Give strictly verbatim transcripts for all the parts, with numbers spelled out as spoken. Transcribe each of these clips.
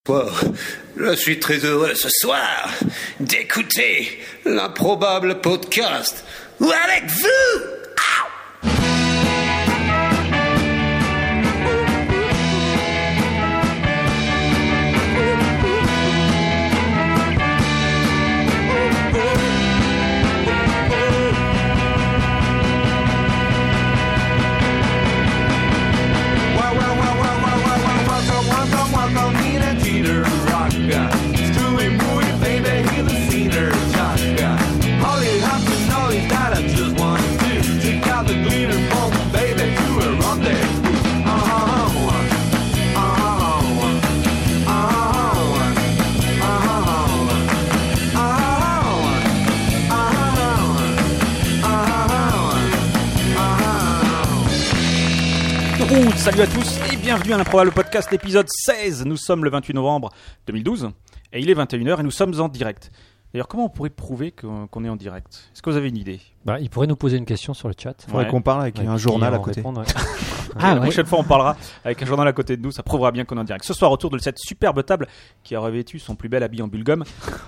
Wow. Je suis très heureux ce soir d'écouter l'improbable podcast avec vous. Salut à tous et bienvenue à l'improbable podcast épisode seize. Nous sommes le vingt-huit novembre deux mille douze et il est vingt et une heures et nous sommes en direct. D'ailleurs, comment on pourrait prouver qu'on est en direct? Est-ce que vous avez une idée? Bah, il pourrait nous poser une question sur le chat. Il faudrait ouais. qu'on parle avec ouais, un journal à côté. Répondre, ouais. ah, la ouais. prochaine fois, on parlera avec un journal à côté de nous. Ça prouvera bien qu'on est en direct. Ce soir, autour de cette superbe table qui a revêtu son plus bel habit en bulgum,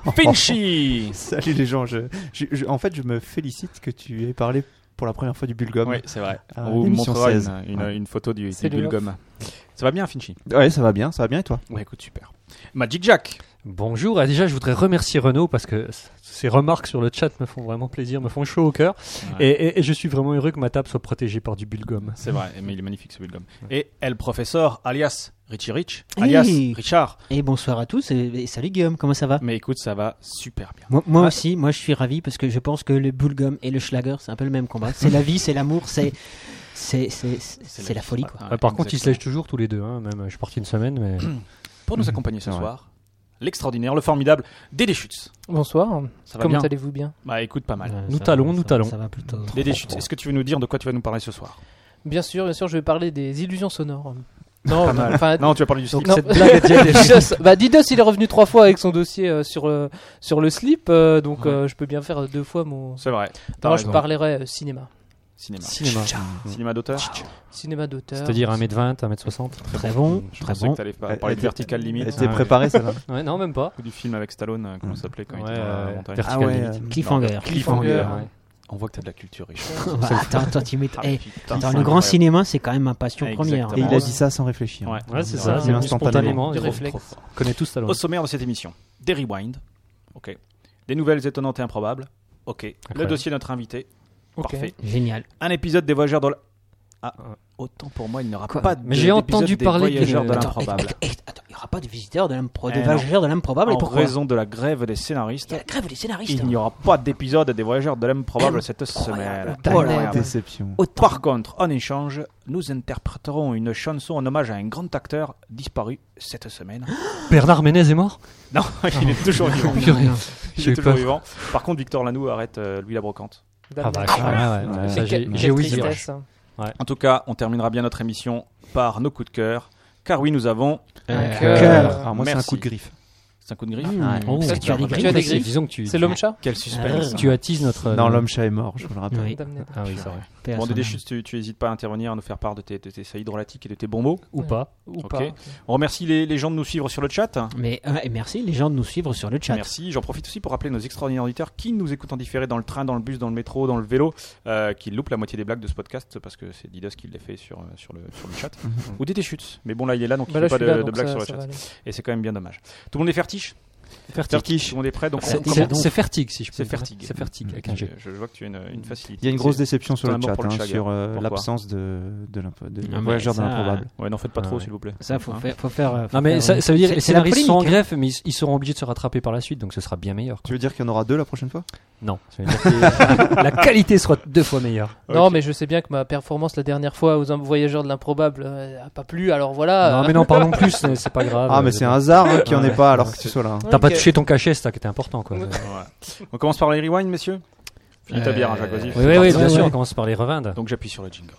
Finchy. Salut les gens. Je, je, je, en fait, je me félicite que tu aies parlé pour la première fois du bulgum. Oui, c'est vrai. Euh, on vous montrera une, une, ouais. une photo du, du bulgum. Ça va bien, Finchy? Ouais, ça va bien. Ça va bien et toi? Ouais, écoute, super. Magic Jack. Bonjour. Et déjà, je voudrais remercier Renaud parce que ses remarques sur le chat me font vraiment plaisir, me font chaud au cœur. Ouais. Et, et, et je suis vraiment heureux que ma table soit protégée par du bulgum. C'est vrai, mais il est magnifique ce bulgum. Ouais. Et El Professeur, alias Richie Rich, alias hey. Richard. Et bonsoir à tous. Et, et salut Guillaume, comment ça va? Mais écoute, ça va super bien. Moi, moi ouais. aussi, moi je suis ravi parce que je pense que le bulgum et le schlager, c'est un peu le même combat. C'est la vie, c'est l'amour, c'est. C'est, c'est, c'est, c'est la, la folie, quoi. Ouais, par exactement. Contre, ils se lèchent toujours tous les deux. Hein. Même, je suis parti une semaine, mais... Pour nous accompagner ce soir, l'extraordinaire, le formidable Dédé Schütz. Bonsoir. Ça va Comment bien allez-vous bien? Bah écoute, pas mal. Euh, nous talons, nous talons. Ça va plutôt. Dédé Schütz, est-ce que tu veux nous dire de quoi tu vas nous parler ce soir? Bien sûr, bien sûr, je vais parler des illusions sonores. Non, pas mal. Enfin, non, tu vas parler du slip. Cette blague Didos, bah, Didos, il est revenu trois fois avec son dossier euh, sur, euh, sur le slip, euh, donc ouais. euh, je peux bien faire deux fois mon... C'est vrai. Moi, je parlerai euh, cinéma. Cinéma. Cinéma. Mmh. Cinéma d'auteur. Cinéma d'auteur. C'est-à-dire un mètre vingt, un mètre soixante. Très, très bon. bon. Je très pensais bon. que t'allais pas parler de Vertical Limit. Elle était préparée, ça va. Ouais, non, même pas. Ou du film avec Stallone, euh, comment ça s'appelait quand ouais, il était dans la euh, montagne. Vertical ah ouais, Limit. Cliffhanger. Cliffhanger. Ouais. On voit que t'as de la culture riche. bah, attends, attends, tu mets. Hey, attends, le grand cinéma, c'est quand même ma passion ah, première. Et il a dit ça sans réfléchir. Ouais, ouais c'est ça. C'est instantanément. Du réflexe. On connaît tous Stallone. Au sommaire de cette émission, des rewinds. Ok. Des nouvelles étonnantes et improbables. Ok. Le dossier de notre invité. Parfait. Génial. Un épisode des voyageurs de la... Ah, autant pour moi, il n'y aura Quoi pas de Mais j'ai entendu des parler voyageurs que... de Attends, l'improbable. et, et, attends, il n'y aura pas de visiteurs de l'improbable, eh de voyageurs de l'improbable. En et pourquoi? raison de la grève des scénaristes. Il y a la grève des scénaristes. Il n'y aura pas d'épisode des voyageurs de l'improbable cette semaine. Voilà, déception. Autant. Par contre, en échange, nous interpréterons une chanson en hommage à un grand acteur disparu cette semaine. Bernard Ménez est mort? Non, il est toujours vivant. Il est toujours peur. vivant. Par contre, Victor Lanoux arrête euh, Louis la Brocante. Ah bah, ah ouais, ouais. Ça, j'ai, j'ai oui dire. Ouais. En tout cas, on terminera bien notre émission par nos coups de cœur. Car oui, nous avons un cœur. Alors moi, Merci. c'est un coup de griffe. C'est un coup de griffe. Mmh. Oh, Parce que tu as des Tu as des griffes. griffes. Disons que tu, c'est l'homme-chat. Quel suspense. Ah, tu attises notre. Non, l'homme-chat est mort, je vous le rappelle. Oui. Ah oui, c'est vrai. Paix à Bon, son Dédé âme. Schütz, tu, tu hésites pas à intervenir, à nous faire part de tes, de tes saillies drôlatiques et de tes bons mots. Ou pas. Ou Ok. pas. On remercie les, les gens de nous suivre sur le chat. Mais euh, et merci les gens de nous suivre sur le chat. Merci. J'en profite aussi pour rappeler nos extraordinaires auditeurs qui nous écoutent en différé dans le train, dans le bus, dans le métro, dans le vélo, euh, qui loupent la moitié des blagues de ce podcast parce que c'est Didos qui les fait sur, euh, sur, le, sur le chat. Ou Dédé Schütz. Mais bon, là, il est là, donc Bah il là, ne fait pas je suis de, là, de donc blagues ça- sur le ça chat. va aller. Et c'est quand même bien dommage. Tout le monde est fertiche Fertig. Tout le monde est prêt, donc on C'est- commence. c'est- donc- C'est Fertig, si je peux C'est dire. Fertig. C'est Fertig, avec un Je, G. je vois que tu as une, une facilité. Il y a une grosse C'est- déception sur c'est le un amour chat pour le hein, Chaga. sur euh, Pourquoi l'absence de, de, l'imp- de Ah, mais voyageurs de ça- l'improbable. Ouais, n'en faites pas Ah trop, ouais. s'il vous plaît. Ça, faut Hein faire, faut faire. euh, faut Non mais faire, ça, euh, ça veut dire c'est- les c'est la scénaristes sont en polémique, hein. greffe, mais ils, ils seront obligés de se rattraper par la suite, donc ce sera bien meilleur. Tu veux dire qu'il y en aura deux la prochaine fois? Non, ça veut dire que la qualité sera deux fois meilleure. Non, Ok. mais je sais bien que ma performance la dernière fois aux voyageurs de l'improbable euh, a pas plu, alors voilà. Non euh, mais n'en parlons plus, c'est, c'est pas grave. Ah, mais c'est un hasard hein, qu'il n'y en ait Ouais. pas alors que tu sois là. T'as pas Ok. touché ton cachet, c'est ça qui était important quoi. Ouais. Ouais. On commence par les rewinds, messieurs. Finis ta Euh, bière, hein, Jacques, vas-y. Oui, c'est oui, oui, parti. bien ouais, sûr, ouais. on commence par les revendres. Donc j'appuie sur le jingle.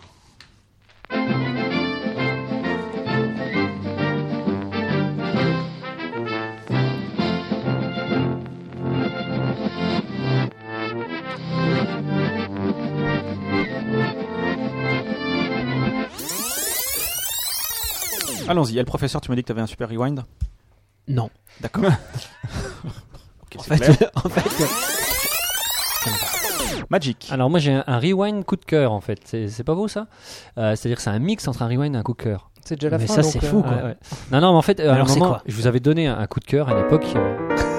Allons-y. Et le professeur, tu m'as dit que tu avais un super rewind. Non. D'accord. Ok, En c'est fait, clair. en fait, Magic. Alors moi j'ai un, un rewind coup de cœur en fait. C'est, c'est pas beau ça euh, C'est-à-dire que c'est un mix entre un rewind et un coup de cœur. C'est déjà la Mais fin. ça, donc, c'est euh, fou, quoi. Ouais, ouais. Non non mais en fait euh, à Alors, un c'est moment quoi je vous avais donné un, un coup de cœur à l'époque. euh,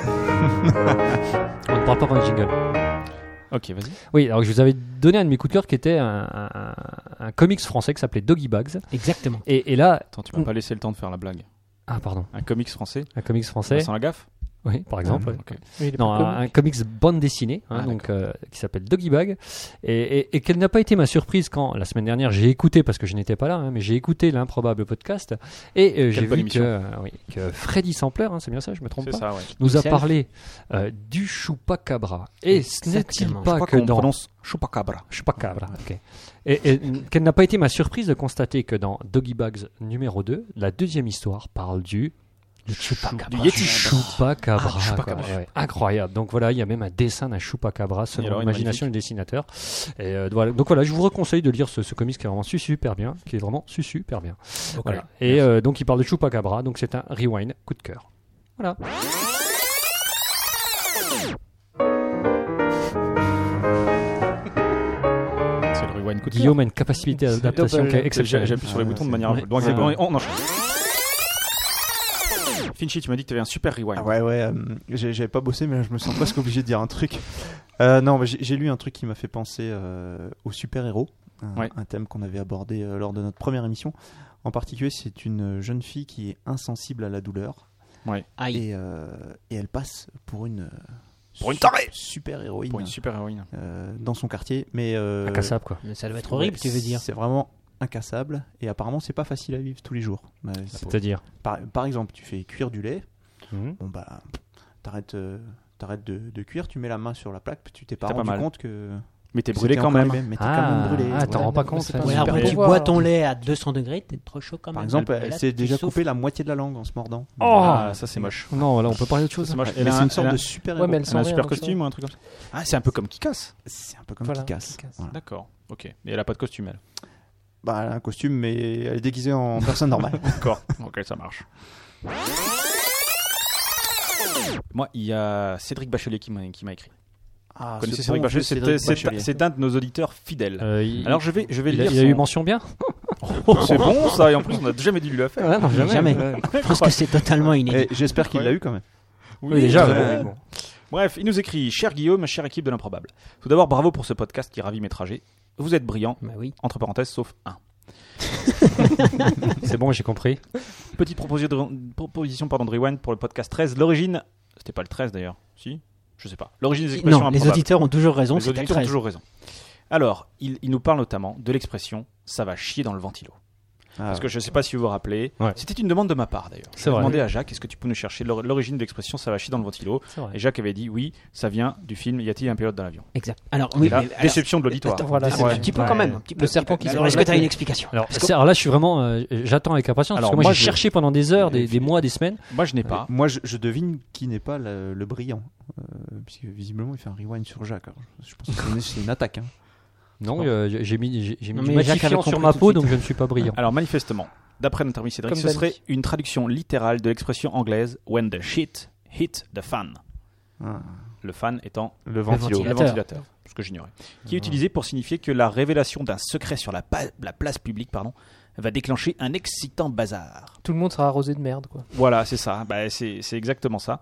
On ne parle pas pendant le jingle. Ok, vas-y. Oui, alors je vous avais donné un de mes coups de cœur qui était un, un, un, un comics français qui s'appelait Doggy Bags. exactement. Et, et là, Attends, tu m'as pas laissé le temps de faire la blague. ah pardon, Un comics français un comics français. Sans la gaffe. Oui, par exemple. ouais. Ok. oui, il est Non, pas un, comique. un comics bande dessinée, hein, Ah, donc euh, qui s'appelle Doggy Bag, et, et, et quelle n'a pas été ma surprise quand la semaine dernière j'ai écouté, parce que je n'étais pas là, hein, mais j'ai écouté l'improbable podcast et euh, j'ai bonne vu que, émission. euh, oui, que Freddy Sampler, hein, c'est bien ça, je me trompe C'est pas, ça, ouais. nous a Self. parlé euh, du chupacabra. Et ce n'est-il Exactement. pas Je crois que qu'on dans prononce chupacabra. Chupacabra, ok. Et, et quelle n'a pas été ma surprise de constater que dans Doggy Bags numéro deux, la deuxième histoire parle du Du chupacabra. Du Yeti. Chupacabra. Ah, Chupacabra. quoi. Ouais, ouais. Incroyable. Donc voilà, il y a même un dessin d'un Chupacabra Et selon alors, il est l'imagination du dessinateur. Et euh, voilà. Donc voilà, je vous reconseille de lire ce, ce comics qui est vraiment su- super bien, qui est vraiment su- super bien. Voilà. Et euh, donc il parle de Chupacabra, donc c'est un rewind coup de cœur. Voilà. C'est le rewind coup de cœur. Guillaume a une capacité d'adaptation double. qui est J'ai- exceptionnelle. J'appuie sur les Ouais, boutons de c'est- manière. ouais. Donc, Ouais. on, on enchaîne. Finchy, tu m'as dit que tu avais un super rewind. Ah ouais, ouais, euh, j'ai- j'avais pas bossé, mais là, je me sens presque obligé de dire un truc. Euh, non, mais j'ai j'ai lu un truc qui m'a fait penser euh, aux super-héros, un, Ouais. un thème qu'on avait abordé euh, lors de notre première émission. En particulier, c'est une jeune fille qui est insensible à la douleur Aïe. et, euh, et elle passe pour une, euh, Pour une su- tarée. super-héroïne Pour une super héroïne. euh, dans son quartier. Mais euh, Incassable quoi. Mais ça doit être horrible, ouais, tu veux dire. C'est vraiment incassable et apparemment, c'est pas facile à vivre tous les jours. Bah, C'est-à-dire. par, par exemple, tu fais cuire du lait. Mhm. Bon bah, t'arrêtes, euh, t'arrêtes de, de cuire, tu mets la main sur la plaque, puis tu t'es pas T'as pas rendu mal. compte que. Mais t'es que brûlé c'était quand encore même. arrivé, mais t'es quand Ah, même brûlé. ah, t'en Ouais. rends pas mais compte. c'est ça. pas Ouais, super après, tu pouvoir. bois ton lait à deux cents degrés, t'es trop chaud quand même. Par exemple, Et elle là, s'est tu déjà souffres. coupé la moitié de la langue en se mordant. Oh Ah, ça c'est moche. Non, là on peut parler d'autre chose. C'est moche. Ouais, Elle mais a c'est un- une sorte elle a- de super Ouais, mais héros. elle Elle a un Sans super rien, costume ou un truc comme ça. Ah, c'est un peu comme Kick-Ass. C'est un peu comme Voilà, Kick-Ass. Kick-Ass. Voilà. D'accord. Ok. Mais elle a pas de costume elle. Bah, elle a un costume, mais elle est déguisée en personne normale. D'accord. Ok, ça marche. Moi, il y a Cédric Bachelier qui m'a qui m'a écrit. Ah, Vous connaissez ce Cédric bon Bachelier vieux C'était- Cédric C'est Bachelier. c'est un de nos auditeurs fidèles. Euh, il- Alors je vais, je vais il lire. a, il a son- eu mention bien. C'est bon ça, et en plus on n'a jamais dû lui la faire. Ouais, non, jamais. Jamais. Ouais. Je pense que c'est totalement inédit. Et j'espère qu'il l'a eu quand même. Oui, déjà. ouais. ouais, bon. Bref, il nous écrit: Cher Guillaume, chère équipe de l'improbable. Tout d'abord, bravo pour ce podcast qui ravit mes trajets. Vous êtes brillant, Bah oui. entre parenthèses, sauf un. C'est bon, j'ai compris. Petite proposition de, proposition pardon, de rewind pour le podcast treize. L'origine. C'était pas le treize d'ailleurs. Si Je sais pas. L'origine des expressions Non, les improbables. auditeurs ont toujours raison, Les c'est le auditeurs ont treize. toujours raison. Alors, il, il nous parle notamment de l'expression ça va chier dans le ventilo. Ah, Parce que je ne sais pas si vous vous rappelez, Ouais. c'était une demande de ma part d'ailleurs. C'est J'ai vrai. demandé à Jacques est-ce que tu peux nous chercher l'or- l'origine de l'expression ça va chier dans le ventilo. C'est vrai. Et Jacques avait dit oui, ça vient du film Y a-t-il un pilote dans l'avion. Exact. Alors, oui, Et là, mais alors- déception de l'auditoire. Attends, Voilà, déception. c'est- un petit peu ouais. quand même. Un petit peu, Le serpent qui se Alors, mange est-ce la que tu as une queue. explication Alors, c'est- alors là, je suis vraiment. euh, J'attends avec impatience. Alors, parce que moi, moi, j'ai je- cherché pendant des heures, des, des mois, des semaines. Moi je n'ai pas. Moi, je, je devine qui n'est pas le, le brillant. Euh, puisque visiblement, il fait un rewind sur Jacques. Alors, je, je pense que c'est une, c'est une attaque. Hein. Non, euh, j'ai j'ai mis, j'ai- j'ai mis Non, du mais Jacques avait matifiant sur compris ma tout de peau, suite. donc je ne suis pas brillant. Alors manifestement, d'après notre ami Cédric, Comme ce Dani. serait une traduction littérale de l'expression anglaise when the shit hit the fan. Ah, Le fan étant le ventilo. le Ventilateur. ventilateur, ce que j'ignorais. Qui est utilisé pour signifier que la révélation d'un secret sur la, pa- la place publique pardon, va déclencher un excitant bazar. Tout le monde sera arrosé de merde, quoi. Voilà, c'est ça. Bah, c'est c'est exactement ça.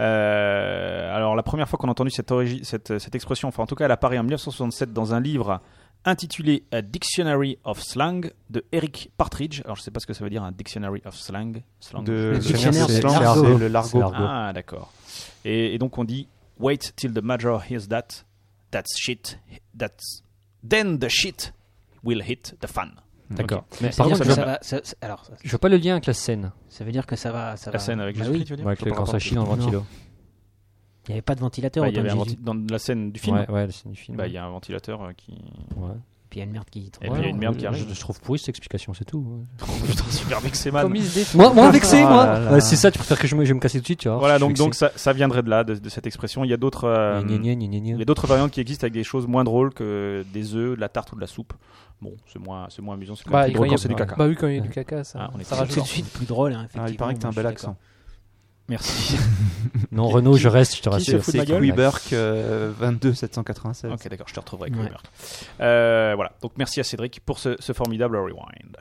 Euh, alors, la première fois qu'on a entendu cette, origi- cette, cette expression, enfin, en tout cas, elle apparaît en dix-neuf cent soixante-sept dans un livre intitulé A Dictionary of Slang de Eric Partridge. Alors, je sais pas ce que ça veut dire, un Dictionary of Slang. Slang. De, Le le dictionnaire, c'est c'est l'argot. l'argot. C'est le largot. C'est l'argot. Ah, d'accord. Et, et donc, on dit Wait till the major hears that. That's shit. That's. Then the shit will hit the fan. D'accord. Ok. Mais Ça par veut dire contre, que je ça va. ça- ça- Alors, ça- je vois pas le lien avec la scène. ça veut dire que ça va. Ça La va- scène avec Bah Jésus-Christ, oui. tu veux dire Ouais, Je vois quand pas ça rapport. chie dans le ventilo. Il n'y avait pas de ventilateur Bah, il y au temps avait de un Jésus. venti- dans la scène du film. Ouais, ouais, la scène du film. Bah, il y a un ventilateur euh, qui. Ouais. Puis il y a une merde qui. Et puis, il y a une merde qui je- arrive. Je, je trouve pourri cette explication, c'est tout. ouais. Putain, super vexé, man. Comme il se défend. Moi, moi vexé, Oh moi. là là. Ouais, c'est ça, tu préfères que je me, je vais me casser tout de suite, tu vois. Voilà, je suis donc, donc vexé. ça, ça viendrait de là, de, de cette expression. Il y a d'autres euh, Gna, gna, gna, gna, gna. il y a d'autres variantes qui existent avec des choses moins drôles que des œufs, de la tarte ou de la soupe. Bon, c'est moins, c'est moins amusant, c'est quand Bah, même plus il drôle y a- quand c'est du caca. Bah oui, quand il y a du caca, ça, Ah, on est ça d'accord. rajoute. Tout de suite plus drôle, hein, Ah, effectivement. il paraît que t'as un Moi, je bel suis d'accord. accent. Merci. Non, Renault, je reste, je te qui se rassure. fout de ma C'est gueule Quiburk euh, vingt-deux sept cent quatre-vingt-seize. Ok, d'accord, je te retrouverai. Ouais. Kubert. Euh, voilà, donc merci à Cédric pour ce, ce formidable rewind.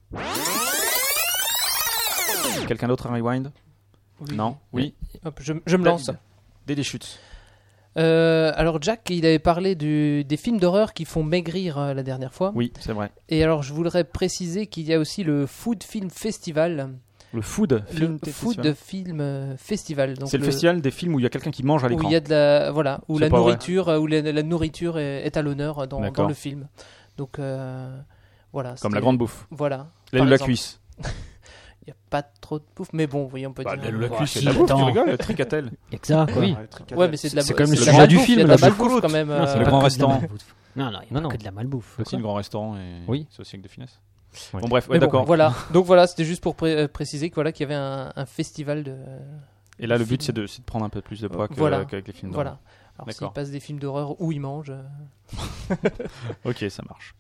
Quelqu'un d'autre à rewind? Non? Oui? Hop, je, je me lance. Des chutes. Euh, alors Jack, il avait parlé du, des films d'horreur qui font maigrir euh, la dernière fois. Oui, c'est vrai. Et alors je voudrais préciser qu'il y a aussi le Food Film Festival. Le food. Film Le Food Film euh, Festival. Donc C'est le, festival des films où il y a quelqu'un qui mange à où l'écran. il y a de la voilà où C'est la pas vrai. nourriture euh, où la, la nourriture est, est à l'honneur dans, D'accord. dans le film. Donc euh, voilà. Comme la c'était- grande bouffe. Voilà. L'aile Par de la exemple. cuisse. Il n'y a pas trop de bouffe, mais bon, oui, on peut Bah, dire. l'aile de la Ouais, cuisse, c'est si, de la bouffe, tu attends. rigoles, le tricatel. Il y a que ça, quoi. Oui. Ouais, mais c'est de la C'est bo- quand même c'est le de la sujet du malbouffe, film, Il y a de la la malbouffe choucroute. quand même. Non, euh, c'est le pas grand que de la restaurant. malbouffe. Non, non, il n'y Non, a non. pas que de la malbouffe. C'est aussi le grand restaurant et Oui. c'est aussi avec de finesse. Oui. Bon, bref, Mais ouais, bon, d'accord. voilà. Donc voilà, c'était juste pour pré- euh, préciser que, voilà, qu'il y avait un, un festival de. Et là, le but, film. c'est de, c'est de prendre un peu plus de poids que- Voilà. qu'avec les films Voilà. d'horreur. Alors D'accord. s'ils passent des films d'horreur où ils mangent. euh, Ok, ça marche.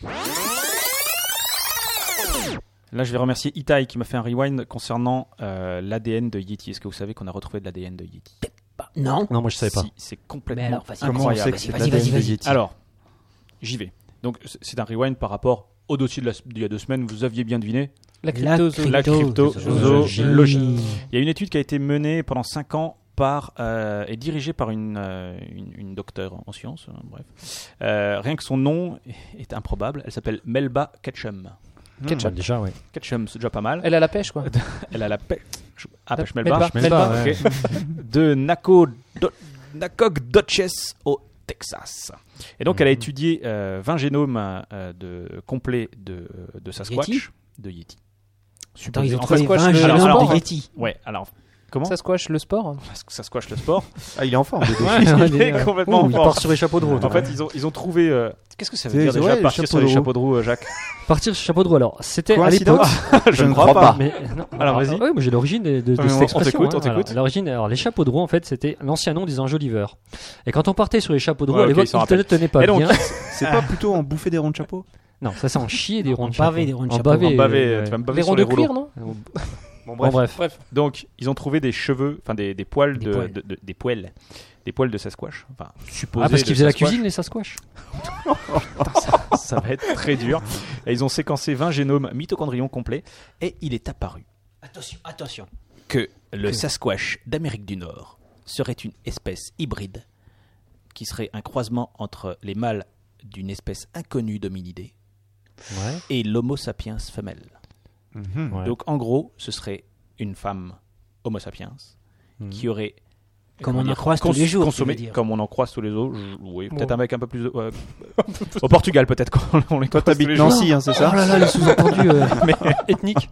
Là, je vais remercier Itai qui m'a fait un rewind concernant euh, l'A D N de Yeti. Est-ce que vous savez qu'on a retrouvé de l'A D N de Yeti? Bah, non. Non, moi je savais pas. Si, c'est complètement Mais alors, vas-y, Comment on incroyable. sait que c'est de Vas-y, l'A D N vas-y, de vas-y. Yeti? Alors, j'y vais. Donc, c'est c'est un rewind par rapport au dossier de la- d'il y a deux semaines. Vous aviez bien deviné. La cryptozoologie. La cryptozoologie. cryptozoologie. Il y a une étude qui a été menée pendant cinq ans par euh, et dirigée par une, euh, une, une docteure en sciences. hein, bref, Euh, rien que son nom est improbable. Elle s'appelle Melba Ketchum. Ketchup, déjà, ouais. Ketchum, c'est déjà pas mal. Elle a la pêche, quoi. Elle a la pêche. Ah, La- pêche Melba. Melba. Melba, ouais. Ok. De Naco, Do- Nacogdoches au Texas. Et donc, elle a étudié euh, vingt génomes euh, de, complets de, de Sasquatch, Yeti de Yeti. Attends, ils ont En trouvé fait, Sasquatch, vingt le- génomes alors, de alors, Yeti. Ouais, alors, comment Ça squash le sport. Sasquatch le sport. Ah, il est en forme. le Ouais, Il il est est, euh, complètement ouh, en il forme. part sur les chapeaux de roue. En fait, ils ont, ils ont trouvé. euh, Qu'est-ce que ça veut C'est- dire déjà, ouais, les partir chapeaux sur de les roue. chapeaux de roue, Jacques? Partir sur chapeau de roue. Alors, c'était à l'époque. Coïncidence? Je ne crois pas. Mais, non, Alors, vas-y. Oui, moi j'ai l'origine de, de, de On- cette on expression. t'écoute, on hein, t'écoute. voilà. L'origine, alors les chapeaux de roue, en fait, c'était l'ancien nom des enjoliveurs. Et quand on partait sur les chapeaux de roue, Ouais, à ok, l'époque, il s'en ils ne rappelle. tenaient pas Et donc, bien. C'est pas plutôt en bouffer des ronds de chapeau? Non, ça c'est en chier des ronds En de chapeau. baver des ronds de En chapeau. baver, En baver, euh, tu vas me baver Les sur ronds les de cuir, rouleaux. non Bon, Bon, bref. Donc, ils ont trouvé des cheveux, enfin des, des poils Des de, poils. de- de- des poils, des poils de Sasquatch. Enfin, supposés Ah, parce de qu'ils faisaient la Sasquatch. cuisine, les Sasquatch. Ça va être très dur. Et ils ont séquencé vingt génomes mitochondrions complets et il est apparu Attention, attention. que le Sasquatch d'Amérique du Nord serait une espèce hybride qui serait un croisement entre les mâles d'une espèce inconnue d'hominidés Ouais. et l'Homo sapiens femelle. Mhm. Ouais. Donc en gros, ce serait une femme Homo sapiens Mhm. qui aurait Comme comment on en dire, croise tous les jours, tu consommé, veux dire. comme on en croise tous les jours. je- Oui, peut-être Bon. avec un peu plus de. ouais. Au Portugal, peut-être quand on les croise tous les T'habites jours. Nancy, hein, c'est ça? Oh là là, les sous-entendus euh, ethniques.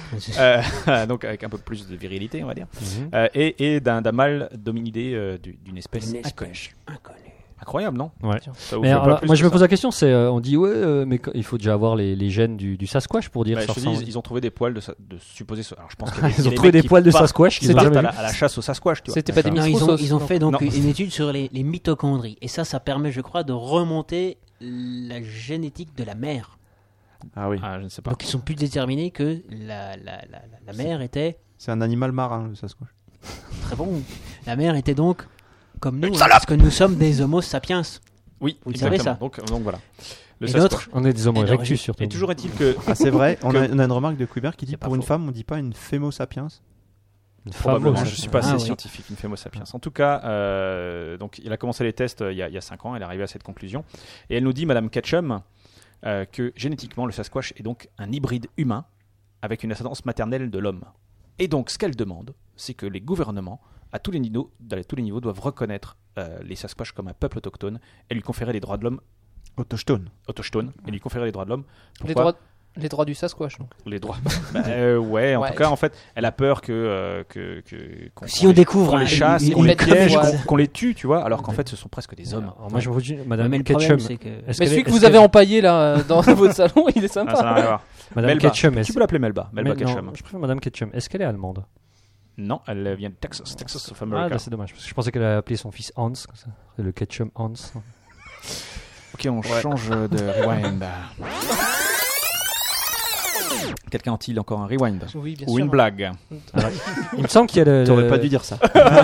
Euh, donc avec un peu plus de virilité, on va dire. Mhm. Euh, et et d'un d'un mâle dominidé euh, du- d'une espèce Une inconnue. espèce inconnue. Incroyable, non? Ouais. Ça vous Mais fait alors, pas là, plus moi que je me ça pose la question, c'est euh, on dit ouais, euh, mais qu- il faut déjà avoir les, les gènes du, du Sasquatch pour dire Bah, ça je te dis, ressemble. ils, ils ont trouvé des poils de, sa- de supposés. Alors je pense qu'il y a des, Ils il y a ont des trouvé mecs des qui poils de partent- Sasquatch qu'ils qui ont partent jamais à la, vu. à la chasse au Sasquatch, tu vois. C'était pas des Non, ils ont, microsos. ils ont fait donc Non. une étude sur les, les mitochondries. Et ça, ça permet, je crois, de remonter la génétique de la mère. Ah oui. Ah, je ne sais pas. Donc ils sont plus déterminés que la, la, la, la, la mère était C'est un animal marin, le Sasquatch. très bon. La mère était donc comme nous, hein, parce que nous sommes des Homo sapiens. Oui, Vous le exactement. savez, ça. Donc, donc voilà. Le Et Sasquatch. d'autres On est des homo Et erectus d'origine. surtout. Et toujours est-il que Ah, c'est vrai, on a, Que- on a une remarque de Kuiber qui dit C'est pas pour une faux. femme, on dit pas une Fémo sapiens. Une probablement, femme, je suis pas Ah assez oui. scientifique, une Homo sapiens. En tout cas, euh, donc il a commencé les tests euh, il y a, il y a cinq ans. Elle est arrivée à cette conclusion et elle nous dit, Madame Ketchum, euh, que génétiquement le Sasquatch est donc un hybride humain avec une ascendance maternelle de l'homme. Et donc, ce qu'elle demande, c'est que les gouvernements, à tous les niveaux, à tous les niveaux doivent reconnaître euh, les Sasquatch comme un peuple autochtone et lui conférer les droits de l'homme Autochtone. autochtone et lui conférer les droits de l'homme. Les Pourquoi droits, les droits du Sasquatch. Donc. Les droits. Bah, euh, ouais, en Ouais. tout cas, en fait, elle a peur que euh, que, que qu'on, Si qu'on on les, découvre qu'on un- les chasse, une- qu'on une les bête de piège, poil. qu'on, qu'on les tue, tu vois, alors qu'en fait, ce sont presque des hommes. Alors, moi je me dis, Ouais, Madame mais le Ketchum. problème, c'est que est-ce Mais qu'elle celui est- que est-ce vous avez qu'elle- empaillé là euh, dans votre salon, il est Ah, ça n'a sympa. rien à voir. Madame Melba. Ketchum, Tu est-ce peux l'appeler Melba, Melba Mais non, Ketchum. je préfère Madame Ketchum. Est-ce qu'elle est allemande? Non, elle vient de Texas, Texas of Ah, America. bah, c'est dommage, parce que je pensais qu'elle allait appeler son fils Hans, comme ça. C'est le Ketchum Hans. Ok, on change de rewind. Quelqu'un a-t-il encore un rewind Oui, bien ou sûr. une blague? Alors, il me semble qu'il y a le. T'aurais le- pas dû dire ça.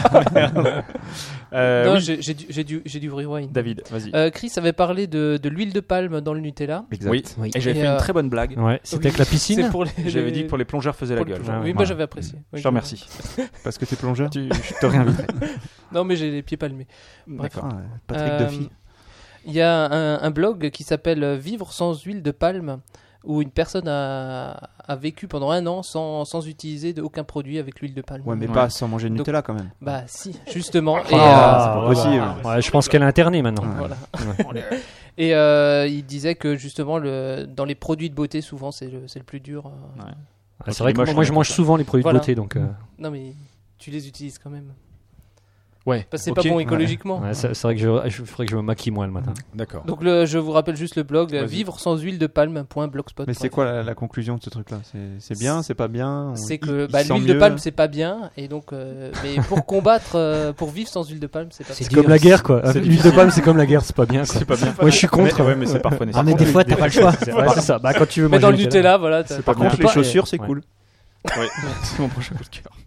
Euh, non, oui. j'ai, j'ai, dû, j'ai, dû, j'ai dû rewind. David, vas-y. Euh, Chris avait parlé de, de l'huile de palme dans le Nutella. Exact. Oui. Oui. Et j'avais Et, fait euh, une très bonne blague. Ouais, c'était Oui, avec la piscine. C'est pour les, J'avais les- dit que pour les plongeurs faisaient la pour les gueule. plongeurs. Ah, Oui, moi voilà. j'avais apprécié. Oui, Je te remercie. Parce que t'es plongeur. Tu- je te réinviterai. Non, mais j'ai les pieds palmés. Bref. D'accord. Ah, Patrick Euh, Duffy. Il y a un, un blog qui s'appelle Vivre sans huile de palme, où une personne a, a vécu pendant un an sans, sans utiliser de aucun produit avec l'huile de palme. Ouais, mais Ouais. pas sans manger de Donc- Nutella quand même. Bah si, justement. Et, Ah, euh, c'est pas voilà. possible. Ouais, je pense qu'elle est internée maintenant. Ouais. voilà. Et euh, il disait que justement, le, dans les produits de beauté, souvent c'est le, c'est le plus dur. euh. Ouais. Ah, c'est vrai que moche, moi je on mange est souvent les produits Voilà. de beauté donc. euh, Non mais tu les utilises quand même. Ouais. Parce que c'est Ok. pas bon écologiquement. ouais, c'est c'est vrai que je, je ferais que je me maquille moins le matin. D'accord. Donc le, je vous rappelle juste le blog Vas-y. vivre sans huile de palme point blogspot. Mais c'est quoi la, la conclusion de ce truc-là? C'est c'est bien, c'est pas bien? on- C'est il- que il bah, sent l'huile de mieux. palme c'est pas bien et donc euh, mais pour combattre euh, pour vivre sans huile de palme c'est pas C'est bien. C'est comme la guerre quoi. c'est L'huile de palme c'est comme la guerre, c'est pas bien. quoi. C'est pas bien. Moi je suis contre. Mais, ouais, mais c'est parfois Ah, nécessaire. mais des fois, t'as pas le choix. C'est ouais, c'est ça. Bah quand tu veux Mais manger dans le du Nutella voilà. t'as- C'est Par pas contre, bien. les chaussures, c'est Ouais. cool. Ouais. C'est mon prochain coup de cœur.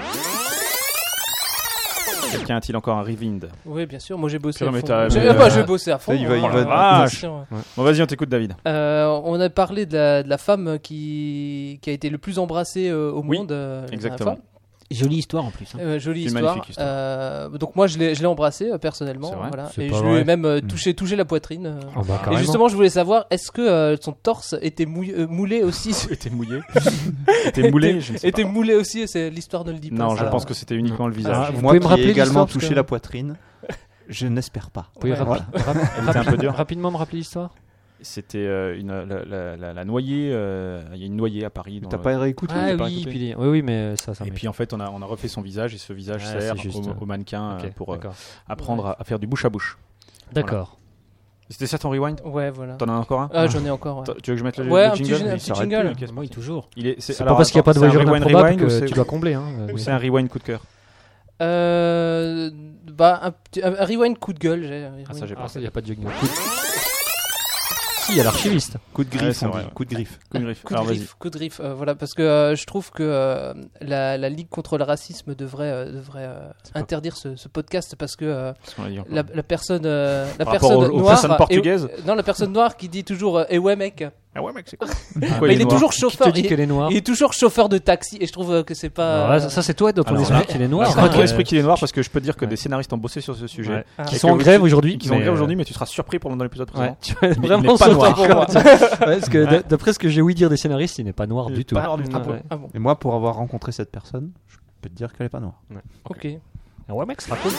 Quelqu'un a-t-il encore un rewind? Oui bien sûr. Moi j'ai bossé. Putain, à mais fond. t'as- J'ai- mais, ah, bah, euh, je vais bosser à fond. il va- il Oh la va- vache. Bon, vas-y, on t'écoute, David. Euh, on a parlé de la, de la femme qui, qui a été le plus embrassée euh, au Oui, monde. euh, la exactement. dernière fois. Jolie histoire en plus. hein. Euh, jolie C'est une histoire. magnifique histoire. Euh, donc moi je l'ai, je l'ai embrassée euh, personnellement, C'est vrai voilà. C'est Et pas je lui ai vrai. même euh, Mm. touché, touché la poitrine. euh. Oh, bah, Et carrément. justement je voulais savoir est-ce que euh, son torse était mouillé- euh, moulé aussi Était mouillé. Était moulé, je ne sais était pas. moulé aussi. C'est l'histoire ne le dit pas. Non, ça. je pense que c'était uniquement le Ah, visage. vous Moi pouvez me qui rappeler ai également l'histoire, parce touché que- la poitrine, je n'espère pas. Vous pouvez Ouais. rapi- rap- Elle était un peu dure. rapidement me rappeler l'histoire. C'était euh, une, la, la, la, la noyée. euh, Il y a une noyée à Paris. dans T'as le- pas réécouté? Ah pas oui, écouté. puis les- oui, oui, mais ça, ça. Et m'est- puis en fait, on a, on a refait son visage et ce visage Ouais, sert c'est juste, au, euh, au mannequin Ok, euh, pour euh, d'accord. apprendre à, à faire du bouche à bouche. D'accord. C'était ça ton rewind? Ouais voilà. T'en as encore un? Ah j'en ai encore. Ouais, T'as- Tu veux que je mette le, Ouais, le un petit jingle? jingle, un Il petit s'arrête jingle. plus, qu'est-ce Oui, toujours. Il est, C'est pas alors, parce qu'il n'y a pas de attends, c'est un voyageur rewind, improbable rewind ou que c'est- tu dois combler. Hein. ou c'est un rewind coup de cœur? Euh, bah un, petit- un rewind coup de gueule. J'ai, un Ah, ça, j'ai rewind. pas. Ah, ça, il n'y a pas de jingle. Si, il y a l'archiviste. Coup de Ouais, griffe, c'est on vrai, dit. ouais. Coup de griffe. Coup de griffe. Coup de Alors, vas-y. griffe, coup de griffe, euh, voilà, parce que euh, je trouve que euh, la, la Ligue contre le racisme devrait, euh, devrait euh, pas- interdire ce, ce podcast parce que euh, Qu'est-ce qu'on a dit encore? la, la personne, euh, la Par rapport personne aux- aux noire, personnes portugaises et- non, la personne noire qui dit toujours, euh, eh ouais mec, Ah ouais, mec, c'est quoi? Bah, il est toujours Qui te chauffeur, dit il, qu'elle est noire il est toujours chauffeur de taxi et je trouve euh, que c'est pas. Alors là, ça, ça, c'est toi dans ton Alors esprit là- qu'il est noir. C'est pas hein, ton euh, esprit qu'il est noir parce que je peux te dire que Ouais. des scénaristes ont bossé sur ce sujet. ouais. Ah. Qui Et sont que en vous- grève aujourd'hui. Qui sont en mais, grève euh, aujourd'hui, mais tu seras surpris pendant l'épisode Ouais, présent. tu vas être il est vraiment pas surpris noir. pour moi. Ouais, parce que Ouais. d- d'après ce que j'ai ouï dire des scénaristes, il n'est pas noir Il du est tout. pas noir du tout. Ouais. Ah bon, Et moi, pour avoir rencontré cette personne, je peux te dire qu'elle est pas noire. ok. Ah ouais, mec, c'est pas cool.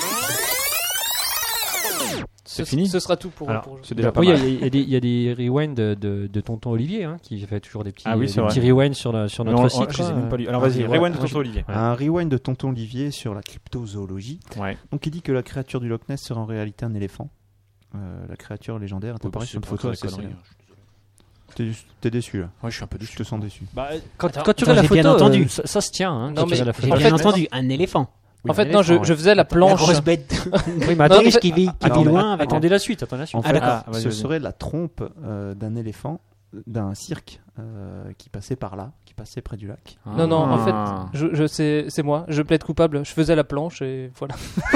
C'est Ce- fini? Ce sera tout pour. Alors, pour- C'est déjà pas Oui, il y, mal. a- il y a des- il y a des rewinds de, de, de tonton Olivier hein, qui fait toujours des petits, Ah oui, des c'est vrai. petits rewinds sur, le- sur Mais notre on- on- site. je les ai quoi. même pas lus. Alors Ah, vas-y, ouais. rewind Ouais. contre Olivier. Ouais. Un rewind de tonton Olivier sur la cryptozoologie. Ouais. Donc, il dit que la créature du Loch Ness serait en réalité un éléphant. Euh, la créature légendaire est apparue sur une photo assez célèbre. T'es t'es déçu là. Ouais, je suis un peu Je déçu. te sens déçu. Bah, quand, Attends, quand tu attends, regardes la j'ai photo, bien entendu. euh, ça, ça se tient. Hein, Non, quand tu mais regardes la J'ai photo. En bien fait- entendu, un éléphant. En fait, un non, je, éléphant, je ouais. faisais la La planche. grosse bête. Oui, mais Non, attendez, en fait- qui vit, qui Attends, vit mais loin avec. attendez la suite. Attendez la suite. En Ah, fait, d'accord. Ah, vas-y, ce vas-y. serait la trompe euh, d'un éléphant, d'un cirque euh, qui passait par là, qui passait près du lac. Non, non, en fait, Ah. je, je c'est, c'est moi. Je plaide coupable. Je faisais la planche et voilà.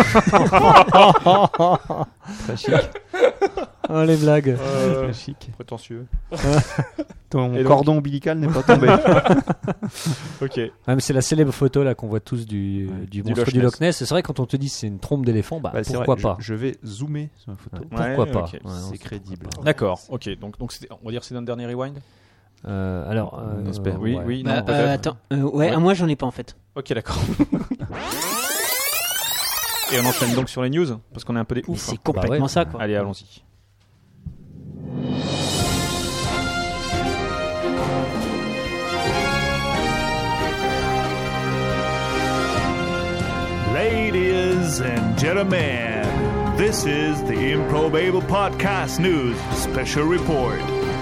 Très chic. Oh, les blagues. Très chic. Prétentieux. Ton Et donc- cordon ombilical n'est pas tombé. Ok. Ah, mais c'est la célèbre photo là qu'on voit tous du, Ouais. du Du monstre Loch du Ness. Loch Ness. Et c'est vrai quand on te dit c'est une trompe d'éléphant, bah, Bah, c'est pourquoi vrai, pas. je, je vais zoomer sur la photo. Ouais. Pourquoi pas. ok. Ouais, on C'est sait crédible. pourquoi pas. D'accord. Ok. Donc, donc c'était- on va dire que c'est notre dernier rewind. Euh, alors, euh, On espère. Oui, ouais. oui, Bah, non, euh, peut-être. attends, euh, ouais, Ouais. ah, moi j'en ai pas en fait. Ok, d'accord. Et on enchaîne donc sur les news parce qu'on est un peu des Mais ouf. c'est hein. complètement ouais. ça quoi. Allez, allons-y. Ladies and gentlemen, this is the Improbable Podcast News Special Report.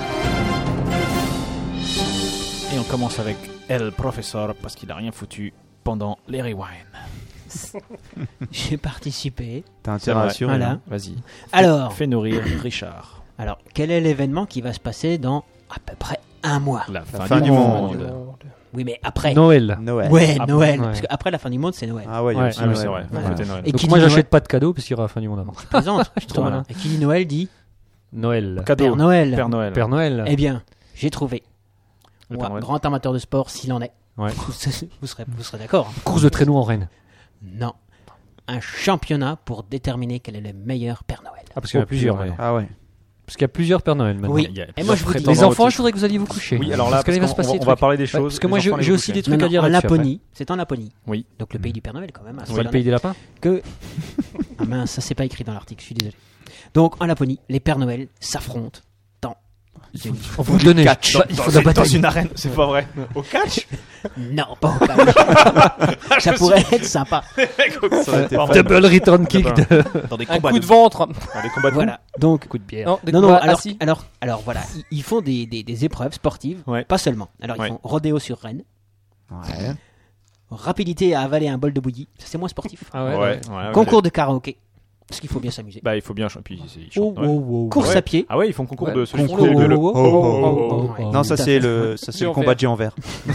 Et on commence avec El Professeur parce qu'il a rien foutu pendant les rewinds. J'ai participé. T'as intérêt à vrai. assurer. Voilà. hein. Vas-y. Alors, Fais nourrir Richard. alors, quel est l'événement qui va se passer dans à peu près un mois. La fin, fin du, du monde. monde. Oui, mais après. Noël. Noël. Ouais, Après, Noël. ouais. Parce qu'après la fin du monde, c'est Noël. Ah ouais, il y a Ouais. aussi Ah oui, Noël. c'est vrai. Voilà. Fêter Noël. Et Donc qui moi, dit j'achète Noël- pas de cadeaux parce qu'il y aura la fin du monde avant. Je plaisante, je trouve. Voilà. Et qui dit Noël dit Noël. Cadeau. Père Noël. Père Noël. Père Noël. Eh bien, j'ai trouvé. Le Moi, Père Noël. grand amateur de sport, s'il en est. Ouais. Vous, vous serez, vous serez d'accord. Course de traîneau en Rennes. Non. Un championnat pour déterminer quel est le meilleur Père Noël. Ah, parce qu'il y en a Oh, plusieurs purée. maintenant. Ah ouais. Parce qu'il y a plusieurs Père Noël maintenant. Oui. Il y a Et moi, je vous dis- prétendants Les enfants, au je voudrais que vous alliez vous coucher. Oui, alors là, parce qu'il va parce se qu'on- passer on des va- on va trucs. parler des Ouais, choses, Parce que les moi, enfants, j'ai allez j'ai vous aussi coucher. des trucs Non, à non, dire en là-dessus. Laponie, c'est en Laponie. Oui. Donc le pays du Père Noël quand même. hein, après. c'est Ouais, pas le pays des lapins. que ah mince, ça c'est pas écrit dans l'article, je suis désolé. Donc en Laponie, les Pères Noël s'affrontent dans une... On vous le donner. catch. Bah, il faut de la bataille. une arène, c'est pas vrai. Au catch. Non, pas au catch. Ça pourrait être sympa. Ça aurait été fun. Double return kick de Dans des Un combats coup de de ventre. dans des combats de Voilà. Donc coup de bière. Non, des non non, combats alors assis. alors alors voilà, ils, ils font des, des, des épreuves sportives, Ouais. pas seulement. Alors ils Ouais. font rodéo sur Rennes, Ouais. rapidité à avaler un bol de bouillie, ça c'est moins sportif. Ah Ouais, ouais. ouais, ouais. Concours de karaoké, parce qu'il faut bien s'amuser. Bah, il faut bien chanter. Puis c'est- ils Oh, chantent, ouais. Course Ouais. à pied. Ah ouais, ils font concours Ouais. de celui qui Concours fait le- de- le- Oh, oh, oh, oh. Non, ça Tout à c'est fait. le, ça c'est Jet le en combat vert. de jet en vert.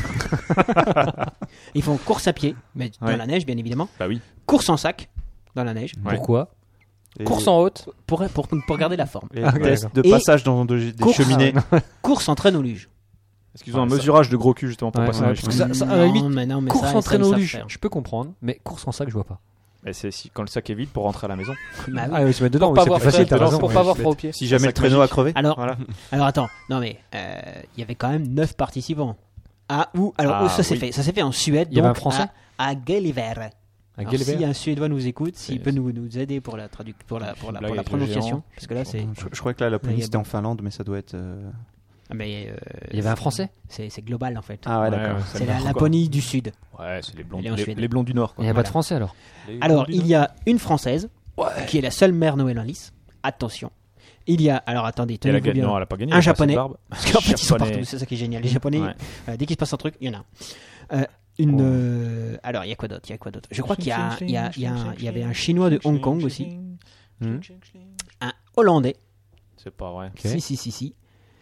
Ils font course à pied, mais dans Ouais. la neige bien évidemment. Bah oui. Course en sac, dans la neige, Ouais. Pourquoi Et- Course en haute. pour, pour, pour garder la forme. et Ah, test d'accord. de Et passage dans de- des course. cheminées. Course en traîneau luge. Est-ce qu'ils ont un Ouais, ça- mesurage de gros cul justement pour Ouais, passer ouais, dans les parce que chemins ça- ça, à la limite, Non, mais non, mais course ça, en ça, traîneau ils savent luge, faire. je peux comprendre, mais course en sac, je vois pas. Bah, c'est si- quand le sac est vide pour rentrer à la maison. Bah oui. Ah oui, se mettre dedans, Pour oui, pas c'est avoir plus facile, froid, t'as raison. pour ouais. pas avoir froid aux pieds. Si jamais Un le sac traîneau a magique. crevé. Alors, Voilà. alors attends, non mais euh, il y avait quand même neuf participants. Ah où alors Ah, où ça s'est oui. fait Ça s'est fait en Suède. Il y avait donc un Français à, à Gällivare. Un Alors, Gällivare. si un Suédois nous écoute, s'il C'est- peut nous, nous aider pour la traduc pour la pour la, Blague pour la avec le prononciation, géant. parce que là c'est Je, je crois que là la il y police a était bon. en Finlande, mais ça doit être. euh, ah, mais euh, Il y avait un Français. c'est c'est global en fait. Ah ouais, Ouais, d'accord. ouais, ça c'est me la marque, Laponie du Sud. quoi. Ouais, c'est les blonds, Il est en les, Suède. les blonds du Nord. Il Quoi. n'y a pas Voilà. de Français alors. Les Alors blonds du il y a une Française qui est la seule mère Noël en lice. Attention. Il y a alors attendez, Et elle a tenez-vous gagné. bien. Non, elle a pas gagné. Un elle a pas Japonais. cette barbe. Parce qu'en fait, ils sont Japonais. partout, c'est ça qui est génial. Les Japonais, Ouais. euh, dès qu'il se passe un truc, il y en a un. Euh, une, Oh. euh, alors, il y a quoi d'autre Il y a quoi d'autre Je crois qu'il y, a, il y, a, il y, a un- il y avait un Chinois de Hong Kong aussi, Hmm. un Hollandais. C'est pas vrai. Ok. Si, si, si, si.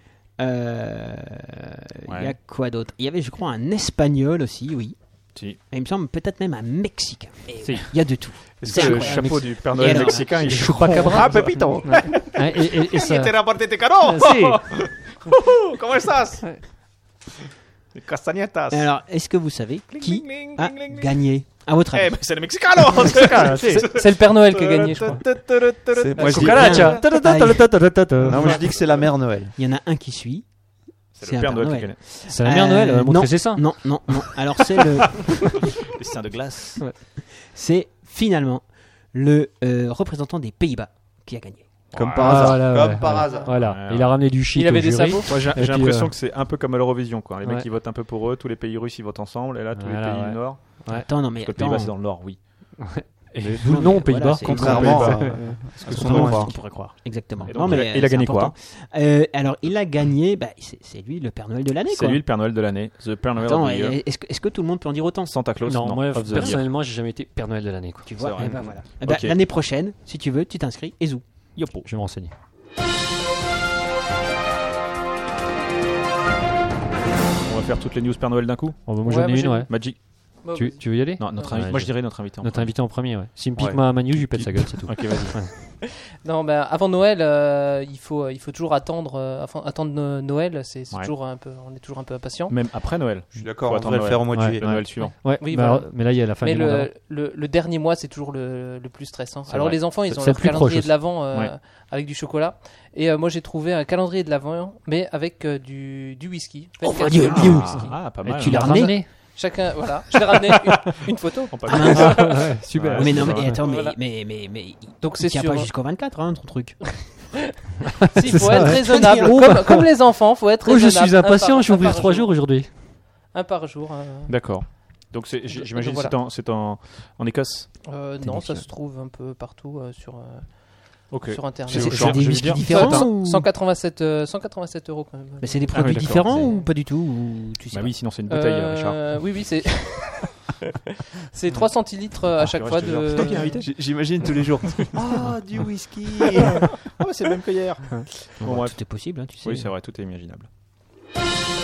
Euh, Il y a Ouais. quoi d'autre Il y avait, je crois, un Espagnol aussi, oui. Si. Et il me semble peut-être même un Mexicain. Et Si. Il y a de tout. Est-ce C'est que le incroyable. chapeau du Père Et Noël alors, mexicain, il Les est chupacabras. Ah, Pepito. Ah, et, et, et ça... rapporté tes cadeaux. Ah, si. Comment estás? Les castagnetas. Et alors, est-ce que vous savez qui Cling, a cling, cling, cling. gagné À votre Eh avis ben, c'est le Mexicano. C'est c'est le Père Noël qui a gagné, je crois. C'est- moi, je dis- Cucaracha. Non, moi je dis que c'est la mère Noël. Il y en a un qui suit. C'est le Père Noël qui gagne. C'est la mère Euh, Noël, elle a montré non, ses seins. Non, non, non. Alors c'est le, Les seins de glace. c'est finalement le euh, représentant des Pays-Bas qui a gagné. Comme Ouais. par hasard. Voilà, Comme ouais, par ouais. hasard. Voilà, Ouais. il a ramené du shit Il avait au des jury. sabots. Moi, j'ai Et j'ai puis, l'impression euh, que c'est un peu comme à l'Eurovision, quoi. Les mecs, Ouais. ils votent un peu pour eux, tous les pays russes, ils votent ensemble, et là, tous Voilà, les pays ouais. du Nord. Ouais. Attends, non mais Parce que attends. Pays-Bas, c'est dans le Nord, oui. Mais Non, d'où le mais nom aux Pays-Bas. voilà, c'est- Contrairement à Ouais. ce que son Contrairement nom à est. ce qu'on pourrait croire. Exactement. Et donc, Non, mais il a- il a c'est gagné important. Euh, alors, il a gagné. Bah, c'est c'est lui le Père Noël de l'année, C'est quoi. lui le Père Noël de l'année. The Père Noël Attends, of the Year. et- est-ce que, est-ce que tout le monde peut en dire autant Santa Claus, Non, non. moi, of the Year. personnellement, j'ai jamais été Père Noël de l'année. quoi. Tu vois, C'est vrai. eh ben, voilà. Eh ben, Ok. l'année prochaine, si tu veux, tu t'inscris et zou. Yopo. Je vais me renseigner. On va faire toutes les news Père Noël d'un coup. Oh, bah, moi, Ouais, j'en moi, ai j'ai- une, ouais. Magic. Bah, Tu, tu veux y aller Non, notre Ouais, invité. Moi, je je- dirais notre invité. en Notre premier. invité en premier, ouais. S'il me pique Ouais. ma Manu, je lui pète sa gueule, c'est tout. Ok, vas-y. Non, bah, avant Noël, euh, il faut, il faut toujours attendre, euh, avant- attendre no- Noël. C'est c'est Ouais. toujours un peu, on est toujours un peu impatient. Même après Noël. Je suis d'accord, Faut on attendre devrait le faire au mois de Ouais. juillet. Le Noël suivant. Ouais, Oui, mais, voilà. alors- mais là, il y a la fin Mais du monde. le, avant. le, le dernier mois, c'est toujours le, le plus stressant. C'est Alors vrai. les enfants, ils C'est- ont c'est leur le plus calendrier proche de l'avant euh, Ouais. avec du chocolat. Et euh, moi, j'ai trouvé un calendrier de l'avant, mais avec euh, du, du whisky. Oh, vingt-quatre Dieu, heures de Dieu. whisky. Ah, pas Et mal. tu l'as l'as ramené Chacun, voilà. Je l'ai ramené une, une photo. On passe- Ah, mince. Ouais, super. Ouais, mais non, mais c'est et attends, mais, Voilà. mais, mais, mais, Donc, il c'est tient sûr, pas hein. jusqu'au vingt-quatre, hein, ton truc. Si, il faut ça, être ouais. raisonnable. Oh, comme, bah. comme les enfants, faut être Oh, je raisonnable. suis Un par- impatient, je vais un ouvrir par trois jour. jours aujourd'hui. Un par jour. euh, D'accord. Donc, c'est- j- j'imagine que voilà. c'est en- c'est en en Écosse. euh, non, ça se trouve un peu partout euh, sur, euh, Ok. sur Internet. C'est C'est au c'est champ, des je veux whisky dire. différents Cent- ou... cent quatre-vingt-sept, euh, cent quatre-vingt-sept euros quand même. Mais c'est des Ah produits oui, d'accord. différents C'est- ou pas du tout ou tu sais Bah pas oui, sinon c'est une bouteille, Euh, Richard. Oui, oui, c'est. C'est trois centilitres euh, à Ah, chaque ouais, fois je te jure. de. C'est toi qui l'as invité J- J'imagine tous les jours. Ah, du whisky. Ah, c'est le même que hier. Bon, Bon, bref. tout est possible, hein, tu sais. Oui, c'est vrai, tout est imaginable.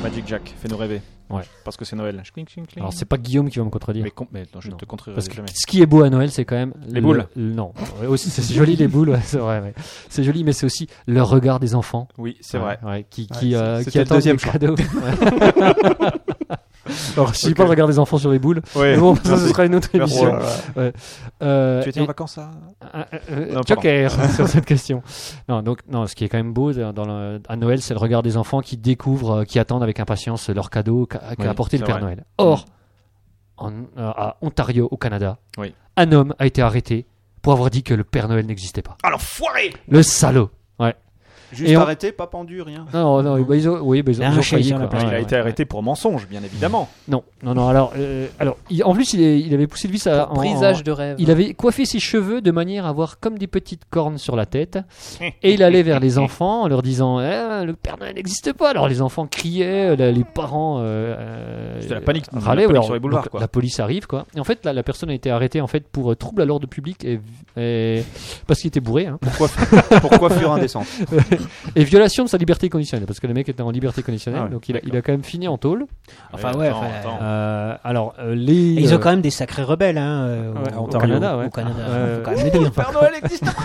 Magic Jack, fais-nous rêver. Ouais. Parce que c'est Noël. Cling, cling, cling. Alors c'est pas Guillaume qui va me contredire. Mais, com- mais non, je Non. te contrerai Parce que jamais. ce qui est beau à Noël, c'est quand même Les le- boules. le- non, Ouais, aussi c'est joli les boules, ouais, c'est vrai. Ouais. C'est joli, mais c'est aussi le regard des enfants. Oui, c'est Ouais, vrai. ouais, qui Ouais, qui, c'est- euh, c'était qui le attendent deuxième des choix. cadeaux. Ouais. Alors je dis pas le regard des enfants sur les boules. Ouais. Mais bon, ça ce sera une autre Merci. émission. Ouais. Euh, Tu étais et- en vacances à... Euh, euh, Non, Joker sur cette question. Non, donc non, ce qui est quand même beau dans le, à Noël, c'est le regard des enfants qui découvrent, euh, qui attendent avec impatience leur cadeau qu'a qu'a Oui, apporté le c'est Père vrai. Noël. Or, en, euh, à Ontario, au Canada, Oui. un homme a été arrêté pour avoir dit que le Père Noël n'existait pas. Alors, foiré! Le salaud. Ouais. Juste Et on- arrêté, pas pendu, rien. Non, non, bah, ils ont, oui, bah, ils ont, Il a ils ont arraché failli, sur la quoi. plage. Il Ouais, a ouais, été ouais. arrêté pour mensonge, bien évidemment. Non, non, non. Alors, euh, alors, il- en plus, il, est- il avait poussé le vice à, en- Brisage en- de rêve. Il avait coiffé ses cheveux de manière à avoir comme des petites cornes sur la tête. Et il allait vers les enfants en leur disant eh, le Père Noël n'existe pas. Alors les enfants criaient, la- les parents euh, euh, C'était la panique, la râlaient. panique Alors, sur les boulevards, donc, quoi. La police arrive, quoi. Et en fait, la, la personne a été arrêtée en fait pour euh, trouble à l'ordre public et, et- parce qu'il était bourré, hein. Pourquoi, pourquoi fureur indécente? Et violation de sa liberté conditionnelle parce que le mec était en liberté conditionnelle, Ah ouais, donc il a, il a quand même fini en tôle. Enfin, Ouais, ouais, attends, enfin, attends. Euh, alors euh, les Et ils ont euh, quand même des sacrés rebelles hein, euh, Ouais, au, au Canada, ouais. au Canada. Ouais. Faut quand même le dire. Père Noël existe pas.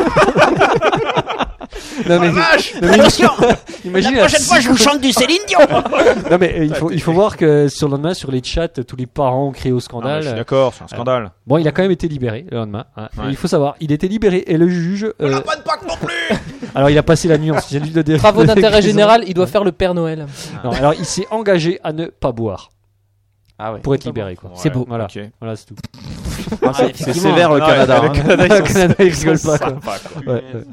non, mais, non, mais Attention, imagine la prochaine fois je vous chante du Céline Dion. Non mais euh, il faut, il faut voir que sur le lendemain sur les chats tous les parents ont crié au Non, mais scandale. je suis d'accord, c'est un scandale. Bon, il a quand même été libéré le lendemain. hein. Ouais. Et il faut savoir, il était libéré et le juge. euh, La bonne Pâques non plus! alors il a passé la nuit en cellule de dé- Travaux de d'intérêt déprison. général, il doit faire le Père Noël. Non, alors il s'est engagé à ne pas boire Ah ouais. pour être libéré quoi. C'est beau. Voilà, Ok. voilà c'est tout. Ah, c'est- c'est effectivement. sévère le Ah, Canada. le hein. Canada, ils Au sont Canada, ils rigolent pas, quoi. sympas, quoi. Ouais, ouais.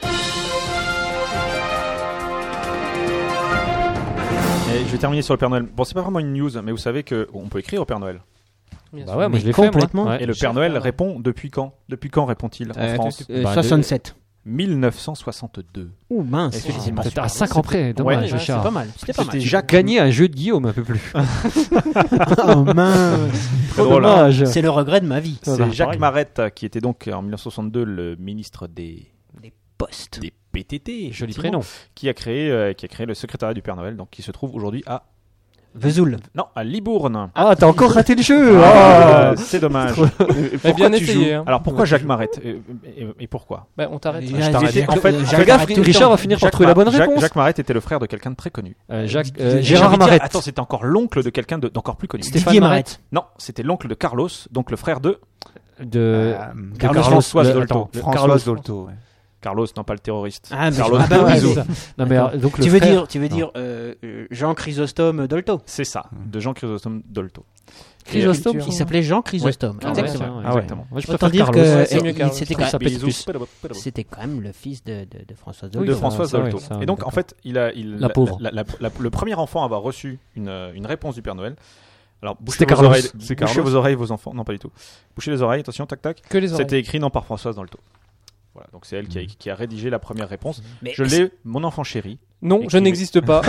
Et je vais terminer sur le Père Noël. Bon, c'est pas vraiment une news, mais vous savez qu'on peut écrire au Père Noël. Bien Bah sûr. ouais, moi Mais je l'ai fait moi. complètement. Ouais. Et le Père Noël répond depuis quand? Depuis quand répond-il en Euh, France? euh, Bah, soixante-sept. mille neuf cent soixante-deux. Ouh mince. Effectivement. C'était à cinq ans près, dommage Ouais, Ouais, c'est Richard. pas mal. C'était pas mal. C'était J'ai Jacques. gagné un jeu de Guillaume un peu plus. Oh mince. Très drôle, hein. dommage. C'est le regret de ma vie. Ouais, C'est bah, Jacques pareil. Marette qui était donc en mille neuf cent soixante-deux le ministre des, Poste. des P T T, Joli effectivement, prénom. qui a créé euh, qui a créé le secrétariat du Père Noël, donc qui se trouve aujourd'hui à Vesoul. non à Libourne. Ah, t'as encore raté le jeu. Ah, Ah. c'est dommage. Eh bien tu essayé. joues hein. Alors pourquoi Jacques Marette et, et- et pourquoi? Bah, on t'arrête. Je t'arrête. t'arrête. En fait, Jacques Fais gaffe, arrête tout le Richard temps. va finir par Jacques trouver la bonne Mar- Jacques- réponse. Jacques Marette était le frère de quelqu'un de très connu. Euh, Jacques, J'ai euh, envie de Gérard J'ai envie de dire- Marette. Attends, c'était encore l'oncle de quelqu'un de- d'encore plus connu. Didier Marette. Non, c'était l'oncle de Carlos, donc le frère de de, Euh, de Carlos Françoise le- Dolto. attends, le- François Carlos- Dolto. ouais. Carlos, non pas le terroriste. Ah, mais Carlos ah, bah oui, Bisou. mais- Non mais euh, donc le Tu veux frère- dire, tu veux Non. dire euh, euh, Jean Chrysostome Dolto. C'est ça, de Jean Chrysostome Dolto. Chrysostome. culture. Il s'appelait Jean Chrysostome. Ah ouais, Exactement. tiens, Ah ouais. exactement. Moi je Autant préfère dire Carlos. que Ouais, c'est euh, mieux il- Carlos. c'était Ça quand, pète Bisous. plus. c'était quand même le fils de, de, de Françoise De Dolto. Françoise ça, ouais, Dolto. ça, Et donc, d'accord. en fait, il a, il, La pauvre. la- la- la- le premier enfant à avoir reçu une, euh, une réponse du Père Noël. Alors, bouchez C'était vos Carlos. oreilles, C'est bouchez Carlos. vos oreilles, vos enfants. Non, pas du tout. Bouchez les oreilles, attention, tac, tac. Que les oreilles. C'était écrit non par Françoise Dolto. Voilà, donc c'est elle qui a, qui a rédigé la première réponse. Mais Je l'ai, mon enfant chéri. Non, je Écrivez. n'existe pas.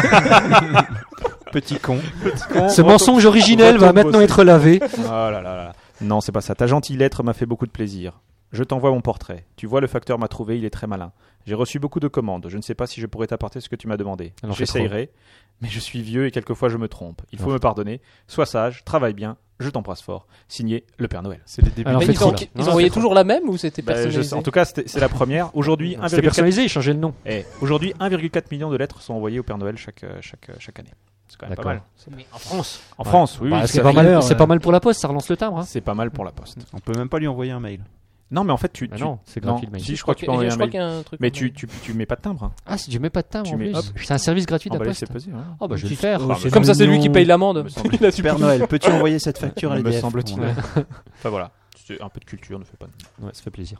Petit con. Ce mensonge originel va Retourne maintenant bosser. être lavé. Oh là là là. Non, c'est pas ça. Ta gentille lettre m'a fait beaucoup de plaisir. Je t'envoie mon portrait. Tu vois, le facteur m'a trouvé, il est très malin. J'ai reçu beaucoup de commandes. Je ne sais pas si je pourrais t'apporter ce que tu m'as demandé. Elle en fait J'essayerai, mais je suis vieux et quelquefois je me trompe. Il faut Non. me pardonner. Sois sage, travaille bien. Je t'embrasse fort. Signé le Père Noël. C'est les débuts. Alors, Mais fait ils trop, ont- là. ils Non, envoyaient fait toujours la même ou c'était Bah, je personnalisé sais- en tout cas, c'était- c'est la première. Aujourd'hui, C'était 1,4 personnalisé, il changeait le nom. eh, aujourd'hui, un virgule quatre million de lettres sont envoyées au Père Noël chaque, euh, chaque, euh, chaque année. C'est quand même pas D'accord. mal. Mais en France. En France, oui, Bah, oui, c'est c'est pas mal, rigueur, c'est euh. pas mal pour la poste, ça relance le timbre. Hein. c'est pas mal pour la poste. On peut même pas lui envoyer un mail. Non, mais en fait, tu. Ah tu- non, c'est non, gratuit le mail. Si, je crois que tu peux Je envoyer un crois mail. qu'il y a un truc Mais comme tu, ça. tu, tu mets pas de timbre. Hein. Ah, si tu mets pas de timbre Tu en mets- plus. hop. C'est un service gratuit de la Emballé, poste. c'est pesé. Ouais. Oh bah je vais le Tu- faire. oh, Enfin, c'est Comme ça, c'est lui mignon. qui paye l'amende. Me semble- Il a su- Père Noël, peux-tu envoyer cette facture à me l'E D F? semble-t-il. Ouais. Enfin voilà, c'est un peu de culture, ne fait pas. de- Ouais, ça fait plaisir.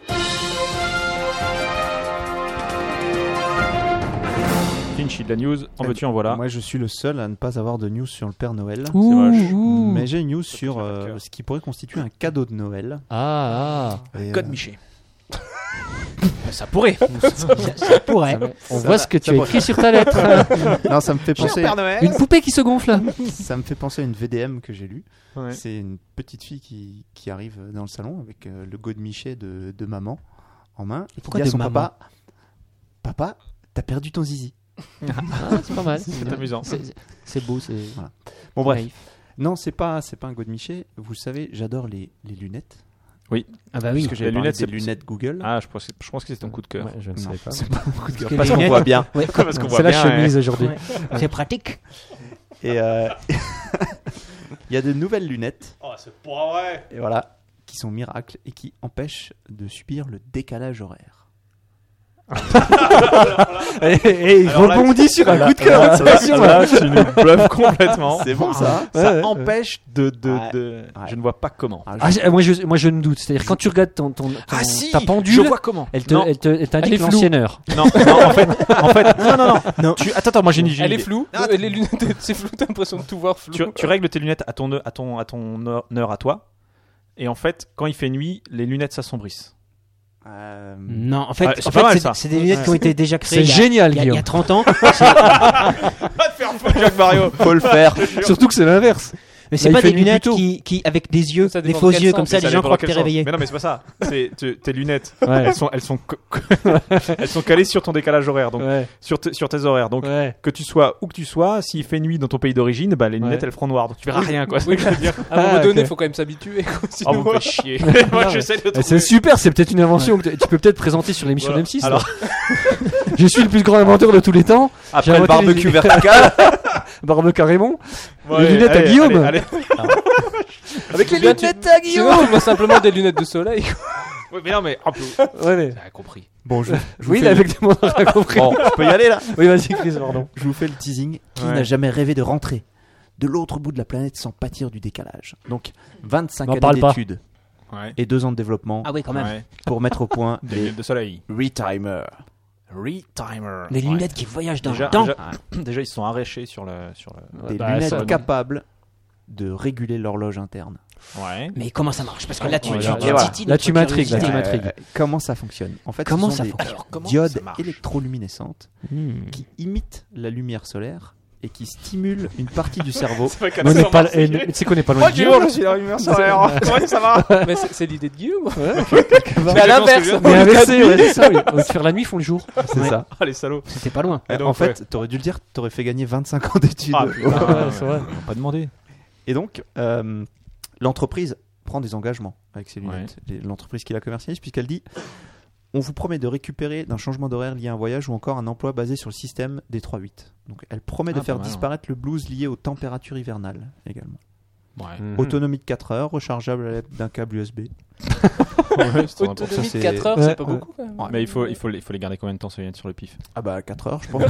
Finchy de la news, en veux-tu en voilà. Moi, je suis le seul à ne pas avoir de news sur le Père Noël. moche. Mais j'ai une news sur fait mal au euh, cœur. ce qui pourrait constituer un cadeau de Noël. Ah, Et, Code euh, Miché. Ça pourrait. Ça, ça pourrait. ah. On Ça voit va, ce que tu ça as va. écrit sur ta lettre. non, ça me fait penser. Une poupée qui se gonfle. Ça me fait penser à une V D M que j'ai lue. Ouais. C'est une petite fille qui, qui arrive dans le salon avec euh, le godemichet de, de maman en main et qui Pourquoi dit à de son maman papa, papa, t'as perdu ton zizi. Ah, c'est pas mal. C'est amusant. C'est, c'est beau, c'est. Voilà. Bon bref. naïf. Non, c'est pas, c'est pas un Godemiché. Vous savez, j'adore les, les lunettes. Ah bah oui. Parce que j'ai Les lunettes, lunettes, des c'est- lunettes Google. Ah, je pense, je pense que c'est ton coup de cœur. Ouais, je ne Non, savais pas. c'est pas mon coup de cœur. que Parce les qu'on lunettes- voit bien. Ouais. Parce qu'on voit C'est la bien, chemise ouais. aujourd'hui. Ouais. C'est pratique. Et euh, il y a de nouvelles lunettes. Oh, c'est pas vrai. Et voilà, qui sont miracles et qui empêchent de subir le décalage horaire. Et, et il Alors là, rebondit sur un là- coup de cœur. là- attention, là, là. tu nous bluffes complètement. C'est bon ça. Ouais, Ça ouais. empêche de. de, Ouais. de- Ouais. Je ne vois pas comment. Ah, Ah, j'ai- moi, je, moi je me doute. C'est-à-dire quand tu regardes ton, ton, ton- Ah si, ta pendule, je vois comment. elle te, Non. elle te, elle Elle est t'indique floue. l'ancienne heure. Non, non, en fait, en fait, non, non, non. Non. Tu, attends, attends, moi j'ai une j'ai une Elle est idée. floue. Ah, Euh, les lunettes, c'est flou. T'as l'impression de tout voir flou. Tu, tu règles tes lunettes à ton, heure- à ton, à ton heure, heure à toi. Et en fait, quand il fait nuit, les lunettes s'assombrissent. Euh, Non, en fait, Ah, c'est en pas fait, mal, c'est, ça. c'est des lunettes qui ont été déjà créées. C'est il y a- génial, il y a, il y Guillaume. a trente ans. Va te faire foutre, Jacques Mario. faut le faire. Surtout que c'est l'inverse. Mais c'est Là, pas il fait des nuit lunettes plus tôt. qui, qui, avec des yeux, Ça des dépend faux de quel yeux, sens. comme ça, Ça les gens dépend croient dans que t'es quel sens. réveillé. Mais non, mais c'est pas ça. C'est tu- tes lunettes. Ouais. Elles sont, elles sont, co- elles sont calées sur ton décalage horaire, donc Ouais. sur, te- sur tes horaires. Donc Ouais. que tu sois où que tu sois, s'il fait nuit dans ton pays d'origine, bah les lunettes Ouais. elles feront noir, donc tu verras rien quoi. C'est Oui, ce que je veux dire. À un moment Ah, donné, il ok. faut quand même s'habituer. quoi, Oh, sinon- vous me faites chier. Moi Non, j'essaie de Eh, trouver. C'est super, c'est peut-être une invention que tu tu peux peut-être présenter sur l'émission Voilà. d'M six. Alors- là. Je suis le plus grand inventeur de tous les temps. J'ai Après le inventé les- barbecue vertical. Barbecue Raymond. Ouais, les lunettes à allez, Guillaume. allez, allez. Avec les Bien, tu- lunettes à Sinon, Guillaume. tu vois simplement des lunettes de soleil. quoi. Ouais, mais non, mais hop, Ouais, mais- t'as compris. Bon, je, je vous Oui, fais, avec des mots, on a compris. bon, je peux y aller là. Oui, vas-y, Chris, pardon. Je vous fais le teasing. Qui Ouais. n'a jamais rêvé de rentrer de l'autre bout de la planète sans pâtir du décalage? Donc, vingt-cinq N'en années parle pas. d'études Ouais. et deux ans de développement Ah oui, quand même. Ouais. pour mettre au point Des des lunettes de soleil. retimers. Retimer. Les Ouais. lunettes qui voyagent dans Déjà, le temps. déjà, déjà, ils se sont arrachés sur le, sur le. Des Bah, lunettes ça- capables de réguler l'horloge interne. Ouais. Mais comment ça marche? Parce que là, tu, Ouais, tu, là, tu voilà. titilles Là, notre tu m'intrigues, là, curiosité. tu m'intrigues. Euh, comment ça fonctionne? En fait, Comment ce sont ça des fonctionne Alors, comment diodes ça marche électroluminescentes Hmm. qui imitent la lumière solaire et qui stimulent une partie du cerveau. C'est pas Mais on n'est pas, eh, mais tu sais qu'on n'est pas loin de Guillaume. je suis la lumière solaire. Ouais, ça va. Mais c'est c'est l'idée de Guillaume. Mais Mais à l'inverse. Mais inversé, ouais, c'est ça, oui. Au lieu de faire la nuit, ils font le jour. C'est Ouais. ça. Ah, les salauds. C'était pas loin. Et en donc, fait, t'aurais dû le dire, t'aurais fait gagner vingt-cinq ans d'études. Ah, putain. Ouais, ouais, c'est vrai. On va pas demander. Et donc, euh, l'entreprise prend des engagements avec ses lunettes. Les- L'entreprise qui la commercialise, puisqu'elle dit on vous promet de récupérer d'un changement d'horaire lié à un voyage ou encore un emploi basé sur le système des trois huit. Donc, elle promet de Ah, faire pas mal, disparaître le blues lié aux températures hivernales également. Ouais. Mhm. Autonomie de quatre heures, rechargeable à l'aide d'un câble U S B. Autonomie de c'est- quatre heures, Ouais, c'est pas ouais. beaucoup quand même. Mais il faut, il, faut, les- il faut les garder combien de temps ces lunettes sur le pif? Ah bah quatre heures, je pense.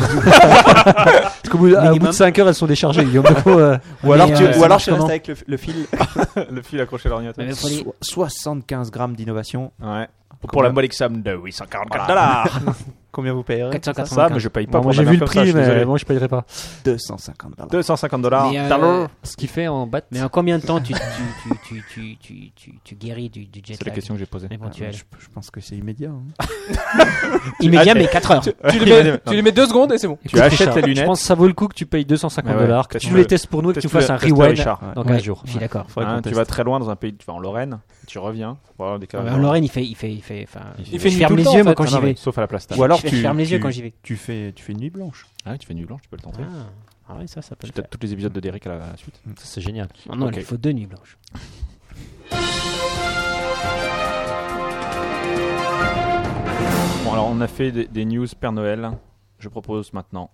Parce qu'au bout, à- au bout Minimum. de cinq heures, elles sont déchargées, Guillaume. Donc, euh, ou alors Mais, tu, euh, ou ça alors marche tu restes comment avec le, le fil. Le fil accroché à l'ordinateur. Mais faut les- So- soixante-quinze grammes d'innovation. Ouais. Pour Combien la modique somme de huit cent quarante-quatre dollars. Combien vous payerez? quatre cent Ça, quatre-vingt-quinze. mais je paye pas bon, pour moi, la j'ai vu merde le comme ça, prix, je suis mais désolé. moi, je payerai pas. deux cent cinquante dollars. deux cent cinquante dollars. Mais, euh, Ce qui fait en batte. Mais en combien de temps tu, tu, tu, tu, tu, tu, tu, tu guéris du, du jet C'est la lag question que j'ai posée. éventuel? Je, je pense que c'est immédiat. hein. Immédiat, Ah, mais quatre heures. Tu les mets- tu les mets deux secondes et c'est bon. Tu achètes les Je lunettes. pense que ça vaut le coup que tu payes deux cent cinquante Mais ouais, dollars, que teste tu le- les testes pour nous et que tu teste-le- fasses un teste-le, rewind Richard. dans Ouais, quinze jours. Je suis d'accord. Faudrait Hein, qu'on tu teste. vas très loin dans un pays, tu vas en Lorraine, tu reviens, voilà, des cas. En Lorraine, il fait, il fait, il fait, enfin, Il fait je nuit ferme tout le les temps, yeux en moi fait. quand Ah j'y non, mais vais. sauf à la place Ou alors je tu, ferme les yeux tu- quand j'y vais. tu fais, tu fais une nuit blanche. Ah oui, tu fais nuit blanche, tu peux le tenter. Ah, ah ouais, ça, ça peut J'ai le peut-être faire. tous les épisodes de Derrick à la, à la suite. Ça, c'est génial. Non, non, Ok. il faut deux nuits blanches. Bon, alors on a fait des, des news Père Noël. Je propose maintenant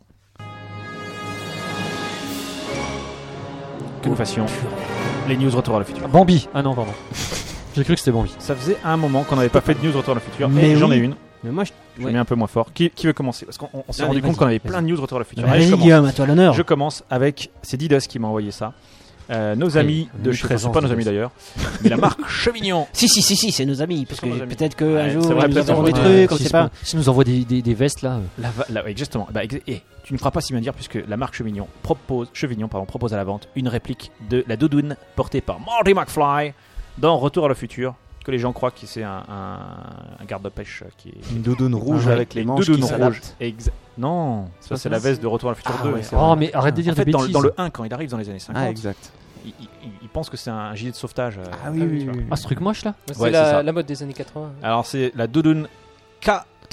que nous fassions les news Retour à le futur. Bambi. Ah non, pardon. J'ai cru que c'était Bambi. Ça faisait un moment qu'on n'avait pas fait de news Retour à le futur. Mais Et j'en oui. ai une. Mais moi, je. Je ouais. mets un peu moins fort. Qui, qui veut commencer? Parce qu'on on s'est Allez, rendu compte vas-y, qu'on avait vas-y. plein de news Retour à le futur. Bah, Allez, je Vas-y, commence. Guillaume, à toi l'honneur. Je commence avec, c'est Didas qui m'a envoyé ça. Euh, nos amis une de chez, présence, c'est pas nos Didas. amis d'ailleurs, mais la marque Chevignon. Si, si, si, si, c'est nos amis. Parce Ce sont nos que amis. peut-être qu'un Ouais, jour, c'est vrai, ils nous peut-être enverront des qu'on- trucs, on Si sait se- pas. Si nous envoie des, des, des vestes là. euh, La, va- la- ouais, exactement. Bah, ex- et tu ne feras pas si bien dire puisque la marque Chevignon propose, Chevignon pardon, propose à la vente une réplique de la doudoune portée par Marty McFly dans Retour à le futur, que les gens croient que c'est un, un, un garde-pêche qui est Une doudoune rouge Ah ouais, avec les une manches doudoune qui s'adaptent. rouge. Exa- non, ça c'est la veste de Retour à le futur Ah deux. ouais, c'est Oh, vrai. mais arrête de dire En fait, des dans, bêtises. dans le un, quand il arrive dans les années cinquante, Ah, exact. il, il- il pense que c'est un gilet de sauvetage. euh, Ah oui, tu oui, vois. oui. Ah, ce truc moche là. C'est Ouais, c'est la, ça. la mode des années quatre-vingts. Alors c'est la doudoune K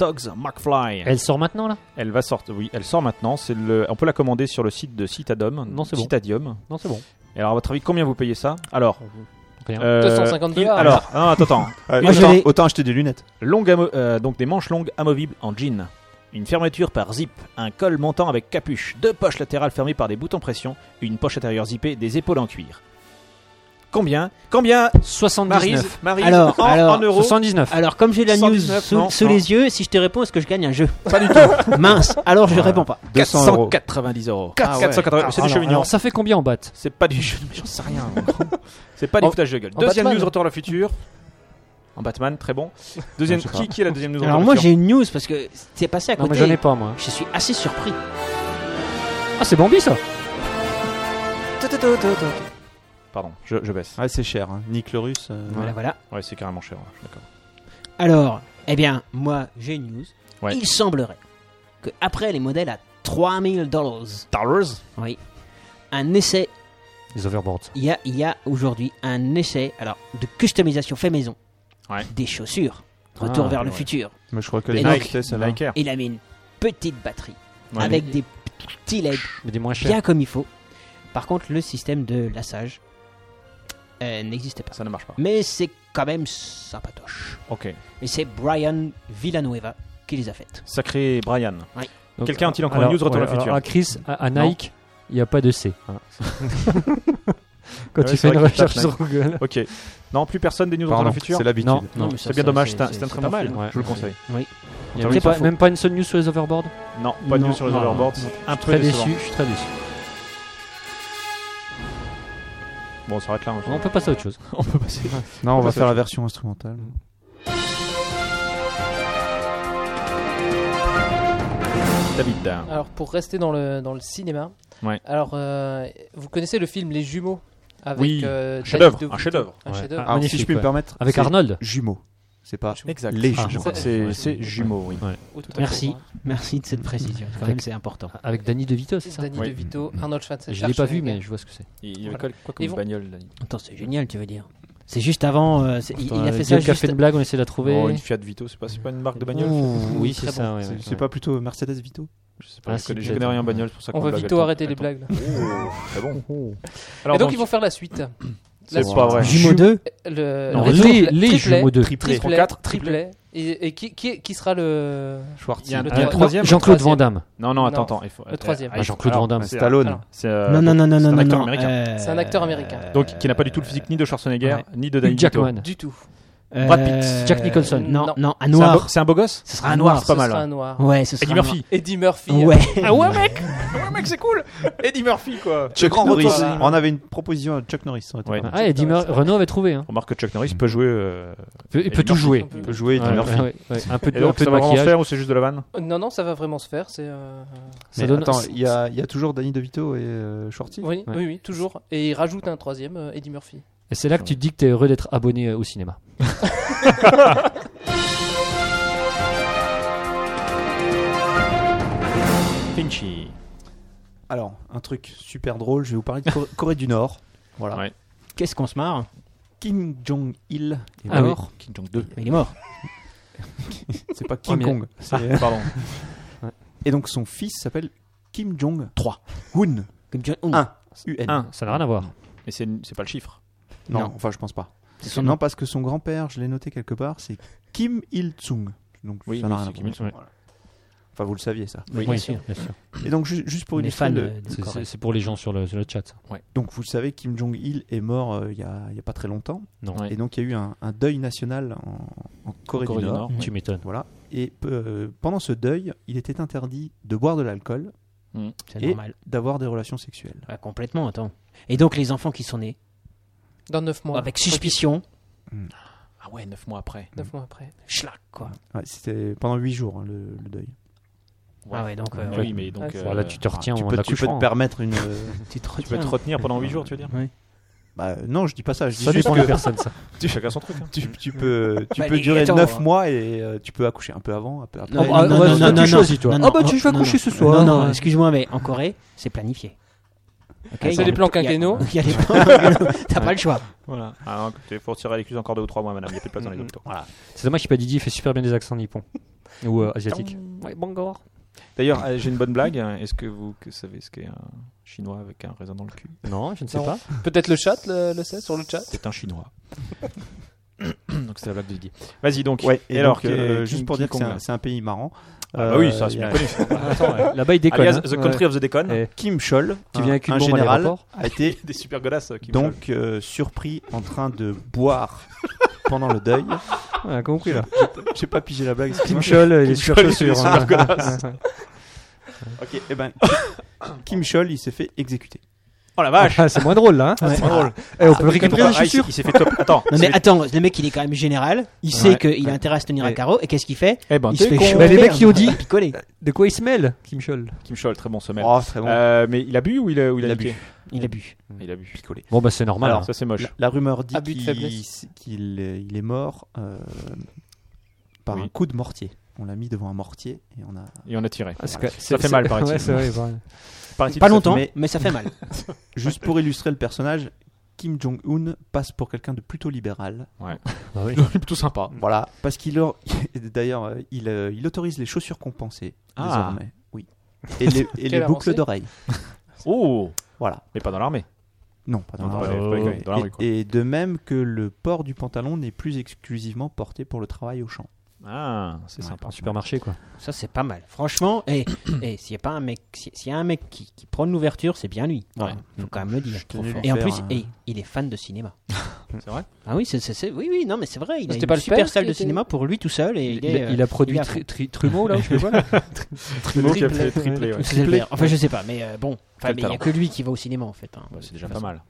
Tugs McFly. Elle sort maintenant là? Elle va sortir, oui, elle sort maintenant. C'est le, elle sort maintenant. C'est le, on peut la commander sur le site de Citadom. Non, c'est bon. Citadium. Non, c'est bon. Et alors, à votre avis, combien vous payez ça? Alors, Rien. euh, deux cent cinquante dollars. Alors, non, attends, attends. Ah, Moi, je autant, l'ai- autant acheter des lunettes. Longue amo- euh, donc des manches longues amovibles en jean. Une fermeture par zip, un col montant avec capuche, deux poches latérales fermées par des boutons pression, une poche intérieure zippée, des épaules en cuir. Combien? Combien? soixante-dix-neuf. Maryse, Maryse, Alors, en, alors, en euros. soixante-dix-neuf. Alors, comme j'ai la cent news dix-neuf, sous, non, sous non. les yeux, si je te réponds, est-ce que je gagne un jeu? Pas du tout. Mince, alors je réponds pas. deux cents euros. quatre cent quatre-vingt-dix euros. Ah ouais. quatre cent quatre-vingts. C'est du Alors, chevignon. alors, ça fait combien en batte? C'est pas du jeu, mais j'en sais rien. C'est pas du En- foutage de gueule. en Deuxième Batman. news, Retour à la future. En Batman, très bon. Deuxième, Je sais pas. qui, qui est la deuxième news Alors, Retour à moi, la j'ai future une news parce que c'est passé à Non, mais côté. j'en ai pas moi. Je suis assez surpris. Ah, c'est Bambi ça? Pardon, je, je baisse. Ouais, c'est cher. Hein. Nick le Russe. euh, Voilà, voilà. Ouais, c'est carrément cher, ouais, je suis d'accord. Alors, eh bien, moi, j'ai une news. Ouais. Il semblerait que après les modèles à trois mille dollars, Star Wars. oui, un essai, Les overboards. il y a, il y a aujourd'hui un essai alors, de customisation fait maison Ouais. des chaussures. Retour Ah, vers le ouais. futur. Mais je crois que Et les donc, Nike, c'était celle-là. Nike Air. Il a mis une petite batterie Ouais. avec des petits L E D Mais des moins chers. bien comme il faut. Par contre, le système de lassage euh, n'existait pas. Ça ne marche pas. Mais c'est quand même sympatoche. Ok. Et c'est Brian Villanueva qui les a faites. Sacré Brian. Donc, Quelqu'un a-t-il encore alors, une news Retour à la ouais, future alors, à Chris, à, à Non. Nike, il n'y a pas de C. hein. Quand Ouais, tu c'est fais une vrai qu'il recherche tape sur Google. Ok. Non, plus personne des news Retour à Pardon, la future c'est l'habitude. Non, Non, non. mais ça, C'est bien ça, dommage, c'est- c'est un, c'est- c'est un c'est très bon pas film. mal. Je vous le conseille. Oui. Il y a Ok, même pas, fou. même pas une seule news sur les overboards. Non, pas de Non. news sur les Non. overboards. Un peu Très décevant. déçu, je suis très déçu. Bon, on s'arrête là. On peut passer à autre chose. On peut passer. Non, on va passer faire à la autre version instrumentale. David. Alors pour rester dans le, dans le cinéma, Ouais. alors euh, vous connaissez le film Les Jumeaux avec Oui, euh, Danny chef-d'œuvre, DeVito. un chef-d'œuvre. Un Ouais. chef-d'œuvre. Ah, Alors, si magnifique, je puis me ouais. permettre, Avec c'est Arnold. Jumeaux. C'est pas Exact. les Ah, jumeaux. Je crois que c'est c'est jumeaux, oui. Oh, tout à Merci. fait. Merci de cette précision. Quand même, c'est important. Avec Danny DeVito, c'est ça? Danny Oui. DeVito, Arnold Schwarzenegger. Je l'ai pas vu, mais je vois ce que c'est. Il y avait Voilà. quoi, quoi comme Ils vont- bagnole, Dani? Attends, c'est génial, tu veux dire. C'est juste avant. euh, c'est- il, il a Attends, fait euh, ça Guillaume qui a juste. fait une blague, on essaie de la trouver. Oh, une Fiat Vito, c'est pas, c'est pas une marque de bagnole? Oui, Très c'est ça. ouais, C'est ouais, c'est ouais. pas plutôt Mercedes Vito? Je sais pas, Ah, je si, connais, je peut-être. connais rien en bagnole, c'est pour ça qu'on On va blague vite tout le arrêter temps. les blagues. là. Oh, très bon. Et Alors, donc, ils vont faire la suite. c'est la pas vrai. Jumeaux deux. Le, Non, le les- triplé- les triplet, Jumeaux deux. Triplé. triplet, quatre, triplet. Et, et qui, qui, qui sera le Schwartz. Il y a un, Le il y a un trois- troisième. Jean-Claude troisième. Van Damme. Non, non, attends, Non. attends. Il faut, Le troisième. ah, il faut- Jean-Claude alors, Van Damme. c'est- Stallone. alors, C'est euh, Non, non, non, non, c'est non, un non. acteur non, américain. euh, C'est un acteur américain. Donc, qui n'a pas du tout le physique ni de Schwarzenegger, Ouais. ni de Danny Hugh DeVito. Jackman. Du tout. euh, Brad Pitt, Jack Nicholson. Non, Non. non, un C'est un, beau, noir. c'est un beau gosse? Ce sera un noir. c'est pas Ce mal. sera hein. un noir. Ouais, ce sera Eddie un Murphy. Eddie Murphy. noir. Ouais. Ah ouais, mec! Ouais, mec, c'est cool! Eddie Murphy, quoi. Chuck Grand Norris. retour. On avait une proposition à Chuck Norris. ça aurait été Ouais. pas mal. Ah, Eddie Mur- Renault avait trouvé. Hein. Remarque que Chuck Norris peut jouer. euh, Il peut, il Eddie peut tout Murphy, jouer. on peut- Il peut jouer Eddie Ouais, Murphy. ouais, ouais. Un peu de, Et un donc, peu ça de va vraiment se maquillage. faire ou c'est juste de la vanne? Non, non, ça va vraiment se faire. C'est. euh, Ça Mais donne- attends, il y a, il y a toujours Danny DeVito et euh, Shorty. Oui, Ouais. oui, oui, toujours. Et il rajoute un troisième, euh, Eddie Murphy. Et c'est là que tu te dis que t'es heureux d'être abonné euh, au cinéma. Finchy. Alors, un truc super drôle, je vais vous parler de Corée, Corée du Nord. Voilà. Ouais. Qu'est-ce qu'on se marre? Kim Jong-il est Ah oui. mort. Kim Jong deux. Il est mort. C'est pas Kim mais- Kong. c'est- Pardon. Et donc son fils s'appelle Kim Jong trois. Hun. Comme John- Un. U N. Un. Ça n'a rien à voir. Mais c'est c'est pas le chiffre. Non, Non. enfin je pense pas. C'est son Non, nom. parce que son grand-père, je l'ai noté quelque part, c'est Kim Il-sung. Donc Oui, ça n'a oui, rien c'est à Kim voir. Il-sung. Voilà. Enfin, vous le saviez ça. Oui, bien bien sûr. sûr. Bien sûr. Et donc ju- juste pour On une est fan de- de, de C'est- Corée. C'est c'est pour les gens sur le, sur le chat. ça. Donc vous le savez, Kim Jong-il est mort euh, il y, a, il y a pas très longtemps. Non. Ouais. Et donc il y a eu un, un deuil national en, en Corée, Corée du du Nord. Nord. Tu m'étonnes. Voilà. Et euh, pendant ce deuil, il était interdit de boire de l'alcool C'est et normal. d'avoir des relations sexuelles. Ouais, complètement, attends. Et donc les enfants qui sont nés Dans neuf mois. avec suspicion, Ah ouais, neuf mois après. neuf mois après. schlac quoi. Ouais, c'était pendant huit jours hein, le, le deuil. Ah ouais, donc euh, Ah ouais. oui, mais donc. Ouais, c'est- euh, Voilà, tu te retiens tu au peux, moment tu peux te d'accouchement. permettre une. euh, tu te Tu peux retiens. te retenir pendant huit jours, tu veux dire? Oui. bah, non, je dis pas ça. Je dis Ça juste dépend que des personnes, ça. Tu chacun son truc. hein. tu, tu peux, tu Bah, peux les- durer attends, neuf hein. mois et euh, tu peux accoucher un peu avant, un peu après. Non, Ah, non, ouais, non, c'est toi non, qui non, choisis, toi. non, Ah bah, non, tu vas non, coucher non. ce soir. Non, non, excuse-moi, mais en Corée, c'est planifié. Ok, C'est il y a des le- plans il y a- quinquennaux. Il y a des plans quinquennaux. T'as pas le choix. Voilà. Ah, il faut retirer l'écluse encore deux ou trois mois, madame. Il n'y a plus de place dans les hôpitaux. Voilà. C'est dommage qu'il n'y ait pas Didier, il fait super bien des accents nippons. Ou euh, asiatique. Ouais, Bangor. D'ailleurs, euh, j'ai une bonne blague. Est-ce que vous que savez ce qu'est un chinois avec un raisin dans le cul? Non, je ne sais Non. pas. Peut-être le chat le, le sait sur le chat. C'est un chinois. Donc c'est la blague de Didier. Vas-y donc. Ouais, et, alors, donc, euh, King- juste pour dire que King c'est Kong, un, là. c'est un pays marrant. Ah bah oui, ça, Euh, c'est il y a bien connu. Attends, ouais. Là-bas, il déconne. Alias hein. The Country of the Déconne. Et Kim Chol, Qui un, vient avec une un bombe à général, l'aéroport. a été Des super godasses. Kim donc euh, surpris en train de boire pendant le deuil. On a compris là. J'ai pas pigé la blague. Kim excuse-moi. Chol, il est sur Chol, il est chaussures. super hein. godasse. Ok, et ben Kim Chol, il s'est fait exécuter. Oh la vache. Ah, c'est moins drôle là. Hein. Ouais. C'est drôle. Eh, on peut récupérer les Ah, il s'est- chaussures. il s'est fait top. Attends. Non mais c'est- attends, le mec il est quand même général, il sait Ouais. qu'il a intérêt à se tenir à Ouais. carreau, et qu'est-ce qu'il fait? Eh ben, Il se t'es fait con. choper. Mais les mecs qui ont dit- picoler. De quoi il se mêle, Kim Chol? Kim Chol, très bon semelle. Oh, très bon. Euh, mais il a bu ou il a, ou il a, Il a niqué Il a bu. Il a bu. Picolé. Bon, bah c'est normal. Alors hein. ça c'est moche. La, la rumeur dit Abus de qu'il faiblesse. qu'il est, il est mort euh, par Oui. un coup de mortier. On l'a mis devant un mortier et on a. Et on a tiré. Ah, c'est que- Ça c'est- fait c'est- mal, paraît-il. Ouais, c'est vrai, pareil. Paraît-il Pas que ça longtemps, mais- mais ça fait mal. Juste pour illustrer le personnage, Kim Jong-un passe pour quelqu'un de plutôt libéral. Ah oui. fait- plutôt sympa. Voilà, parce qu'il or- d'ailleurs euh, il, euh, il autorise les chaussures compensées Ah. désormais. Oui. Et les, et les Quelle boucles avancée. d'oreilles. Oh. Voilà. Mais pas dans l'armée. Non, pas dans Non, la pas rue. dans les- pas les- dans la rue, quoi. Et, et de même que le port du pantalon n'est plus exclusivement porté pour le travail au champ. Ah, c'est Ouais. sympa. Un supermarché quoi. Ça c'est pas mal. Franchement, et, et s'il y a pas un mec, s'il s'il y a un mec qui, qui prône l'ouverture, c'est bien lui. Ouais. Faut quand même le dire. tenais à lui Et en faire plus, un- et, il est fan de cinéma. C'est vrai. Ah oui, c'est, c'est, c'est- oui, oui, non, mais c'est vrai. Il a C'était une pas le super père salle qui de était- cinéma pour lui tout seul. Et il, Il, est, a- euh, il a produit il est à tri- tri- Trumeau là, ou je sais pas quoi. Trumeau qui a fait triplé. Ouais. C'est le père. Enfin, je sais pas, mais euh, bon. Enfin, Quel mais il y a talent. que lui qui va au cinéma en fait. hein. Ouais, c'est déjà pas mal.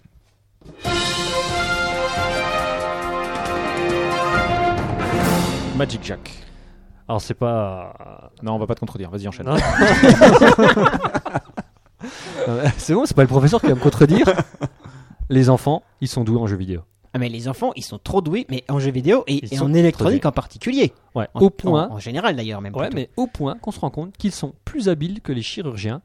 Magic Jack. Alors c'est pas. Non, on va pas te contredire. Vas-y, enchaîne. Non. Euh, c'est bon, c'est pas le professeur qui va me contredire. Les enfants, ils sont doués en jeux vidéo. Ah, mais les enfants, ils sont trop doués, mais en jeux vidéo et, Ils et sont en électronique trop en particulier. Ouais. En, Au point. En, en général d'ailleurs, même. Ouais, plutôt. mais au point qu'on se rend compte qu'ils sont plus habiles que les chirurgiens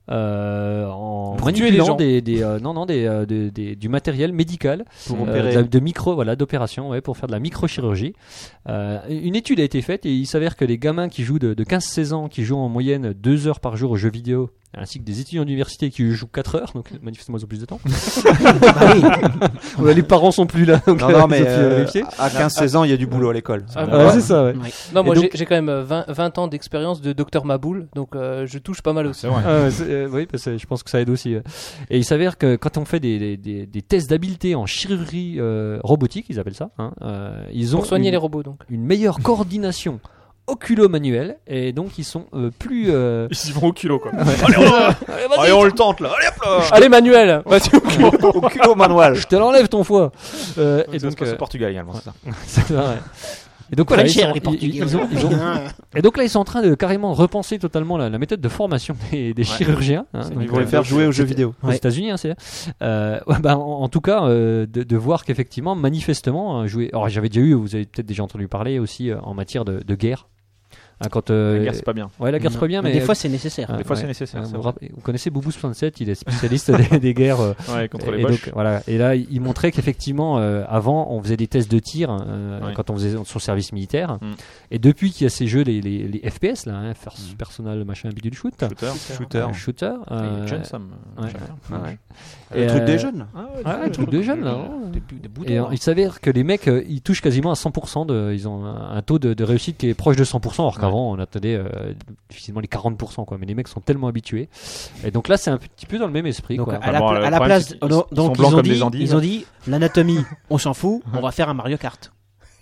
euh, en Pour tuer manipulant les gens. des, des, euh, non non des, euh, des- des- du matériel médical Pour euh, opérer. de, de micro voilà d'opération ouais, pour faire de la microchirurgie. Euh, une étude a été faite et il s'avère que les gamins qui jouent de, de quinze seize ans qui jouent en moyenne deux heures par jour aux jeux vidéo ainsi que des étudiants d'université qui jouent quatre heures, donc manifestement ils ont plus de temps. Bah oui. Ouais, les parents sont plus là. Donc, Non, euh, non, ils mais ont pu euh, vérifier. à quinze seize ans, il y a du boulot à l'école. Ah, Ouais, bah, c'est ça. Ouais. Ouais. Non, moi Et donc- j'ai j'ai quand même vingt, vingt ans d'expérience de docteur Maboul, donc euh, je touche pas mal aussi. C'est vrai. Ah ouais, c'est- euh, oui, parce que je pense que ça aide aussi. euh. Et il s'avère que quand on fait des, des, des, des tests d'habileté en chirurgie euh, robotique, ils appellent ça, hein, euh, ils ont Pour soigner une, les robots donc. une meilleure coordination oculo-manuelle et donc ils sont euh, plus. euh, Ils y vont au culot, quoi. Allez, vas-y, Allez, on le tente, là. Allez, hop là. Allez Manuel, vas-y. Au culot manuel. je te l'enlève ton foie. Euh, Et et donc, donc, c'est euh, au Portugal également, c'est ça. c'est vrai. Et donc voilà, ils, Cher, sont- les ils- Portugais. ils ont- ils ont- Et donc là, ils sont en train de carrément repenser totalement la, la méthode de formation des, des chirurgiens. hein. C'est Donc, Ils vont les euh, faire jouer aux jeux vidéo. aux Ouais. États-Unis, hein, c'est. Euh, ouais, bah, en, en tout cas, euh, de, de voir qu'effectivement, manifestement, euh, jouer. Alors, j'avais déjà eu, vous avez peut-être déjà entendu parler aussi euh, en matière de, de guerre. Hein, quand, euh, La guerre, c'est pas bien. Ouais, la guerre, c'est pas bien, mais. des fois c'est nécessaire. euh, Des fois, ouais. c'est nécessaire, Euh, c'est vous, vrai. rappelez- vous connaissez Boubou soixante-sept, il est spécialiste des, des guerres. euh, Ouais, contre et les donc, Boches. voilà. Et là, il montrait qu'effectivement, euh, avant, on faisait des tests de tir euh, Ouais. quand on faisait son service militaire. Mm. Et depuis qu'il y a ces jeux, les, les, les F P S, là, hein, First Mm. Personal Machin Bidule Shoot, Shooter. Shooter. euh, shooter, euh, Et John Sam. ouais. chacun. ouais. Le Et, truc euh, des jeunes. Ah, Ah, ouais, le truc de jeunes, là. Des, bu- des boutons. Et euh, là. il s'avère que les mecs, euh, ils touchent quasiment à cent pour cent. De, ils ont un, un taux de, de réussite qui est proche de cent pour cent, alors qu'avant, on attendait euh, difficilement les quarante pour cent. Quoi. Mais les mecs sont tellement habitués. Et donc là, c'est un petit peu dans le même esprit. Donc quoi. à la, bon, pla- le à la problème, place, c'est qu'ils- donc ils sont ils blancs ont comme dit, des endives. ils ont dit l'anatomie, on s'en fout, on va faire un Mario Kart.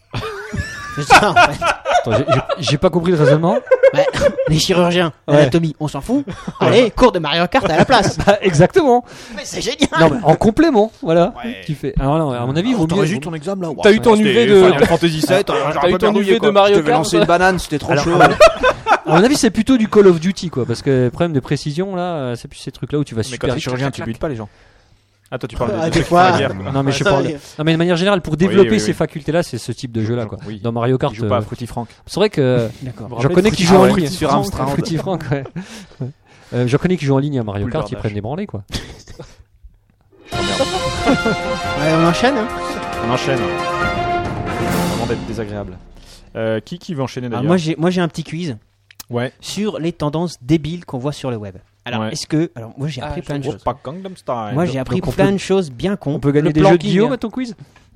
C'est ça en fait. Attends, j'ai- j'ai- j'ai pas compris le raisonnement. Ouais, les chirurgiens, Ouais. l'anatomie, on s'en fout. Allez, cours de Mario Kart à la place. Bah, exactement. Mais c'est génial. Non, mais en complément, voilà. Tu fais. Alors non, à mon avis, il vaut mieux. T'aurais eu ton examen là. T'as eu ton U V de. Final Fantasy sept. T'as eu ton U V de Mario Je devais Kart. lancer une banane, c'était trop Alors, chaud. À mon avis, c'est plutôt du Call of Duty, quoi, parce que le problème de précision là, euh, c'est plus ces trucs-là où tu vas Mais super quand t'es vite. chirurgien, tu butes pas les gens. Ah, toi, tu parles de Ah, de des ceux qui fois. font la guerre. Non, mais je sais Ça, pas. oui. Non, mais de manière générale, pour développer oui, ces oui. facultés-là, c'est ce type de jeu-là, quoi. Oui. Dans Mario Kart, Tu joues pas à euh, Fruity Frank. c'est vrai que D'accord. j'en connais qui jouent en ligne sur Amstrad. Fruity Frank, ouais. Euh, J'en connais qui jouent en ligne à Mario Boule Kart, ils d'Ardèche. prennent des branlées, quoi. Ouais, on enchaîne. Hein. On enchaîne. Vraiment d'être désagréable. Euh, qui, qui veut enchaîner Alors, d'ailleurs moi, j'ai, moi, j'ai un petit quiz Ouais. sur les tendances débiles qu'on voit sur le web. Alors, Ouais. est-ce que. Alors, moi, j'ai appris Ah, plein de je- choses. Pas Gangnam Style. Moi, j'ai appris donc on plein peut- de choses bien cons. On peut gagner Le des jeux de planking, Guillaume à ton quiz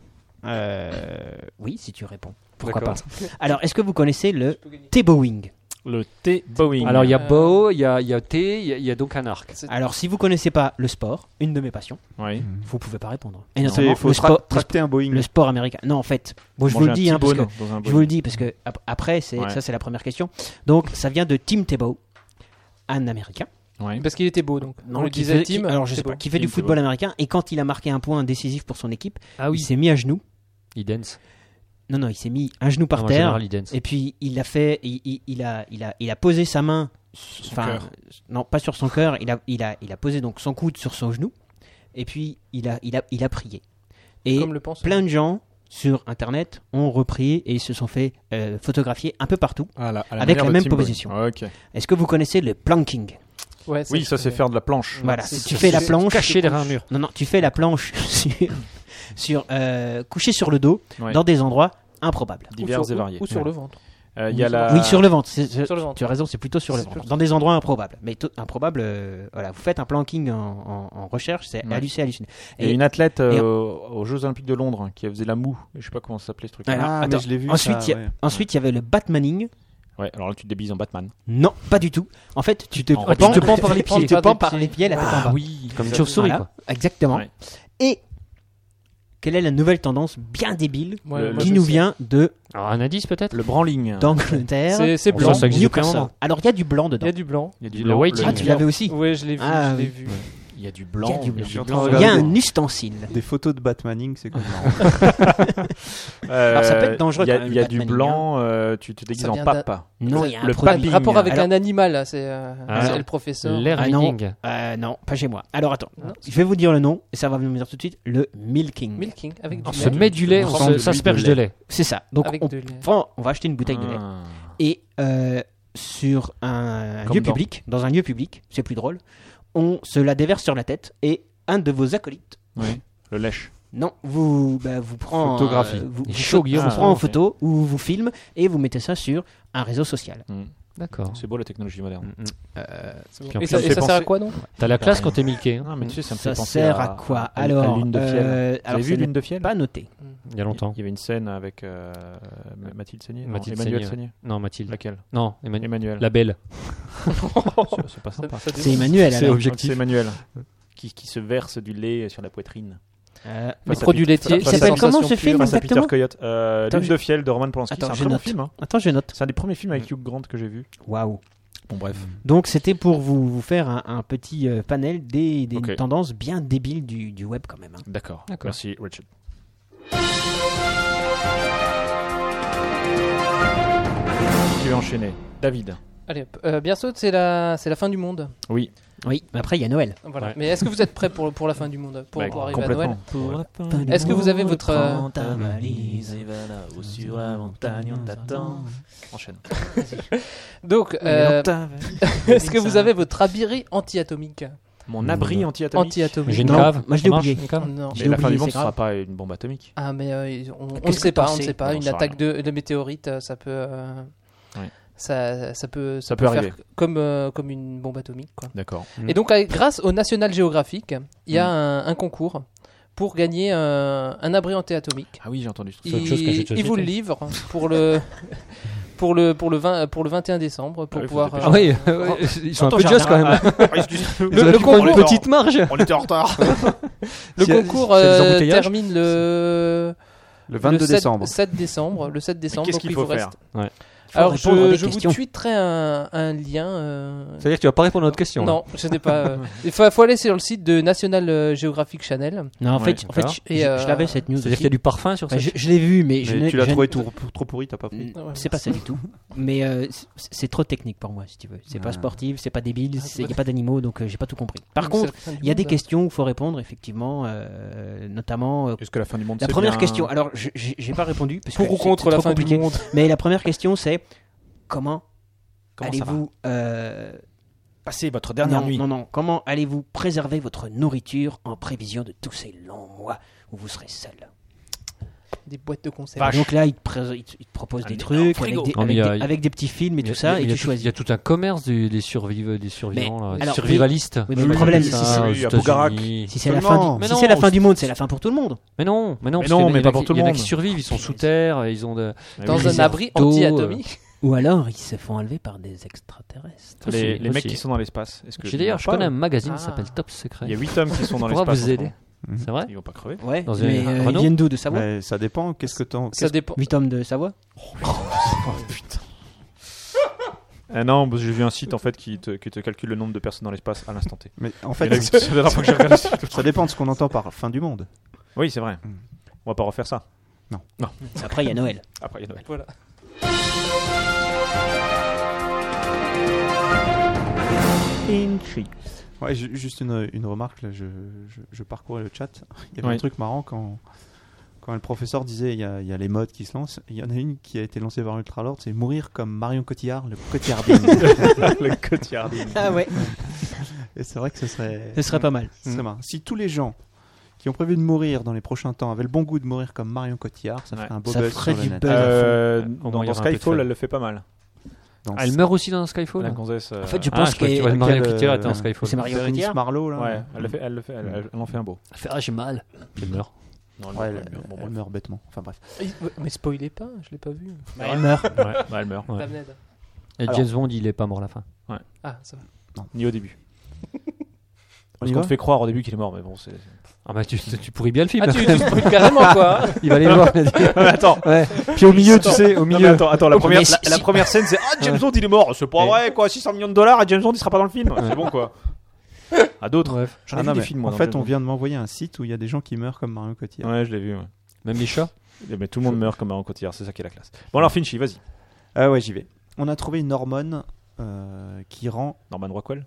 euh, Oui, si tu réponds. Pourquoi D'accord. pas. Alors, est-ce que vous connaissez le T-bowing? Le T-Bowing. Alors il y a Euh, bow, il y a, il y a T, il y a, il y a donc un arc. C'est- Alors, si vous connaissez pas le sport, une de mes passions, Oui. vous pouvez pas répondre. Et Il normalement, faut le, tra- sport, le, tracter un Boeing. le sport américain. Non, en fait, bon, je vous Manger le un dis, hein, parce que T-bone dans un je vous Boeing. le dis parce que ap- après, c'est Ouais. ça, c'est la première question. Donc, ça vient de Tim Tebow, un Américain. Ouais. Parce qu'il était beau, donc. On le qui disait fait, Tim. qui- alors je sais Tebow. pas, qui fait Tim du football Tebow. américain. Et quand il a marqué un point décisif pour son équipe, Ah il s'est mis à genoux. Il dance. Non, non, il s'est mis un genou par En terre. général, il dance. Et puis il a fait, il, il- il a, il a, il a posé sa main, enfin, cœur. non, pas sur son cœur. Il a, il a, il a posé donc son coude sur son genou. Et puis il a, il a, il a prié. Et Comme le pense. plein de gens sur Internet ont repris et se sont fait euh, photographier un peu partout. Ah, la- à Avec manière la de même Tim Bowing. position. Ok. Est-ce que vous connaissez le planking? Ouais, Oui, ça c'est faire de la planche. Voilà, c'est- si tu c'est- fais la c'est planche, caché derrière un mur. Non, non, tu fais la planche sur, sur euh, couché sur le dos Ouais. dans des endroits improbables. Divers ou sur, et variés. Ou sur le ventre. Euh, Il y a la. Oui, sur le ventre. c'est- c'est- Sur le ventre. Tu as raison, c'est plutôt sur le C'est ventre. plutôt- Dans des endroits improbables. Mais to- improbable, euh, voilà, vous faites un planking en, en- en recherche, c'est Ouais. halluciné, halluciné. Il y a Et- une athlète euh, et- aux Jeux Olympiques de Londres qui faisait la moue. Je sais pas comment ça s'appelait ce truc. Alors, Ah, mais attends, je l'ai vu, Ensuite, ça, il y a- ouais. ensuite, il y avait le Batmaning. Ouais, alors là tu te débises en Batman. Non, pas du tout. En fait, tu te, En pends- tu te pends par les pieds. Tu te Par pends des par pieds. les pieds, la tête en bas. oui. Comme une chauve-souris, Voilà, quoi. exactement. Ouais. Et quelle est la nouvelle tendance bien débile Ouais, Le- moi, qui je nous sais. vient de Alors un indice peut-être Le branling. d'Angleterre? C'est c'est Bon, blanc. ça, ça existe depuis un Newcastle. moment. Alors, il y a du blanc Il dedans. y a du blanc. Il y a du Le blanc. waiting. Ah, tu l'avais aussi. Ouais, je l'ai vu. Ah, je l'ai oui. vu. Il y a du Il y blanc. a du blanc. Je suis en train de Il y a regarder un ustensile. des photos de Batmaning, c'est comme ça. Euh, Alors, ça peut être dangereux Il y a, quand même, il y a le du Batmaning, blanc. euh, tu te déguises Ça en vient papa. Non, il y a un Le produit. papi. Rapport avec Alors- un animal, là, c'est euh, Ah, c'est non. le professeur. L'air Ah non, reading. euh, non, pas chez moi. Alors attends, Non. je vais vous dire le nom et ça va me dire tout de suite le milking. Milking avec du On lait. se met du lait, on Ensemble se- de s'asperge de de lait. lait. C'est ça. Donc Avec on de lait. prend, on va acheter une bouteille de lait Ah. et euh, sur un Comme lieu dans- public, dans un lieu public, c'est plus drôle, on se la déverse sur la tête et un de vos acolytes, Oui. Le lèche. non, vous, bah, vous prend, Photographie. euh, vous, Il est vous- chaud, Guillaume. vous Ah, prend en ok. photo ou vous filme et vous mettez ça sur un réseau social. D'accord. C'est beau la technologie moderne. C'est bon. Puis en Et plus, ça, ça et fait ça sert à penser- quoi, donc T'as la classe quand t'es milké. hein. Non, mais tu sais, ça me Ça fait penser sert à, à quoi à- à Alors, Lune de fiel. euh, Vous alors avez ce vu n'est Lune de fiel pas noté. Il y a longtemps. Il y avait une scène avec euh, Mathilde Seigné. non, Mathilde Emmanuel Seigné, Seigné. Non, Mathilde. Laquelle Non, Emmanuel. Emmanuel. La belle. C'est- C'est pas Ça- sympa. ça dépend. C'est Emmanuel. C'est alors. objectif. C'est Emmanuel qui, qui se verse du lait sur la poitrine. Euh, Les Face à produits Peter- laitiers. Il face à s'appelle Peter- comment ce Sensation film pure. face à Peter exactement Coyote. Euh, Attends, Lune je- de fiel de Roman Polanski. Attends, C'est un je très bon note. film. hein. Attends, je note. C'est un des premiers films avec Hugh Grant que j'ai vu. Waouh. Bon, bref. Donc c'était pour vous, vous faire un, un petit euh, panel des, des Ok. tendances bien débiles du, du web quand même. hein. D'accord. D'accord. Merci, Richard. Qui veut enchaîner David. Allez, hop. Euh, bientôt, c'est la, c'est la fin du monde. Oui. Oui, mais après il y a Noël. Voilà. Ouais. Mais est-ce que vous êtes prêts pour, pour la fin du monde, pour, Bah, pour arriver à Noël complètement. Est-ce que vous avez votre, euh, Prends ta valise. Et va là-haut sur la montagne, on t'attend. Enchaîne. Donc, euh, est-ce que vous avez votre abri anti-atomique Mon abri anti-atomique. Anti-atomique. J'ai une Non, cave. moi, je Ça l'ai marche, oublié. une cave Non. J'ai Mais la fin oublié, du monde, c'est ce sera grave. pas une bombe atomique. Ah, mais euh, on, on ne Qu'est-ce sait que pas, t'en on ne sais sait pas. On Une sait attaque de, de météorite, euh, ça peut. euh, Ouais. Ça, ça peut, ça Ça peut peut faire arriver. comme, euh, comme une bombe atomique. Quoi. D'accord. Et donc, avec- grâce au National Geographic, il y a Mm. un, un concours pour gagner euh, un abri anti-atomique. Ah oui, j'ai entendu ce truc. C'est autre chose Il, qu'acheter il vous le société. livre pour le, pour le, pour le, vingt, pour le vingt et un décembre pour Ah oui, faut pouvoir. dépêcher. Ah oui, euh, ils sont un Attends, peu j'ai just quand un- même. Excusez-moi. Ils auraient le pu prendre une concours- petite marge. On était en retard. Le S'il y a- concours s'il y a des euh, embouteillages. termine le, Le vingt-deux le sept décembre. sept décembre. Le sept décembre. Qu'est-ce donc qu'il il faut vous faire reste- Faut Alors répondre à je, des je vous questions. tweeterai un, un lien. euh, C'est-à-dire que tu vas pas répondre à notre question. là. Non, je n'ai pas. euh, Il faut, faut aller sur le site de National Geographic Channel. Non, en Ouais, fait, en fait, d'accord. je, Et, je- euh, je l'avais cette news. C'est-à-dire aussi. qu'il y a du parfum sur Enfin, ça. je, je l'ai vu, mais, je Mais n'ai- tu l'as je trouvé n'ai- tout- trop pourri, t'as pas pris. Mm, C'est pas ça du tout. Mais euh, c'est- c'est trop technique pour moi, si tu veux. C'est pas Ah. sportif, c'est pas débile, Ah, il n'y a pas d'animaux, donc euh, j'ai pas tout compris. Par Donc, contre, c'est la fin du il y a des monde. questions où il faut répondre, effectivement, euh, notamment. euh, Est-ce que la fin du monde la c'est première bien- question, alors je- j'ai j'ai pas répondu. Parce Pour que ou c'est- contre c'est la trop fin compliqué. du monde. Mais la première question, c'est comment, Comment ça va allez-vous. euh, Passez votre dernière non, nuit. non, non, comment allez-vous préserver votre nourriture en prévision de tous ces longs mois où vous serez seul? Des boîtes de conserve. Vache. Donc là, ils te, pré- ils te- ils te proposent Un des énorme trucs frigo. avec des, Non, mais avec il y a- des- avec des petits films et Il y a- tout ça, il et y a tu tout- choisis. Il y a tout un commerce du- des, surviv- des survivants, là, des alors, survivalistes. oui, mais le problème, si c'est- aux Oui, à Bogarac. États-Unis. Si c'est la Absolument. fin, du, Mais si non, c'est la fin c'est- du monde, c'est la fin pour tout le monde. Mais non, mais non, Mais parce non, qu'il y en a- mais il y en pas a pour qui- tout le Il y en a monde. qui survivent, ils sont sous terre, et ils ont de. Dans oui, un les abri d'eau, anti-atomique. Ou alors, ils se font enlever par des extraterrestres. Aussi, Les, les mecs aussi. qui sont dans l'espace. Est-ce que J'ai ils d'ailleurs, vont je pas, connais un eux magazine Ah. qui s'appelle Top Secret. Il y a huit hommes qui sont dans Pourra l'espace. vous en ce aider. moment. C'est vrai Ils vont pas crever. Ouais, Dans mais un- euh, ils Renault viennent d'où? De Savoie? Ouais, ça dépend. Qu'est-ce que t'en. Ça dépend. huit hommes de Savoie? Ah non, parce que j'ai vu un site en fait qui te, qui te calcule le nombre de personnes dans l'espace à l'instant T. Mais en Et fait, là, C'est la dernière fois que j'ai regardé ça. ça dépend de ce qu'on entend par fin du monde. Oui, c'est vrai. Mm. On va pas refaire ça. Après, il y a Noël. Après, il y a Noël. Voilà. Ouais, ju- juste une, une remarque, là, je, je, je parcourais le chat. Il y avait Oui. un truc marrant quand, quand le professeur disait il y, a, il y a les modes qui se lancent. Il y en a une qui a été lancée par Ultralord, c'est mourir comme Marion Cotillard, le Cotillardine. Le Cotillardine. Ah ouais, Et c'est vrai que ce serait, ce serait pas mal. ce serait marrant. Si tous les gens qui ont prévu de mourir dans les prochains temps avaient le bon goût de mourir comme Marion Cotillard, ça Ouais. ferait un beau Ça buzz ferait sur le du net. buzz. Euh, Au dans, moins, il y dans aura un peu de Skyfall, fun. elle le fait pas mal. Dans Ah, elle meurt aussi dans Skyfall La là gonzesse. euh, En fait, je Ah, pense je crois que tu vois, qu'elle... Marion quelle, Cotillard était euh, dans Skyfall. C'est Marion Bérénice Cotillard. Marlowe, là. Ouais, elle le fait, elle le fait, elle, elle en fait un beau. Elle fait ah j'ai mal. Elle meurt. Non, Ouais, elle, elle, meurt. Bon, elle bref. meurt bêtement. Enfin bref. Mais spoilez pas, je l'ai pas vu. Bah, elle meurt. Ouais, bah, elle meurt. Ouais. Damned. Et Alors- James Bond il est pas mort à la fin. Ah, ça va. Ni au début. On Parce y qu'on va te fait croire au début qu'il est mort, mais bon, c'est. Ah bah tu, tu pourris bien le film. Ah, tu, tu spoil carrément quoi. Il va aller le voir. il a dit. attends. Ouais. Puis au milieu tu sais au Non, mais milieu. attends, attends, la Oh, première, mais si- la, la si- première scène, c'est ah James Bond il est mort. C'est pas Et- vrai quoi. six cents millions de dollars et James Bond il sera pas dans le film. C'est bon quoi. À d'autres. Bref. J'en ai Ah vu non, des mais films moi. en dans fait, James on Bond. vient de m'envoyer un site où il y a des gens qui meurent comme Marion Cotillard. Ouais, je l'ai vu. Ouais. Même les chats. Et ben, tout le monde meurt comme Marion Cotillard, c'est ça qui est la classe. Bon alors Finchy, vas-y. Ah ouais, j'y vais. On a trouvé une hormone euh, qui rend. Norman Rockwell.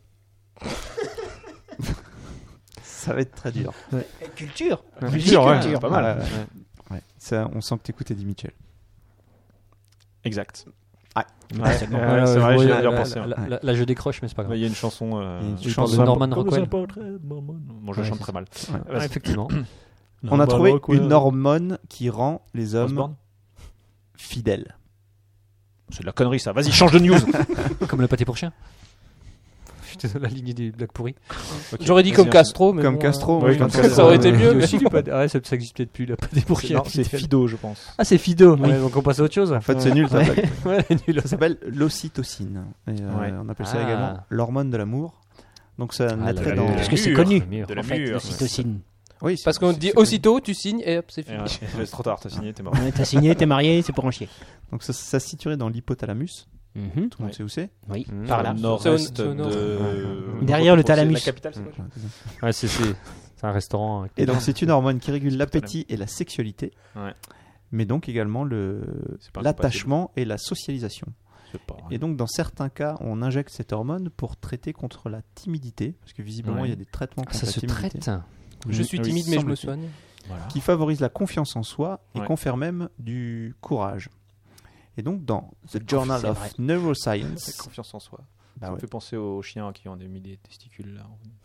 Ça va être très dur. Culture. Culture, ouais, Culture. pas mal. Ouais, ouais. Ouais. Ça, on sent que t'écoutes Eddie Mitchell. Exact. Ouais. Ouais, c'est Ouais, vrai, c'est ouais, vrai, j'y ai là, bien là, pensé. là, ouais. là, là, là, je décroche mais c'est pas grave. Il y a une chanson. euh, Il y a une il chanson parle de Norman Comme Rockwell. un portrait de Norman. Bon, je Ouais, chante c'est très mal. Ouais. Ouais, Vas-y. effectivement. On a Norman trouvé Rockwell. une hormone qui rend les hommes Osborne. fidèles. C'est de la connerie ça. Vas-y, change de news. Comme le pâté pour chien. Je suis désolé, la lignée des blagues pourries. Ok, J'aurais dit vas-y, comme enchaîne. Castro, mais Comme bon, Castro, Oui, moi, je comme pense que Castro. Ça aurait été Il y mieux, a mais- aussi du pâté- Ah ouais, ça ça existe peut-être plus, le pâté pour C'est- chien. Non, c'est Fido, je pense. Ah, c'est Fido. Oui. Ouais, donc on passe à autre chose. En fait, c'est nul, ça. Ouais. blague. Ouais, elle est nulle. Ça s'appelle l'ocytocine. Et, euh, Ouais. On appelle ça Ah. également l'hormone de l'amour. Donc ça Ah, naîtrait la- dans. la- Parce que c'est Mûr. connu. Mûr. De la En fait, mûre. l'ocytocine. Oui, c'est- Parce qu'on c'est- dit c'est connu. aussitôt, tu signes et hop, c'est Et, fini. ouais, c'est trop tard, t'as signé, t'es mort. Ouais, T'as signé, t'es marié, c'est pour en chier. Donc ça, ça se situerait dans l'hypothalamus. Mhm. Tout le monde Ouais. sait où c'est. Oui, Mmh. par là. Au nord-est C'est au- c'est au nord. de. Derrière le C'est thalamus. La capitale, c'est quoi Ouais, c'est c'est- c'est un restaurant. avec- Et donc c'est une hormone qui régule l'appétit et la sexualité. Ouais. Mais donc également le C'est pas l'attachement et la socialisation. C'est pas. Et donc dans certains cas, on injecte cette hormone pour traiter contre la timidité, parce que visiblement Ouais. il y a des traitements Ah, contre ça la se timidité, traite. Je suis Ah oui, timide, mais je me semble-t-il. soigne. Voilà. qui favorise la confiance en soi et Ouais. confère même du courage. Et donc dans The Journal c'est of vrai. Avec Neuroscience, confiance en soi. bah Ça me ouais. fait penser aux chiens qui ont des milliers de testicules là.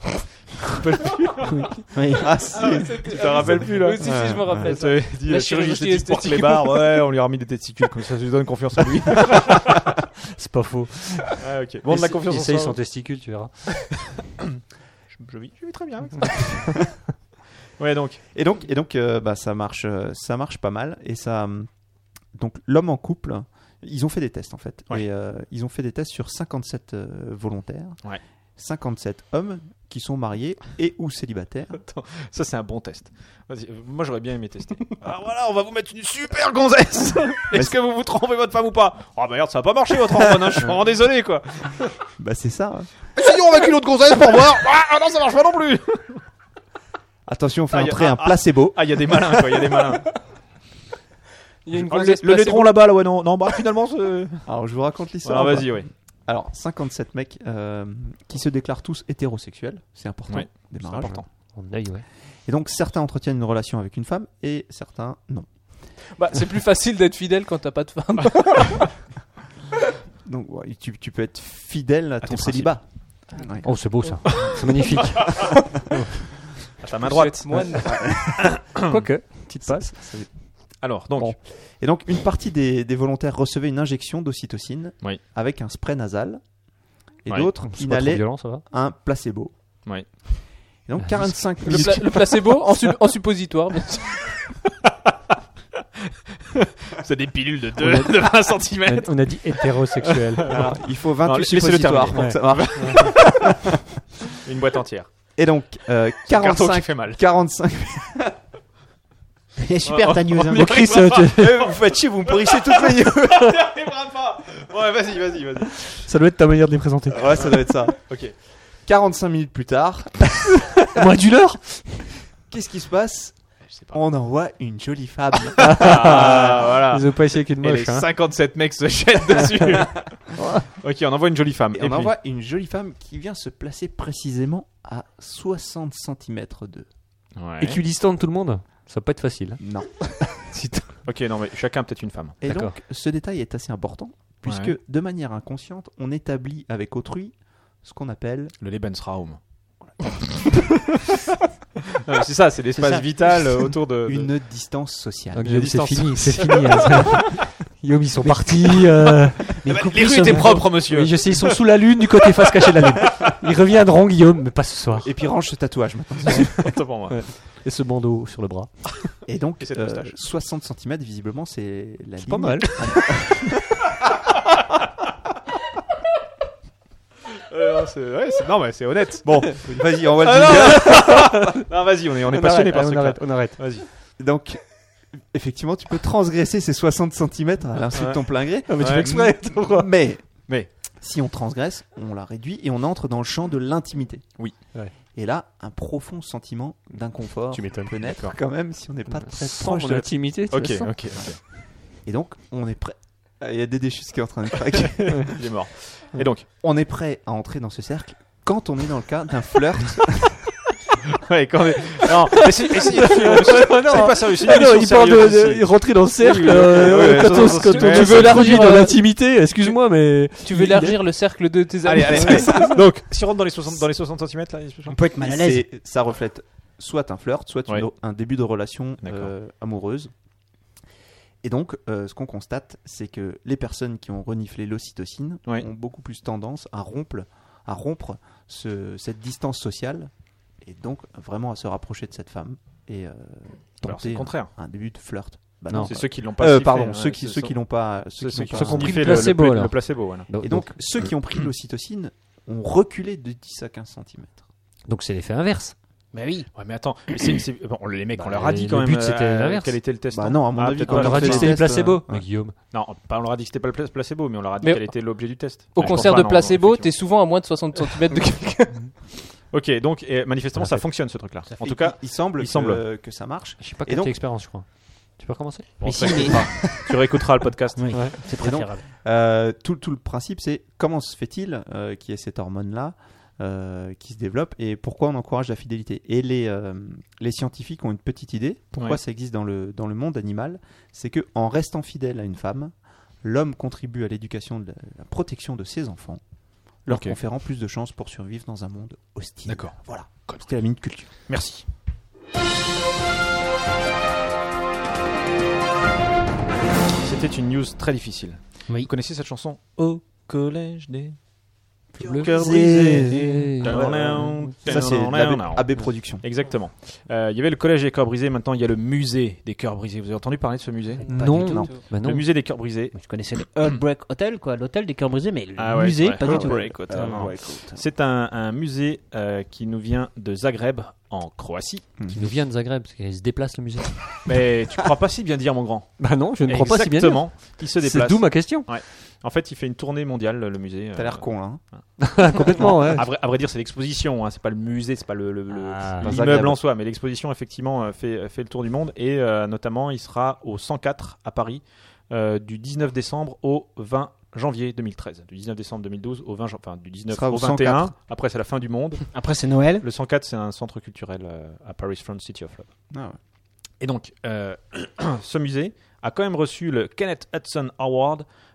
Oui. Ah si, Tu te rappelles plus là Oui, si, si, je me rappelle. Tu avais dit La la chirurgie chirurgie esthétique porte esthétique. les barres. Ouais, on lui a remis des testicules comme ça, ça lui donne confiance en lui. C'est pas faux. Ah, ok. Bon, de la confiance en Essaye soi. son testicule, tu verras. Je, je vis, je vis très bien avec ça. Ouais, donc. et donc et donc euh, bah ça marche, euh, ça marche pas mal et ça hum, donc l'homme en couple, ils ont fait des tests en fait Ouais. et euh, ils ont fait des tests sur cinquante-sept euh, volontaires, Ouais. cinquante-sept hommes qui sont mariés et ou célibataires. Ça, c'est un bon test. Vas-y, euh, moi, j'aurais bien aimé tester. Alors voilà, on va vous mettre une super gonzesse. Est-ce que vous vous trompez votre femme ou pas? Oh, bah, regarde, ça va pas marcher votre hormone, hein. Je suis vraiment désolé, quoi. Bah c'est ça. hein. Sinon, on va qu'une autre gonzesse pour voir. Ah, non, ça marche pas non plus. Attention, on fait Ah, y a- entrer ah, un ah. placebo. Ah, il y a des malins, quoi, il y a des malins. Il y a une Ah, le, gonzesse le placebo. laitron là-bas, là, ouais, non, non, bah, finalement, c'est. Alors je vous raconte l'histoire. Alors, ou pas vas-y, ouais. Alors, cinquante-sept mecs euh, qui se déclarent tous hétérosexuels, c'est important, Ouais, C'est démarrage. important. Mon œil, ouais. Et donc, certains entretiennent une relation avec une femme et certains non. Bah, c'est plus facile d'être fidèle quand t'as pas de femme. Donc, ouais, tu, tu peux être fidèle à ton tes célibat. Ouais. Oh, c'est beau ça. C'est magnifique. À ta main droite. Moine. Quoique, petite passe. Alors, donc, Bon. Et donc, une partie des, des volontaires recevaient une injection d'ocytocine Oui. avec un spray nasal. Et Ouais. d'autres C'est pas trop inhalaient violent, ça va. un placebo. Oui. Et donc, quarante-cinq Le, minutes. pla- le placebo en, su- en suppositoire, bien sûr. c'est des pilules de, On a- de vingt On centimètres. a, on a dit hétérosexuel. Alors, il faut Non, vingt-huit laissez-le suppositoires terminer. pour que ça marche. Une boîte entière. Et donc, euh, Un carton qui quarante-cinq, fait mal. quarante-cinq. Super ta news. hein. Bon, Chris, euh, tu- Eh, vous faites chier, vous me pourrissez toutes mes news. Ouais, vas-y, vas-y, vas-y. ça doit être ta manière de les présenter. Ouais, ça doit être ça. Ok. quarante-cinq minutes plus tard, Moins d'une heure. qu'est-ce qui se passe? Je sais pas. On envoie une jolie femme. Ah, voilà. Ils ont pas essayé qu'une Et moche. les Hein. cinquante-sept mecs se jettent dessus. Ok, on envoie une jolie femme. Et Et on puis- envoie une jolie femme qui vient se placer précisément à soixante centimètres d'eux. Ouais. Équidistant de tout le monde. Ça va pas être facile. hein. Non. Si t'as- Ok, non, mais chacun peut-être une femme. Et D'accord. donc, ce détail est assez important, puisque Ouais. de manière inconsciente, on établit avec autrui ce qu'on appelle Le Lebensraum. Non, mais c'est ça, c'est l'espace C'est ça. vital euh, autour de. de- une distance sociale. Ah, Guillaume, c'est distance. fini. C'est fini. hein. Guillaume, ils sont partis. euh, Mais Les couplés rues sont- étaient propres, monsieur. Oui, je sais, ils sont sous la lune, du côté face cachée de la lune. Ils reviendront, Guillaume, mais pas ce soir. Et puis range ce tatouage maintenant. Autant pour moi. Ouais. Et ce bandeau sur le bras. Et donc, Et cette euh, moustache. soixante centimètres, visiblement, c'est la C'est ligne. pas mal. Euh, non, c'est... Ouais, c'est... non, mais c'est honnête. Bon. Vas-y, envoie le Ah, jingle. non, vas-y, on est, on est On passionné arrête, par on ce arrête, truc-là. on arrête. Vas-y. Donc, effectivement, tu peux transgresser ces soixante centimètres à l'insu de Ouais. ton plein gré. Ah, mais tu Ouais. fais exprès. pourquoi Mais, Mais. si on transgresse, on la réduit et on entre dans le champ de l'intimité. Oui. Ouais. Et là, un profond sentiment d'inconfort Tu m'étonnes. peut naître D'accord. quand même si on n'est pas très Sans proche mon de la... intimité, tu Ok, le sens ok, ok. Et donc, on est prêt. Ah, il y a Dédé Chus qui est en train de craquer. Il est mort. Et donc, On est prêt à entrer dans ce cercle quand on est dans le cas d'un flirt. ouais, quand on est... Non, essayez, essayez de suivre. C'est pas sérieux, c'est une Ah non, émission il parle sérieuse de, ici. de rentrer dans le cercle. Oui, oui, euh, ouais, ouais, quand ouais, on, ça, quand ça, on ça, tu ça, veux ça, élargir ça, dans ça, l'intimité, excuse-moi, mais. Tu veux élargir le cercle de tes Allez, amis. allez, allez. Donc, si on rentre dans les soixante, dans les soixante centimètres, là, On peut être mal à l'aise. C'est- Ça reflète soit un flirt, soit une- Ouais. un début de relation D'accord. euh, amoureuse. Et donc, euh, ce qu'on constate, c'est que les personnes qui ont reniflé l'ocytocine Ouais. ont beaucoup plus tendance à rompre, à rompre ce- cette distance sociale et donc vraiment à se rapprocher de cette femme et euh, Alors, c'est le tenter contraire. un, un début de flirt. Bah Non. C'est ceux qui l'ont pas Euh, sifflé, pardon, hein, ceux qui, ce ceux sont- qui l'ont pas, ceux ceux qui qui n'ont ont pas- pris sniffé le placebo, le, alors. le placebo, voilà. Donc, Et donc, ceux qui ont pris l'ocytocine ont reculé de dix à quinze centimètres. donc c'est l'effet inverse. Bah oui. Ouais, mais attends, mais c'est, c'est- bon, les mecs, Bah, on leur a dit le quand même. but, c'était euh, l'inverse. Quel était le test Bah hein non, à mon Ah, avis, peut-être quand pas. On leur a fait dit que les c'était du tests, placebo. euh, Mais ouais. Guillaume. Non, pas on leur a dit que c'était pas le pla- placebo, mais on leur a dit Mais- quel était l'objet du test. Au Enfin, je concert pense de pas, non, placebo, t'es effectivement. souvent à moins de soixante centimètres de quelqu'un. Ok, donc et manifestement ça fonctionne ce truc-là. En tout Et cas, il, il semble, il que, semble. que ça marche. Je sais pas Et quelle donc- expérience, je crois. Tu peux recommencer bon, Mais ça, si, mais- écoutera. tu réécouteras le podcast. Oui, Ouais. c'est Et donc, préférable. Euh, tout, tout le principe, c'est comment se fait-il euh, qu'il y ait cette hormone-là euh, qui se développe et pourquoi on encourage la fidélité. Et les, euh, les scientifiques ont une petite idée. Pourquoi Ouais. ça existe dans le, dans le monde animal? C'est que en restant fidèle à une femme, l'homme contribue à l'éducation, de la, la protection de ses enfants, leur Ok. conférant plus de chances pour survivre dans un monde hostile. D'accord. Voilà. C'était la minute culture. Merci. C'était une news très difficile. Oui. Vous connaissez cette chanson Au collège des Bleu. cœurs brisés. brisés. Ça, c'est A B Productions. Exactement. Euh, Il y avait le collège des cœurs brisés, maintenant il y a le musée des cœurs brisés. Vous avez entendu parler de ce musée Pas Non. du tout. Bah Le non. musée des cœurs brisés. Je connaissais le Heartbreak Hotel, quoi, l'hôtel des cœurs brisés, mais le Ah ouais, musée, ouais. pas du tout. Heartbreak Hotel. Euh, Non. ouais, écoute. C'est un, un musée euh, qui nous vient de Zagreb, en Croatie. Qui nous vient de Zagreb, parce qu'il se déplace le musée. Mais tu crois pas si bien dire, mon grand. Bah non, je ne crois pas si bien dire. Exactement. Il se C'est déplace. d'où ma question. En fait, il fait une tournée mondiale, le musée. T'as euh, l'air con, là. hein. Complètement, ouais. À vrai, à vrai dire, c'est l'exposition, hein, c'est pas le musée, c'est pas le, le- le- Ah. l'immeuble Zagreb. en soi, mais l'exposition effectivement euh, fait, fait le tour du monde et euh, notamment il sera au cent quatre à Paris euh, du dix-neuf décembre au vingt janvier deux mille treize, du dix-neuf décembre deux mille douze au vingt, jan- enfin du dix-neuf Ce sera au au vingt et un. cent quatre. Après c'est la fin du monde. Après, c'est Noël. Le cent quatre c'est un centre culturel euh, à Paris Front City of Love. Ah ouais. Et donc, euh, ce musée a quand même reçu le Kenneth Hudson Award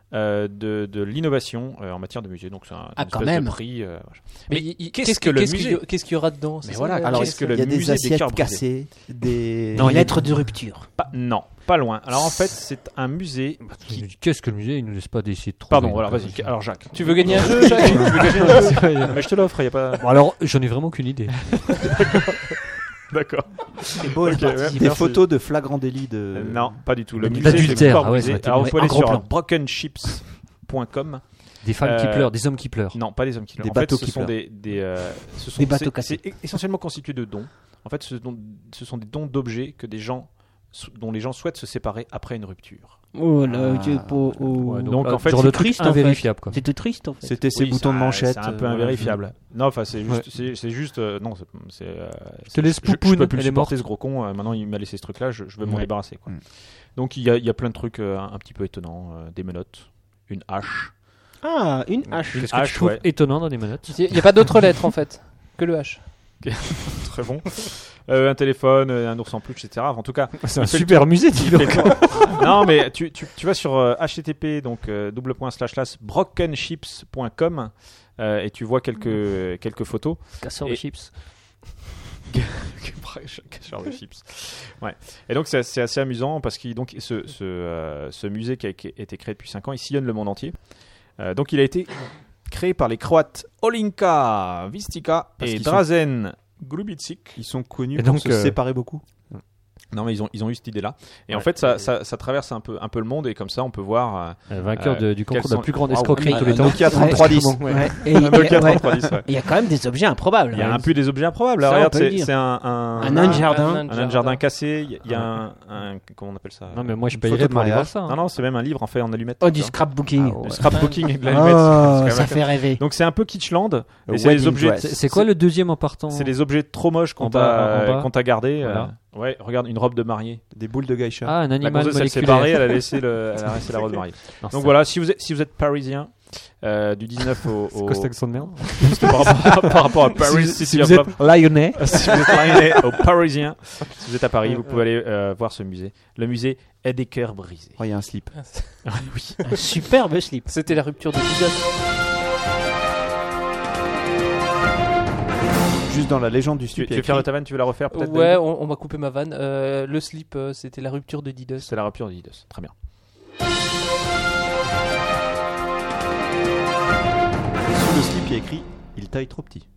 euh, de, de l'innovation euh, en matière de musée. Donc c'est un Ah, une quand espèce même. de prix. euh, voilà. Mais Mais il- il- qu'est-ce qu'est-ce que le qu'est-ce musée qu'il y- Qu'est-ce qu'il y aura dedans c'est Mais ça, voilà, la- alors qu'est-ce est-ce que que- le Il y a des musée des assiettes cœurs brisés. cassées, des. Des lettres de rupture. Pas- Non, pas loin. Alors en fait, c'est un musée. Il nous dit, qu'est-ce que le musée Il nous laisse pas d'essayer de trouver. Pardon, donc, voilà, euh, vas-y. Alors Jacques. Tu veux gagner un jeu, Jacques? Tu veux gagner un jeu Non, mais je te l'offre, il y a pas. Bon, alors, j'en ai vraiment aucune idée. D'accord. C'est beau, Ok, ouais. Des photos de flagrant délit de. Euh, non, pas du tout. Le D'adultère. musée des corps Ah ouais, brisés. ça aurait été Alors bien. vous pouvez Un aller gros sur plan. broken ships point com. Des femmes qui Euh, pleurent, des hommes qui pleurent. Non, pas des hommes qui Des En fait, bateaux ce qui sont pleurent. des, des, euh, ce sont Des bateaux c'est- cassés. C'est essentiellement constitué de dons. En fait, ce, don- ce sont des dons d'objets que des gens, dont les gens souhaitent se séparer après une rupture. Oh là, Ah. Dieu, pour- oh. Ouais, donc, là, en fait, genre c'est de truc triste, en fait. invérifiable, quoi. C'était triste en fait. C'était ces Oui, boutons de ça- manchette. C'est un peu euh, invérifiable. Non, enfin, c'est juste, Ouais. c'est, c'est juste, euh, non, c'est, c'est, euh, te laisse je, je poupoune, peux plus le elle est supporter morte. ce gros con. euh, maintenant, il m'a laissé ce truc-là. Je, je veux m'en Ouais. débarrasser. Quoi. Mm. Donc, il y a, il y a plein de trucs euh, un, un petit peu étonnants, euh, des menottes, une hache. Ah, une hache. Une Qu'est-ce que tu hache, trouves ouais. étonnant dans les menottes Il n'y a pas d'autres lettres en fait que le H. Très bon. Euh, un téléphone, euh, un ours en peluche, et cetera. En tout cas, C'est un il fait le super musée, dis donc. non, mais tu, tu, tu vas sur euh, H T T P, donc euh, double point slash slash broken ships point com euh, et tu vois quelques, quelques photos. Casseur Et- de chips. Cacheur de chips. Ouais. Et donc c'est c'est assez amusant parce que donc, ce, ce, euh, ce musée qui a qui a été créé depuis cinq ans, il sillonne le monde entier. Euh, donc il a été créé par les Croates Olinka Vistica Parce et qu'ils sont- Drazen Grubicic. Ils sont connus Et pour donc, se euh, séparer beaucoup. Non, mais ils ont, ils ont eu cette idée-là. Et en Ouais. fait, ça, ça, ça traverse un peu, un peu le monde et comme ça, on peut voir. Euh, Vainqueur Euh, de- du concours quels de la sont- plus grande Waouh. escroquerie de Un tous les temps. Nokia trente-trois dix. Ouais. Ouais. Et Euh, il y un a- Nokia ouais. trente-trois dix, ouais. Il y a quand même des objets improbables. Il y a hein. un peu des objets improbables. Là, Ça, on regarde, peut le c'est dire. c'est un, un, Un nain de jardin. Un un jardin cassé. Il y a- il y a un, un- comment on appelle ça Non, mais moi, je Une payerais photo de pour aller voir mariage. ça. hein. Non, non, c'est même un livre en fait en allumettes. Oh, tu du vois. scrapbooking. Ah ouais. Du scrapbooking et de Oh, l'allumette. c'est quand même ça la- fait rêver. Donc c'est un peu kitschland. A Et c'est les wedding objets. dress. C'est c'est quoi le deuxième en partant C'est les objets trop moches qu'on En bas, en t'a bas. qu'on t'a gardé. euh, Voilà. Ouais, regarde une robe de mariée. Des boules de geisha. Ah, un La animal gonzesse elle s'est moléculaire. barrée, elle a laissé le, elle a laissé la robe de mariée. Non, Donc ça- voilà, si vous êtes si vous êtes parisien euh, du dix-neuf au, C'est au quoi cet accent de merde c'était par rapport, par rapport à Paris Si, City si of vous Love. êtes lyonnais, Si vous êtes lyonnais au Parisien, si vous êtes à Paris, vous pouvez aller euh, voir ce musée. Le musée est des cœurs brisés. Oh, il y a un slip. oui. Un superbe slip. C'était la rupture de Didos. Juste dans la légende du Tu, slip. tu il y a es fier de écrit- ta vanne, tu veux la refaire peut-être Ouais, David on, on m'a coupé ma vanne. Euh, le slip, euh, c'était la rupture de Didos. C'est la rupture de Didos. Très bien. Sous le slip, il y a écrit il taille trop petit.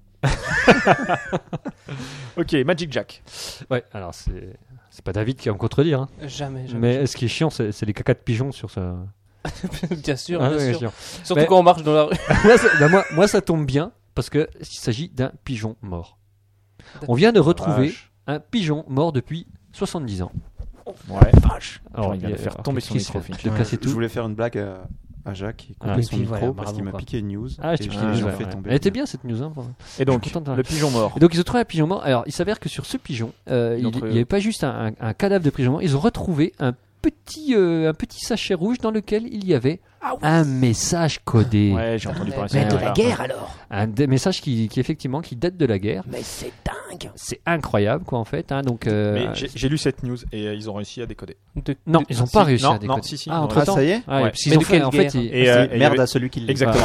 Ok, Magic Jack. ouais, alors c'est c'est pas David qui va me contredire, hein. Jamais, jamais. Mais ce qui est chiant, c'est c'est les cacas de pigeons sur ça. bien sûr, Ah bien ouais, sûr. chiant. Surtout Mais- quand on marche dans la rue. moi, ça, bah, moi, moi, ça tombe bien parce que il s'agit d'un pigeon mort. On vient de retrouver Vache. un pigeon mort depuis soixante-dix ans. Ouais. Vache. Alors, il vient de y a- faire alors, tomber qu'est-ce son qui se micro. fait Finch. de casser Je tout. voulais faire une blague à, à Jacques qui Ah, coupait et son puis micro voilà, parce bravo, qu'il m'a quoi. piqué une news. Ah, et je t'ai j'ai piqué les j'en news, fais ouais. tomber. Elle était bien cette news. Hein, pour- Et donc, Je suis content de- le pigeon mort. Et donc ils ont trouvé un pigeon mort. Alors il s'avère que sur ce pigeon, euh, Ils il ont n'y trouvé- avait pas juste un, un- un cadavre de pigeon mort, ils ont retrouvé un petit, euh, un petit sachet rouge dans lequel il y avait un message codé. Ouais, j'ai entendu parler Mais ça. de Ouais. la guerre alors. Un des messages qui, qui effectivement qui date de la guerre. Mais c'est dingue. C'est incroyable quoi en fait. Hein, donc, euh, Mais j'ai- j'ai lu cette news et euh, ils ont réussi à décoder. De- non, de- ils n'ont si, pas réussi non, à décoder. non, si, si, Ah, ils ont entre réussi. temps. Ah, ça y est Ouais, Ouais. parce qu'ils Mais ont de fait, quelle en fait, guerre ils- Et, euh, et il y Merde avait- à celui qui l'a. Exactement.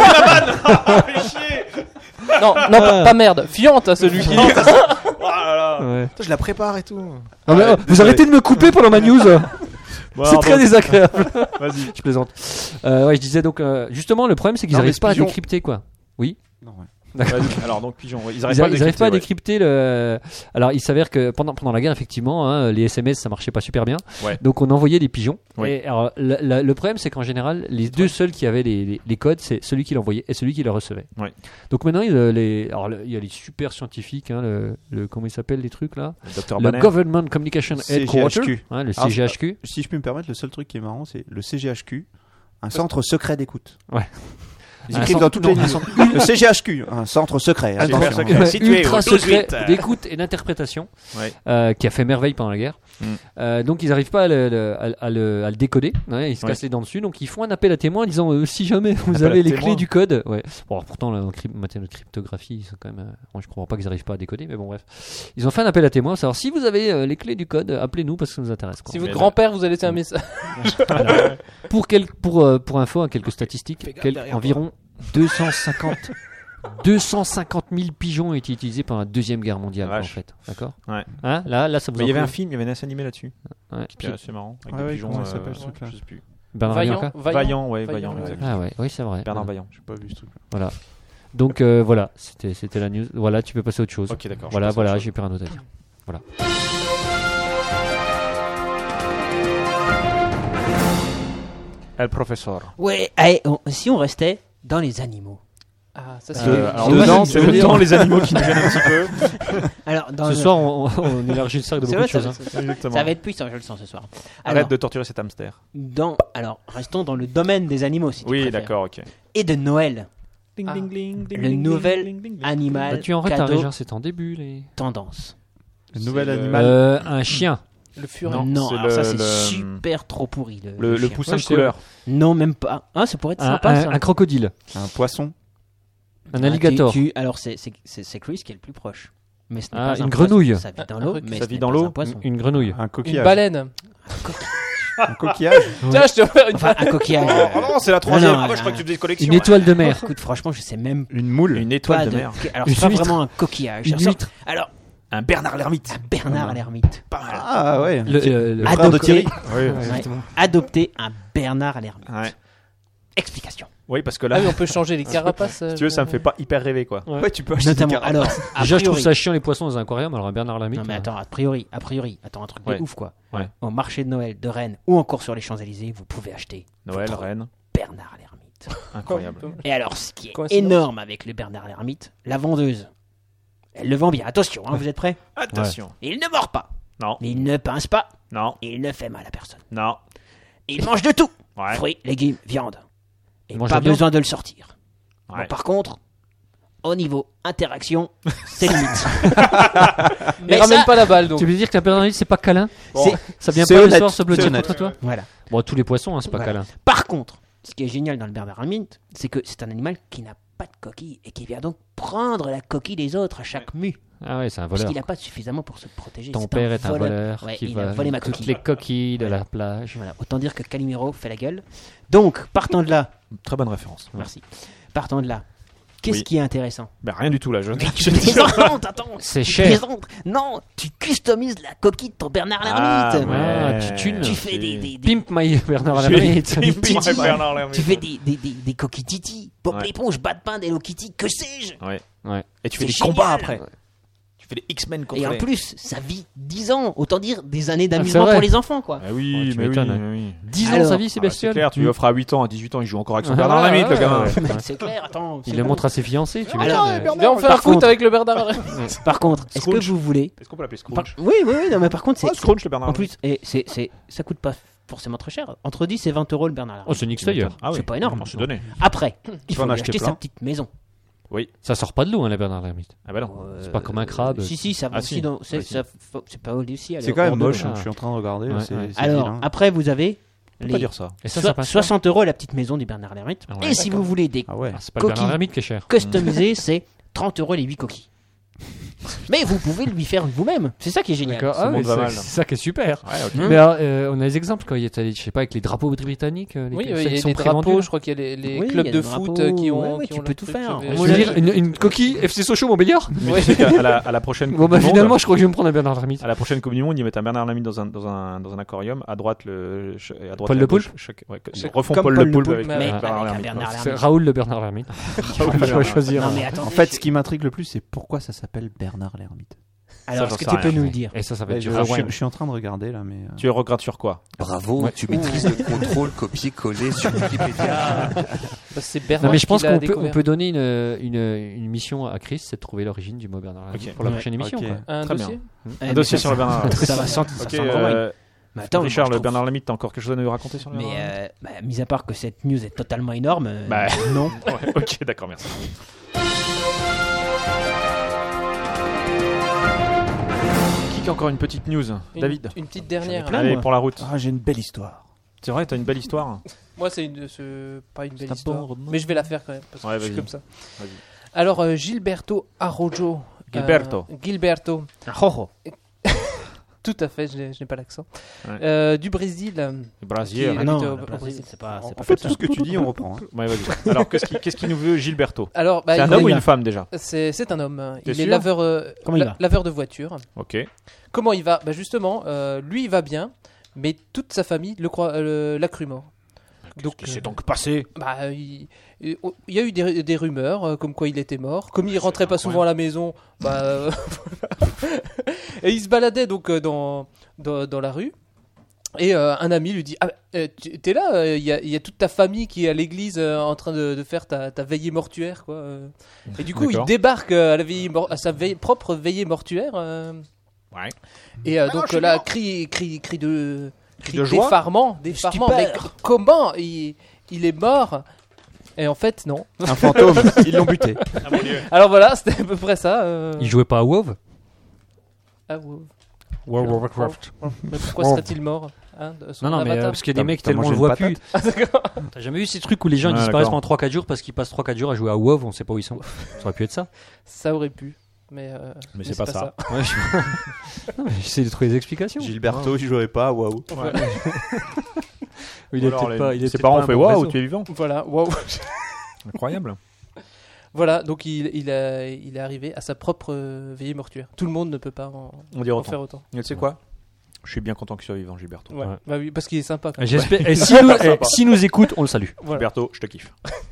Non, non, pas, pas merde. Fiante à celui qui. Oh là là. Ouais. Je la prépare et tout. Non, mais, Ouais, oh, vous désolé. arrêtez de me couper pendant ma news. Bon, C'est alors, très donc, désagréable. Vas-y. Je plaisante. Euh, ouais, je disais donc euh, justement le problème c'est qu'ils Non, mais n'arrivent ce pas pigeon- à décrypter quoi. Oui. Non, ouais. Vas-y. Alors donc pigeon. ouais, Ils Ils arrivent n'arrivent pas à pas à décrypter, décrypter le. Alors, il s'avère que pendant, pendant la guerre, effectivement, hein, les S M S ça marchait pas super bien. Ouais. Donc, on envoyait des pigeons. Oui. Et alors, la- la- le problème, c'est qu'en général, les deux seuls qui avaient les, les- les codes, c'est celui qui l'envoyait et celui qui le recevait. Ouais. Donc, maintenant, il, euh, les, alors, le- il y a les super scientifiques, hein, le, le- comment ils s'appellent les trucs là ouais. Docteur Le Banner. Government Communication C G H Headquarter, Q. hein, le Alors, C G H Q. Si je peux me permettre, le seul truc qui est marrant, c'est le C G H Q, un centre secret d'écoute. Ils écrivent dans toutes les lignes. Le C G H Q, un centre secret. Super Attention. secret. Situé ultra au secret douze huit. d'écoute et d'interprétation Ouais. euh, qui a fait merveille pendant la guerre. Mm. Euh, donc ils n'arrivent pas à le, le- à, à le, à le décoder, ouais, ils se Ouais. cassent les dents dessus, donc ils font un appel à témoins en disant euh, si jamais vous appel avez à les témoins. clés du code. Ouais. Bon, alors, pourtant, la cryp- matière de cryptographie, c'est quand même, euh, bon, je comprends pas qu'ils n'arrivent pas à décoder, mais bon, bref. Ils ont fait un appel à témoins, savoir si vous avez euh, les clés du code, euh, appelez-nous parce que ça nous intéresse. Quoi. Si votre Mais grand-père vous a laissé un message. Pour, quel, pour, euh, pour info, hein, quelques statistiques, quel- environ deux cent cinquante deux cent cinquante mille pigeons ont été utilisés pendant la Deuxième Guerre mondiale, Vache. en fait. D'accord. Ouais. Hein, là, là, ça vous Mais il y avait en un fait- film, il y avait un dessin animé là-dessus. Ouais. Qui était assez marrant. Avec Ah des ouais, pigeons. comment il euh, s'appelle, ce truc-là Je sais plus. Bernard Vaillant, Bianca. Vaillant, Vaillant, ouais, Vaillant, Vaillant, exact. Ah ouais, oui, c'est vrai. Bernard Ouais. Vaillant. J'ai pas vu ce truc. Voilà. Donc euh, voilà, c'était c'était la news. Voilà, tu peux passer à autre chose. Ok, d'accord. je Voilà, passe à voilà, autre j'ai chose. plus rien d'autre à dire. Voilà. El professeur. Ouais, allez, on- si on restait dans les animaux. Ah, ça c'est. Euh, alors, c'est dedans, vrai, c'est je veux le dire- temps, les animaux qui nous gênent un petit peu. Alors, dans Ce le- soir, on, on, on élargit le cercle de C'est beaucoup vrai, de ça, choses. hein. ça- Exactement. ça va être puissant, je le sens ce soir. Arrête Alors, de torturer cet hamster. dans, alors, restons dans le domaine des animaux, si tu Oui, préfères. d'accord, ok. Et de Noël. Ah. Le nouvel animal Bah, tu es en retard, cadeau déjà, c'est en début. Les... tendance. Le nouvel C'est le- animal. Euh, un chien. Le furin. Non, Non, c'est alors ça le- c'est le- super trop pourri. Le, Le, le le chien. poussin Ouais, de je sais. couleur. Non, même pas. Ah, ça pourrait être Un, sympa un- ça. un crocodile. Un poisson. Un Ah, alligator. tu- tu- alors c'est c'est- c'est- c'est Chris qui est le plus proche. Mais ce n'est Ah, pas une un grenouille. poisson. Ça vit dans Un l'eau, requin. mais Ça ce vit n'est dans pas l'eau un poisson. Une grenouille. Un Une coquillage. baleine. Un coquillage. Tiens, je te vois une Enfin, un coquillage. Oh non, c'est la troisième. troisième. non, Ah, moi, je crois un- que tu faisais des collections. Une étoile de mer. Écoute, franchement, je sais même Une moule. Une pas étoile de. de mer. Alors Une c'est pas huître. vraiment un coquillage. Une Alors, huître. Alors, Un Bernard l'ermite. un Bernard l'ermite. Pas mal. Ah ouais. Le, le- le- Ah, frère de Adopté. Thierry. Oui, Ouais. Adopter un Bernard l'ermite. ouais. Explication. Oui, parce que Ah là, oui, on peut changer les carapaces. si tu veux, ça me fait pas hyper rêver, quoi. Ouais, tu peux acheter des Notamment. carapaces. Alors, a Déjà, je trouve priori- ça chiant les poissons dans un aquarium, alors un Bernard Lamy. Non mais attends, a priori, a priori, attends un truc de Ouais. ouf quoi. Ouais. Au marché de Noël de Rennes ou encore sur les Champs-Élysées, vous pouvez acheter Noël, votre Rennes, Bernard l'ermite. incroyable. Et alors, ce qui est Coïncidence. énorme avec le Bernard l'ermite, la vendeuse, elle le vend bien. Attention, hein, vous êtes prêts? Attention. Il ne mord pas, Non, il ne pince pas, non, il ne fait mal à personne. non. Il mange de tout, Ouais. fruits, légumes, viande. Et Il mange pas la viande besoin de le sortir. Ouais. Bon, par contre, au niveau interaction, c'est limite. Mais Mais ramène ça- pas la balle donc. Tu veux dire qu'un Bernard Lamy, c'est pas câlin C'est- Ça vient c'est pas le honnête, soir se c'est blottir honnête. contre toi Voilà. Bon, tous les poissons, hein, c'est pas Voilà. câlin. Par contre, ce qui est génial dans le Bernard l'ermite, c'est que c'est un animal qui n'a pas de coquille et qui vient donc prendre la coquille des autres à chaque mue. Ah ouais, c'est un Parce voleur. qu'il n'a pas suffisamment pour se protéger. Ton C'est père est un voleur Ouais, qui il va a volé ma toutes coquille. les coquilles de la plage. Voilà, autant dire que Calimero fait la gueule. Donc, partant de là, Très bonne référence. merci. Partant de là, qu'est-ce Oui. qui est intéressant? Ben, rien du tout, là. Je... Tu plaisantes, attends. C'est tu cher. plaisantes. Non, tu customises la coquille de ton Bernard l'ermite. Ah, tu tunes. Tu fais des, des, des- Pimp my Bernard J'ai- Lamy. Pimp Titi. my Bernard l'ermite. tu fais des, des, des, des coquilles Titi, Bob Ouais. l'éponge, Bad Pain, Hello Kitty, que sais-je? Ouais. Ouais. Et tu fais C'est des combats génial. après. Tu fais des X-Men contre Et en les- plus, ça vit dix ans, autant dire des années c'est d'amusement vrai. pour les enfants, quoi. Ah oui, Ouais, tu mais oui, m'étonnes, mais oui. dix ans Alors- sa vie, ces Ah bah, c'est bestioles. clair, tu lui offres à huit ans, à dix-huit ans, il joue encore avec son Ah, Bernard ouais, l'ermite, le ouais, gamin. ouais. C'est clair, attends. Il c'est le bon. montre à ses fiancés, tu Alors, m'étonnes. euh, Viens, on fait un Par foot contre- avec le Bernard. Par contre, est-ce que Scrooge. vous voulez... Est-ce qu'on peut l'appeler Par- Scrooge? Oui, oui, oui, non, mais par contre, c'est... Oh, Scrooge, le Bernard En l'ermite. plus, et c'est, c'est, ça coûte pas forcément très cher. Entre dix et vingt euros le Bernard Oh, c'est Nick Slayer. Ah oui. C'est pas énorme. On s'est donné. Après, il peux faut en lui acheter acheter plein. sa petite maison. Ça sort pas de l'eau, hein, la Bernard Lamy. Ah bah non. C'est pas comme un crabe. Si, si, ça va Ah, aussi si. dans... C'est, Ah, si. ça faut- c'est pas aussi. C'est quand même moche, Ah. hein, je suis en train de regarder. Ouais, c'est- ouais. c'est Alors, vilain. après, vous avez... On peut les pas dire ça. Et ça, so- ça passe. soixante euros la petite maison du Bernard l'ermite. Ah ouais, Et si vous voulez des Ah ouais. Ah, c'est pas le Bernard coquilles. Lamy qui est cher. customisées, c'est trente euros les huit coquilles. Mais vous pouvez lui faire vous-même. C'est ça qui est génial. D'accord. ce Ah, monde mais va c'est mal. c'est ça qui est super. Ouais, ok. Hein Mais alors, euh, on a des exemples quand il y a, je sais pas, avec les drapeaux britanniques. euh, les- Oui, celles il y qui a sont des prévendus, drapeaux, là. je crois qu'il y a les, les Oui, il clubs y a de des foot drapeaux, euh, qui ont. ouais, ouais, qui tu ont peux leur tout truc, faire. j'avais- Moi, Je veux j'ai- dire, une, une coquille F C Sochaux Montbéliard. Mais tu sais qu'à la, à la prochaine Bon Coupe bah du Monde, finalement, je crois que je vais me prendre un Bernard Lamy. à la prochaine Coupe du Monde, ils mettent un Bernard Lamy dans un, dans un, dans un aquarium. À droite, le, ch- et à droite Paul et à Le gauche, Poulpe chaque- ouais, C'est ils refont comme Paul, Paul Le Le Poulpe Poulpe, avec, mais avec avec Bernard un Lamy. Bernard C'est l'ermite. Raoul le Bernard Lamy. Je vais choisir. Non, un. mais attendez. En fait, ce qui m'intrigue le plus, c'est pourquoi ça s'appelle Bernard l'ermite. Alors, j'en est-ce que sais tu rien. peux nous le dire? Et ça, ça va Ouais, être je, du je suis- rewind. je suis en train de regarder là, mais. euh, Tu regrettes sur quoi? Bravo, Ouais. tu maîtrises le contrôle copier-coller sur Wikipédia. Bah, c'est Bernard. Non mais je pense qui l'a qu'on peut, on découvert. peut donner une, une, une mission à Chris, c'est de trouver l'origine du mot Bernard Lamy Ok. pour la Ouais. prochaine émission. Ok. quoi. Un Très dossier. Eh, Un dossier sur le Bernard Lamy. Ça va sentir. Ok, ça sent le rewind. euh, Mais attends, Richard, moi, je le trouve- Bernard Lamite, t'as encore quelque chose à nous raconter sur le Mais euh, bah, mis à part que cette news est totalement énorme, euh, Bah. non. Ouais, ok, d'accord, merci. Qui a encore une petite news Une- David. Une petite dernière. plein. Allez, moi. pour la route. Ah, j'ai une belle histoire. C'est vrai, t'as une belle histoire. Moi, c'est une, c'est pas une belle C'est histoire, d'abord, non. mais je vais la faire quand même parce que Ouais, je suis vas-y. comme ça. Vas-y. Alors, euh, Gilberto Arrojo. Gilberto. euh, Gilberto. Oh, oh. Tout à fait, je n'ai, je n'ai pas l'accent. Ouais. Euh, du Brésil. euh, Le Brésil. Qui est- Ah non, habite au- le au Brésil, Brésil. c'est pas, c'est En pas fait, fait tout ce que tu dis, on reprend. hein. Ouais, vas-y. Alors, qu'est-ce qu'il qu'est-ce qu'il nous veut, Gilberto Alors, bah, C'est un il- homme ou il- une femme déjà c'est, c'est un homme. T'es Il est sûr laveur, euh, Comment il la- va laveur de voiture. Ok. Comment il va Bah justement, euh, lui il va bien, mais toute sa famille le croit, euh, l'a cru mort. Donc, qu'est-ce qui s'est donc passé Bah, il, il y a eu des, des rumeurs euh, comme quoi il était mort. Comme il rentrait pas souvent à la maison, bah, euh, et il se baladait donc euh, dans, dans, dans la rue. Et euh, un ami lui dit ah, euh, tu- t'es là, il y, a, y a toute ta famille qui est à l'église euh, en train de, de faire ta, ta veillée mortuaire, quoi. euh. Et du coup, il D'accord. débarque euh, à, la veillée mor- à sa veille- propre veillée mortuaire. euh. Ouais. Et euh, donc euh, là, cri, cri, cri de, cri de joie d'effarement, d'effarement. Mais c- comment il, il est mort? Et en fait, non. Un fantôme, ils l'ont buté. Ah mon dieu. Alors voilà, c'était à peu près ça. euh. Il jouait pas à WoW Ah, wow. World of Warcraft. Mais pourquoi serait-il mort hein, de son Non, non, mais euh, avatar parce qu'il y a des T'as- mecs t'as tellement on mangé le voit une plus. Ah, d'accord. T'as jamais vu ces trucs où les gens ils Ouais, disparaissent d'accord. pendant trois quatre jours parce qu'ils passent trois quatre jours à jouer à WoW, on sait pas où ils sont. Ça aurait pu être ça. Ça aurait pu. Mais, euh, Mais c'est pas ça. Ouais, je... non, mais j'essaie de trouver des explications. Gilberto, il jouerait pas, waouh. Il est Alors, peut-être les- pas. Il est Ses peut-être parents pas ont un fait bon waouh, réseau. tu es vivant. Voilà, waouh. Incroyable. Voilà, donc il, il, a- il est arrivé à sa propre euh, veillée mortuaire. Tout le monde ne peut pas en, On dirait en autant. faire autant. Et tu sais quoi Je suis bien content qu'il soit vivant, Gilberto. Ouais. Ouais. Bah oui, parce qu'il est sympa. quoi. J'espère. Et si nous, eh, si nous écoute, on le salue. Voilà. Gilberto, je te kiffe.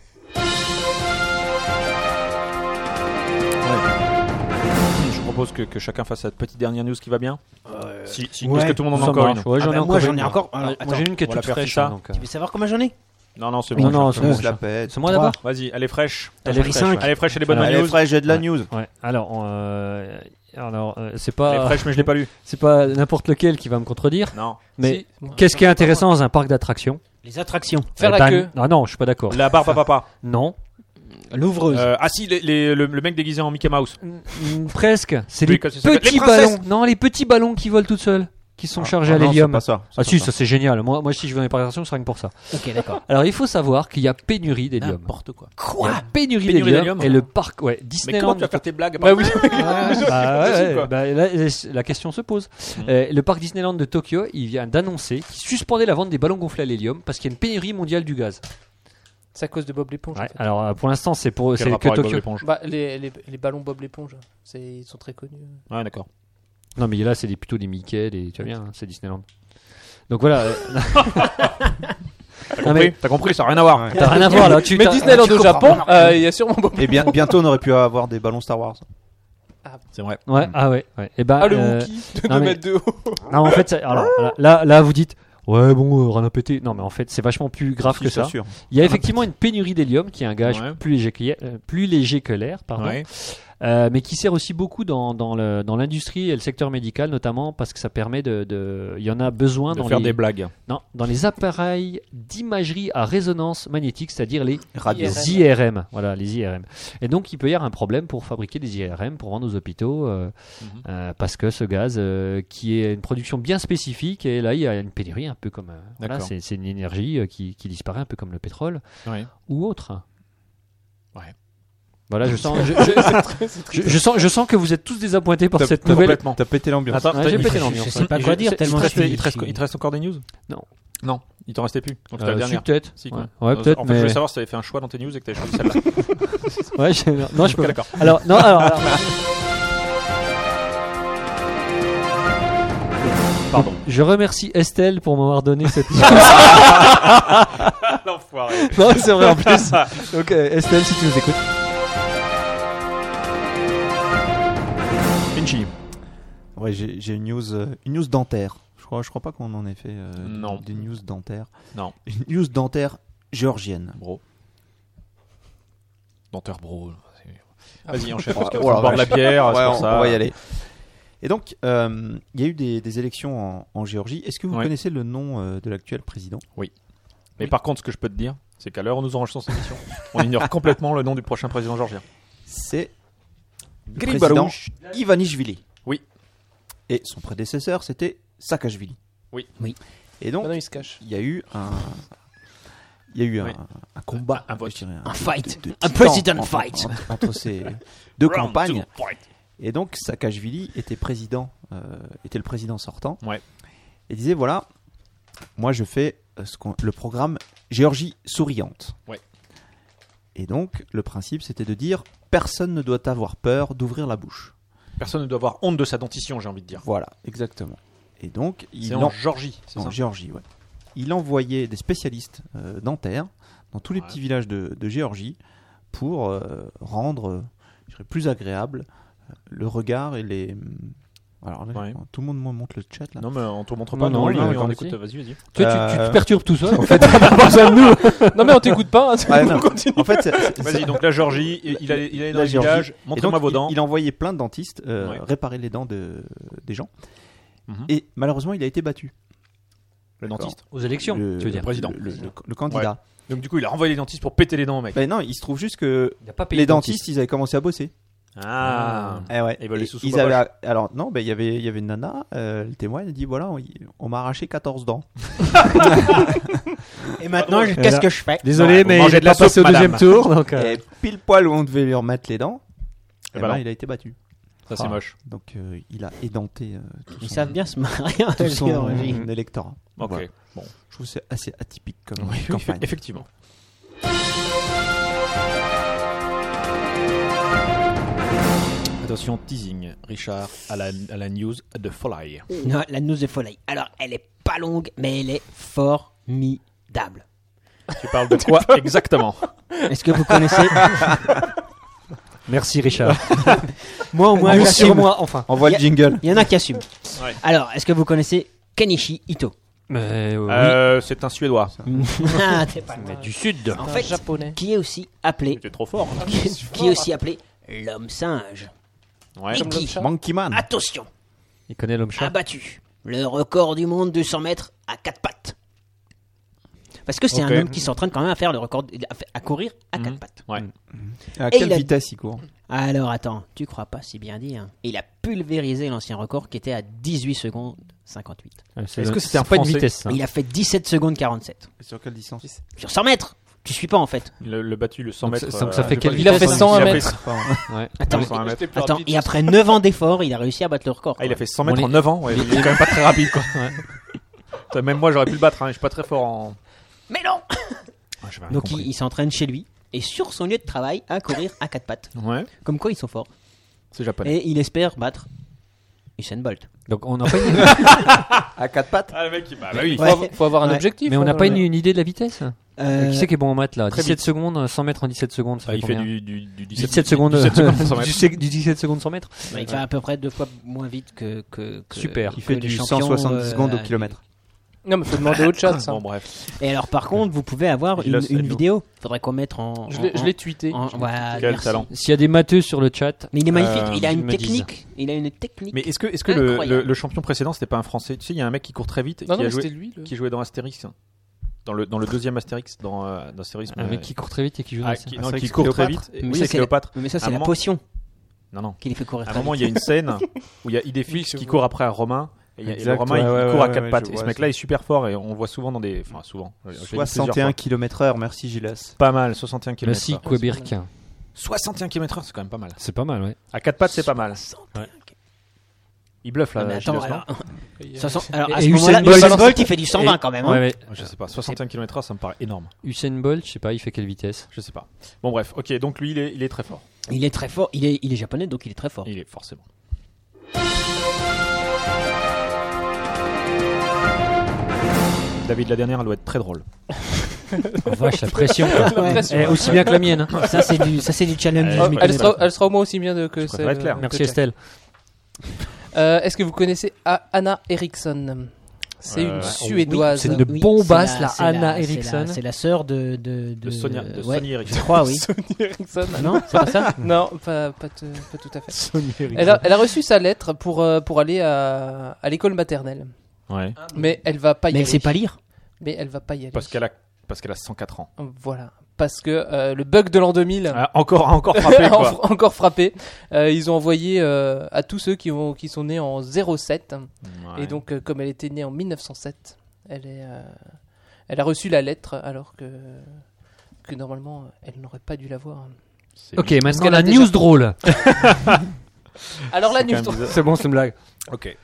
Je propose que, que chacun fasse cette petite dernière news qui va bien. Si, si, ouais. Est-ce que tout le monde en a Ça encore marche. une Ouais, j'en Ah ai bah, encore moi, j'en une. ai encore. Ouais, Alors, moi, attends, j'ai une qui est on va la toute faire fraîche. ça. hein, donc, euh, Tu veux savoir comment j'en ai Non, non, c'est Non, bon. non, je- c'est bon. Je la pète. C'est moi Trois. d'abord. Vas-y, elle est fraîche. Elle est pris fraîche, cinq. ouais. Elle est fraîche, elle est bonne Alors, la Elle est news. fraîche, j'ai de la Ouais. news. Ouais. Alors, euh, alors euh, c'est Elle est pas, fraîche, mais je l'ai pas lu. c'est pas n'importe lequel qui va me contredire. Non. Mais Si, moi, qu'est-ce qui est je- intéressant dans un parc d'attractions Les attractions. Faire Eh la ben, queue. Ah non, je suis pas d'accord. La barbe à papa. Non. L'ouvreuse. Euh, ah si, les- les- le, le mec déguisé en Mickey Mouse. Mm, Presque. C'est Oui, les quand c'est ça. Les petits princesses. ballons. Non, les petits ballons qui volent toutes seules, qui sont chargés Ah à non, c'est l'hélium. pas ça. Ah c'est si, pas ça c'est génial. Moi, moi si je veux dans les parcs d'attractions, c'est rien que pour ça. Ok, d'accord. Alors il faut savoir qu'il y a pénurie d'hélium. N'importe quoi. Il y a pénurie, Pénurie d'hélium. d'hélium. Et le parc, ouais, Mais Disneyland. comment tu vas faire tes blagues Bah oui. Ah, ouais, Vas-y, ouais, quoi. bah, là, la question se pose. Mm. Euh, le parc Disneyland de Tokyo, il vient d'annoncer qu'il suspendait la vente des ballons gonflés à l'hélium parce qu'il y a une pénurie mondiale du gaz. C'est à cause de Bob l'éponge. en Ouais, fait. alors euh, pour l'instant, c'est pour Quel c'est que rapport avec Bob Tokyo. l'éponge Bah, les, les, les ballons Bob l'éponge, c'est, ils sont très connus. Ouais, d'accord. Non, mais là, c'est des- plutôt des Mickey, des, tu vois bien, hein, c'est Disneyland. Donc voilà, euh, T'as Non, compris mais- T'as compris, ça n'a rien à voir. t'as rien à voir là. Tu, Mais t'as- Disneyland tu au comprends. Japon, euh, il y a sûrement Bob. Et bien, bientôt, on aurait pu avoir des ballons Star Wars. C'est vrai. Ouais, ah ouais, ouais. Et ben, Ah, le euh, Wookie de non, deux mais- mètres de haut. non, en fait, ça- alors, là, là, vous dites, ouais, bon, euh, rien à péter. Non, mais en fait, c'est vachement plus grave que Si, c'est ça. sûr. Il y a effectivement une pénurie d'hélium qui est un gaz Ouais. plus léger que, euh, plus léger que l'air, pardon. Ouais. Euh, mais qui sert aussi beaucoup dans, dans, le, dans l'industrie et le secteur médical, notamment parce que ça permet de. de- il y en a besoin De dans faire les, des blagues. non, dans les appareils d'imagerie à résonance magnétique, c'est-à-dire les Radio. I R M. Voilà, les I R M. Et donc, il peut y avoir un problème pour fabriquer des I R M pour vendre aux hôpitaux euh, Mhm. euh, parce que ce gaz, euh, qui est une production bien spécifique, et là, il y a une pénurie, un peu comme. euh, voilà, D'accord. c'est, c'est une énergie euh, qui, qui disparaît, un peu comme le pétrole Ouais. ou autre. Ouais. Voilà, je sens, je, je- je- je sens, je sens que vous êtes tous désappointés par T'as- cette t'as nouvelle. complètement. T'as pété l'ambiance. Attends, Ouais, t'as- j'ai il- pété Je l'ambiance. sais pas il- quoi il- dire il- tellement il te reste- je suis- il te reste- je suis- il te reste encore des news Non. Non, il t'en restait plus. Donc c'était Euh, la si, dernière. peut-être. Si, ouais, quoi. ouais, Euh, peut-être. En fait, mais... je voulais savoir si t'avais fait un choix dans tes news et que t'avais choisi celle-là. Ouais, je- non, je peux. Ok, d'accord. Alors, non, alors. alors- Pardon. Je remercie Estelle pour m'avoir donné cette. L'enfoiré. non, c'est vrai en plus. Donc, euh, Estelle, si tu nous écoutes. Vinci. Ouais, j'ai j'ai une news, euh, une news dentaire. Je crois, je crois pas qu'on en ait fait euh, Non. des news dentaires. Non. Une news dentaire géorgienne. Bro. Denteur bro. Vas-y, enchaîne. Parce Oh, qu'on oh la boire de la vache. bière, c'est Ouais, pour on, ça. on va y aller. Et donc, euh, il y a eu des, des élections en, en Géorgie. Est-ce que vous Ouais. connaissez le nom euh, de l'actuel président? Mais par contre, ce que je peux te dire, c'est qu'à l'heure où nous enregistrons cette émission, on ignore complètement le nom du prochain président georgien. C'est le Gribarouche. président Ivanishvili. Oui. Et son prédécesseur, c'était Saakashvili. Oui. Oui. Et donc, Maintenant, il se cache. il y a eu un, il y a eu un, Oui. un combat, Un- un vote. je dirais, Un fight. de- de Un titans president entre- fight. entre, entre ces deux Round campagnes. two, fight. Et donc, Saakashvili était président, euh, était le président sortant. Ouais. Et disait voilà, moi je fais euh, ce qu'on- le programme Géorgie souriante. Ouais. Et donc, le principe, c'était de dire personne ne doit avoir peur d'ouvrir la bouche. Personne ne doit avoir honte de sa dentition, j'ai envie de dire. Voilà, exactement. Et donc, il C'est en- en Georgie, c'est en ça Géorgie, ouais. Il envoyait des spécialistes euh, dentaires dans tous les Ouais. petits villages de, de Géorgie pour euh, rendre euh, je dirais, plus agréable euh, le regard et les. hum, Alors là, Ouais. tout le monde me montre le chat là. Non, mais on te montre Non, pas. non, Non, non, on, mais on quand écoute. même, Vas-y, vas-y. Tu, vois, tu- tu Euh, te perturbes tout seul, en fait. T'as pas besoin de nous. Non, mais on t'écoute pas. Hein, tu Ouais, non. continues. En fait, c'est- c'est- Vas-y, donc la Georgie, il, il allait, il allait dans La le Géorgie. village, Et montre-moi donc, vos il- dents. Il, envoyait plein de dentistes euh, Ouais. réparer les dents de, des gens. Mhm. Et malheureusement, il a été battu. Le dentiste. Aux élections, le, tu veux dire. Le président. Le, le- le candidat. Donc du coup, il a renvoyé les dentistes pour péter les dents, mec. Ben non, il se trouve juste que Il a pas payé les le dentiste. dentistes, ils avaient commencé à bosser. Ah. Eh ouais. Ils veulent les Et sous-sous ils pas avaient, alors non, ben il y avait, il y avait une nana, euh, le témoin, elle dit voilà, on, on m'a arraché quatorze dents. Et maintenant, je- Et qu'est-ce là- que je fais? Désolé, Vous mais mangez il n'est de la pas passé au soupe, deuxième madame. tour. Donc, euh, Et pile poil où on devait lui remettre les dents, eh bah ben, non. il a été battu. Ça, c'est Ah. moche. Donc euh, il a édenté euh, tout Ils son, savent bien se marier en tout son Géorgie. électorat. Ok. Voilà. Bon. Je trouve que c'est assez atypique comme Oui, campagne. effectivement. Attention, teasing, Richard, à la, à la news de Folly. Non, la news de folie. Alors, elle est pas longue, mais elle est formidable. Tu parles de quoi exactement? Est-ce que vous connaissez? Merci, Richard. Moi, au moins, Moi, j'assume. sur moi, enfin. Envoie le Y a- jingle. Il y en a qui assument. Ouais. Alors, est-ce que vous connaissez Kenichi Ito? Mais euh, oui. Euh, c'est un Suédois. Ah, t'es pas loin. Mais du sud. En fait, japonais. qui est aussi appelé, C'était trop fort. qui, qui est aussi appelé l'homme singe. Ouais. Et Comme qui, l'homme chat. Monkey Man. attention, Il connaît l'homme a chat. battu le record du monde de cent mètres à quatre pattes. Parce que c'est Ok. un homme qui s'entraîne quand même à faire le record, à, à courir à quatre Mhm. pattes. Ouais. À Et quelle il a- vitesse il court? Alors attends, tu crois pas si bien dire. Il a pulvérisé l'ancien record qui était à dix-huit secondes cinquante-huit. Est-ce Est-ce que c'était un pas une Français vitesse ça. Il a fait dix-sept secondes quarante-sept. Sur quelle distance? Sur cent mètres. Tu suis pas en fait. Le, le battu, le cent Donc, mètres. ça- donc ça fait j'ai quelle pas- Il a fait vitesse, cent Il a mètres. fait- Ouais. Attends, cent mètres. J'étais plus attends, rapide. et après neuf ans d'efforts, il a réussi à battre le record. Ah, il a fait cent Bon, mètres en les- neuf ans. Ouais, il est quand même pas très rapide, quoi. Ouais. Même moi, j'aurais pu le battre. Hein. Je suis pas très fort en. Mais non. Ah, j'ai rien Donc il, compris. il s'entraîne chez lui et sur son lieu de travail à courir à quatre pattes. Ouais, Comme quoi ils sont forts. c'est japonais. Et il espère battre Usain Bolt. Donc on n'a pas une... À quatre pattes? Ah, le mec, bah, bah oui. Faut, Ouais. avoir- faut avoir un Ouais. objectif. Mais on hein, n'a dans pas le- une, une idée de la vitesse. Euh, Qui c'est qui est bon en maths là très dix-sept vite. secondes, cent mètres en dix-sept secondes, ça Ah, fait il fait combien du, du, du dix-sept, dix-sept secondes, dix-sept secondes cent du, mètres. sec- du dix-sept secondes cent mètres. bah, il fait à peu près deux fois moins vite que. que, que Super. que Il fait les du champions, cent soixante-dix euh, secondes au à- kilomètre. Non, mais faut demander au chat. ça. Bon, bref. Et alors par contre, vous pouvez avoir Il une, laisse une Hello. vidéo. Faudrait qu'on mette en. Je en- l'ai- je en- l'ai tweeté. en- voilà, Quel merci. talent. S'il y a des matheux sur le chat, Mais il est magnifique. Euh, il a je une me dis. technique. Il a une technique. Mais est-ce que, est-ce que le, Incroyable. le, le champion précédent, c'était pas un Français? Tu sais, il y a un mec qui court très vite, Non, qui, non, a mais c'était joué, lui. le- qui jouait dans Astérix. Dans le, dans le deuxième Astérix, dans, euh, dans Astérix. un euh, mec qui court très vite et qui joue dans ah, la qui, scène. non, Astérix qui court très Cléopâtre. vite. Mais Oui, ça, c'est Cléopâtre. Mais ça, À c'est un la moment- potion Non, non. qui les fait courir À un très moment, vite. il y a une scène où il y a Idéfix Oui, qui je court vois. après un Romain. Et, il y a- et le Exact, Romain, ouais, il, il ouais, court ouais, à quatre ouais, pattes. je Et ce vois, mec-là c'est- est super fort et on le voit souvent dans des. Enfin, souvent. Je l'ai vu plusieurs soixante et un fois. kilomètres heure, merci Gilles. Pas mal, soixante et un Le kilomètres. six Quebec. soixante et un kilomètres heure, c'est quand même pas mal. C'est pas mal, ouais. À quatre pattes, c'est pas mal. Ouais. Il bluffe là. Non, mais attends, Gilles, non alors, soixante alors, à Et ce Usain moment-là, Bolt- Usain Bolt, il fait du cent vingt quand même. hein. Ouais, ouais. Je sais pas, soixante et un kilomètres heure, ça me paraît énorme. Usain Bolt, je sais pas, il fait quelle vitesse? Je sais pas. Bon, bref, ok, donc lui, il est, il est très fort. Il est très fort. Il est, il est japonais, donc il est très fort. Il est forcément. David, la dernière, elle doit être très drôle. Oh, vache, la pression. quoi. Ouais. Pression. Eh, aussi bien que la mienne. hein. Ça, c'est du, ça, c'est du challenge. Euh, je Oh, m'y elle, connais sera, pas. elle sera au moins aussi bien de, que Je préfère être clair. que Merci Jack. Estelle. Euh, Est-ce que vous connaissez A- Anna Eriksson? C'est Euh, une ouais. Suédoise. C'est une Oui, bombasse, c'est la c'est Anna c'est Eriksson. la- C'est la sœur de, de, De Sonia- de ouais, Sony Eriksson. Je crois, oui. Sony Eriksson. Non, c'est pas ça. Non, pas, pas, te- pas tout à fait. Elle a, elle a reçu sa lettre pour, euh, pour aller à, à l'école maternelle. Ouais. Mais elle va pas y Mais elle aller. sait pas lire. Mais elle va pas y aller. Parce qu'elle a, parce qu'elle a cent quatre ans. Voilà. Parce que euh, le bug de l'an deux mille Ah, encore, encore frappé, quoi. encore frappé. Euh, ils ont envoyé euh, à tous ceux qui, ont, qui sont nés en zéro sept. Ouais. Et donc, euh, comme elle était née en mille neuf cent sept, elle, est, euh, elle a reçu la lettre alors que, que normalement, elle n'aurait pas dû l'avoir. C'est Ok, bizarre. maintenant qu'elle la a déjà- news drôle. Alors, la C'est quand news. même bizarre. C'est bon, c'est une blague. Ok.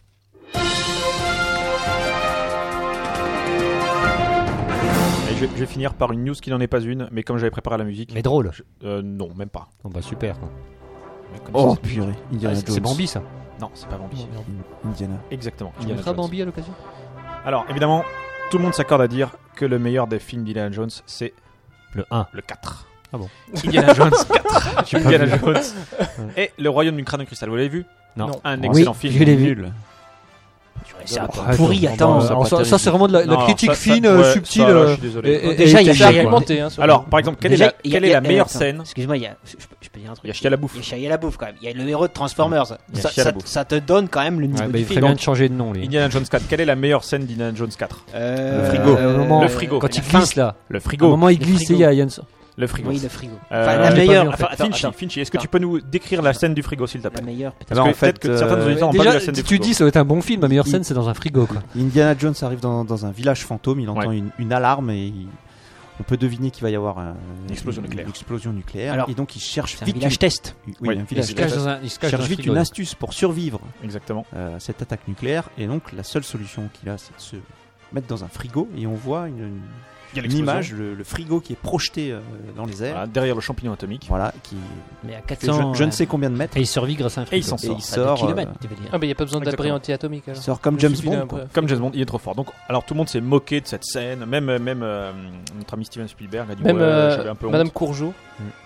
Et je, vais, je vais finir par une news qui n'en est pas une, mais comme j'avais préparé la musique. Mais drôle. je- euh, non, même pas. Bon, bah super. Quoi. Mais comme Oh ça, c'est- purée, Indiana Ah, c'est Jones. c'est Bambi ça. Non, c'est pas Bambi. Indiana. Exactement. Tu Indiana mettras Jones. Bambi à l'occasion. Alors, évidemment, tout le monde s'accorde à dire que le meilleur des films d'Indiana Jones, c'est Le un. le quatre. Ah bon. Indiana Jones quatre. Indiana Jones. Et Le Royaume du Crâne de Cristal, vous l'avez vu? Non. Un Oui, excellent film. je l'ai vu. Nul. C'est un peu Arrête, pourri, on- attends. on- ça alors pas ça, ça, terrible. c'est vraiment de la, la Non, critique ça- ça- fine, ouais, euh, subtile. ça, là, euh, je suis désolé. et- et- Déjà, et il y a c'est J'ai Shia- quoi. argumenté. Hein, sur- Alors, par exemple, quelle Déjà, est la, il y a- quelle il y est a- la meilleure attends, scène? Excuse-moi, il y a, je, peux- je peux dire un truc. Il y a Shia LaBeouf. Il y a Shia LaBeouf quand même. Il y a le héros de Transformers. Il y a Ça, Shia ça- LaBeouf. ça te donne quand même le niveau Ouais, bah, du il ferait film. bien de changer de nom, lui. Indiana Jones quatre. Quelle est la meilleure scène d'Indiana Jones quatre? Euh, Le frigo. euh, Au moment- Le frigo. Quand il la fin. glisse là. Le Au frigo. moment où il Le glisse, frigo. il y a Jens. Le frigo. Oui, le frigo. Euh, Enfin, je la l'ai pas meilleure. vu, en enfin, attends, Finchy, attends. Finchy, est-ce que Attends. tu peux nous décrire la scène du frigo, s'il te La plaît? meilleure, peut-être. Parce Alors, que en fait, peut-être que certains de nos euh, auditeurs n'ont pas vu Déjà, la scène du si tu frigo. dis ça va être un bon film, la meilleure scène c'est dans un frigo quoi. Indiana Jones arrive dans, dans un village fantôme, il entend Ouais. une, une alarme et il- on peut deviner qu'il va y avoir un- Une explosion nucléaire. une explosion nucléaire. Alors, et donc il cherche C'est un vite village une- test. Oui, Oui, un il village Il se cache cache test. dans un, il se Il cache dans cherche un vite frigo. une astuce pour survivre Exactement. euh, à cette attaque nucléaire et donc la seule solution qu'il a c'est de se mettre dans un frigo et on voit une, une- Il y a une l'explosion. image, le, le frigo qui est projeté euh, dans les airs. Voilà, derrière le champignon atomique. Voilà, qui Mais à fait je, quatre cents. je ne sais combien de mètres. Et il survit grâce à un Et il frigo. s'en Et sort. il sort, kilomètres, euh, tu veux dire. Ah, bah, il n'y a pas besoin d'abri Exactement. anti-atomique. il alors. sort comme Il James suffit Bond. d'un quoi. peu. Comme James Bond, il est trop fort. Donc, alors tout le monde s'est moqué de cette scène. Même, même euh, notre ami Steven Spielberg a dit Même ouais, euh, j'avais un peu Madame honte. Courgeot.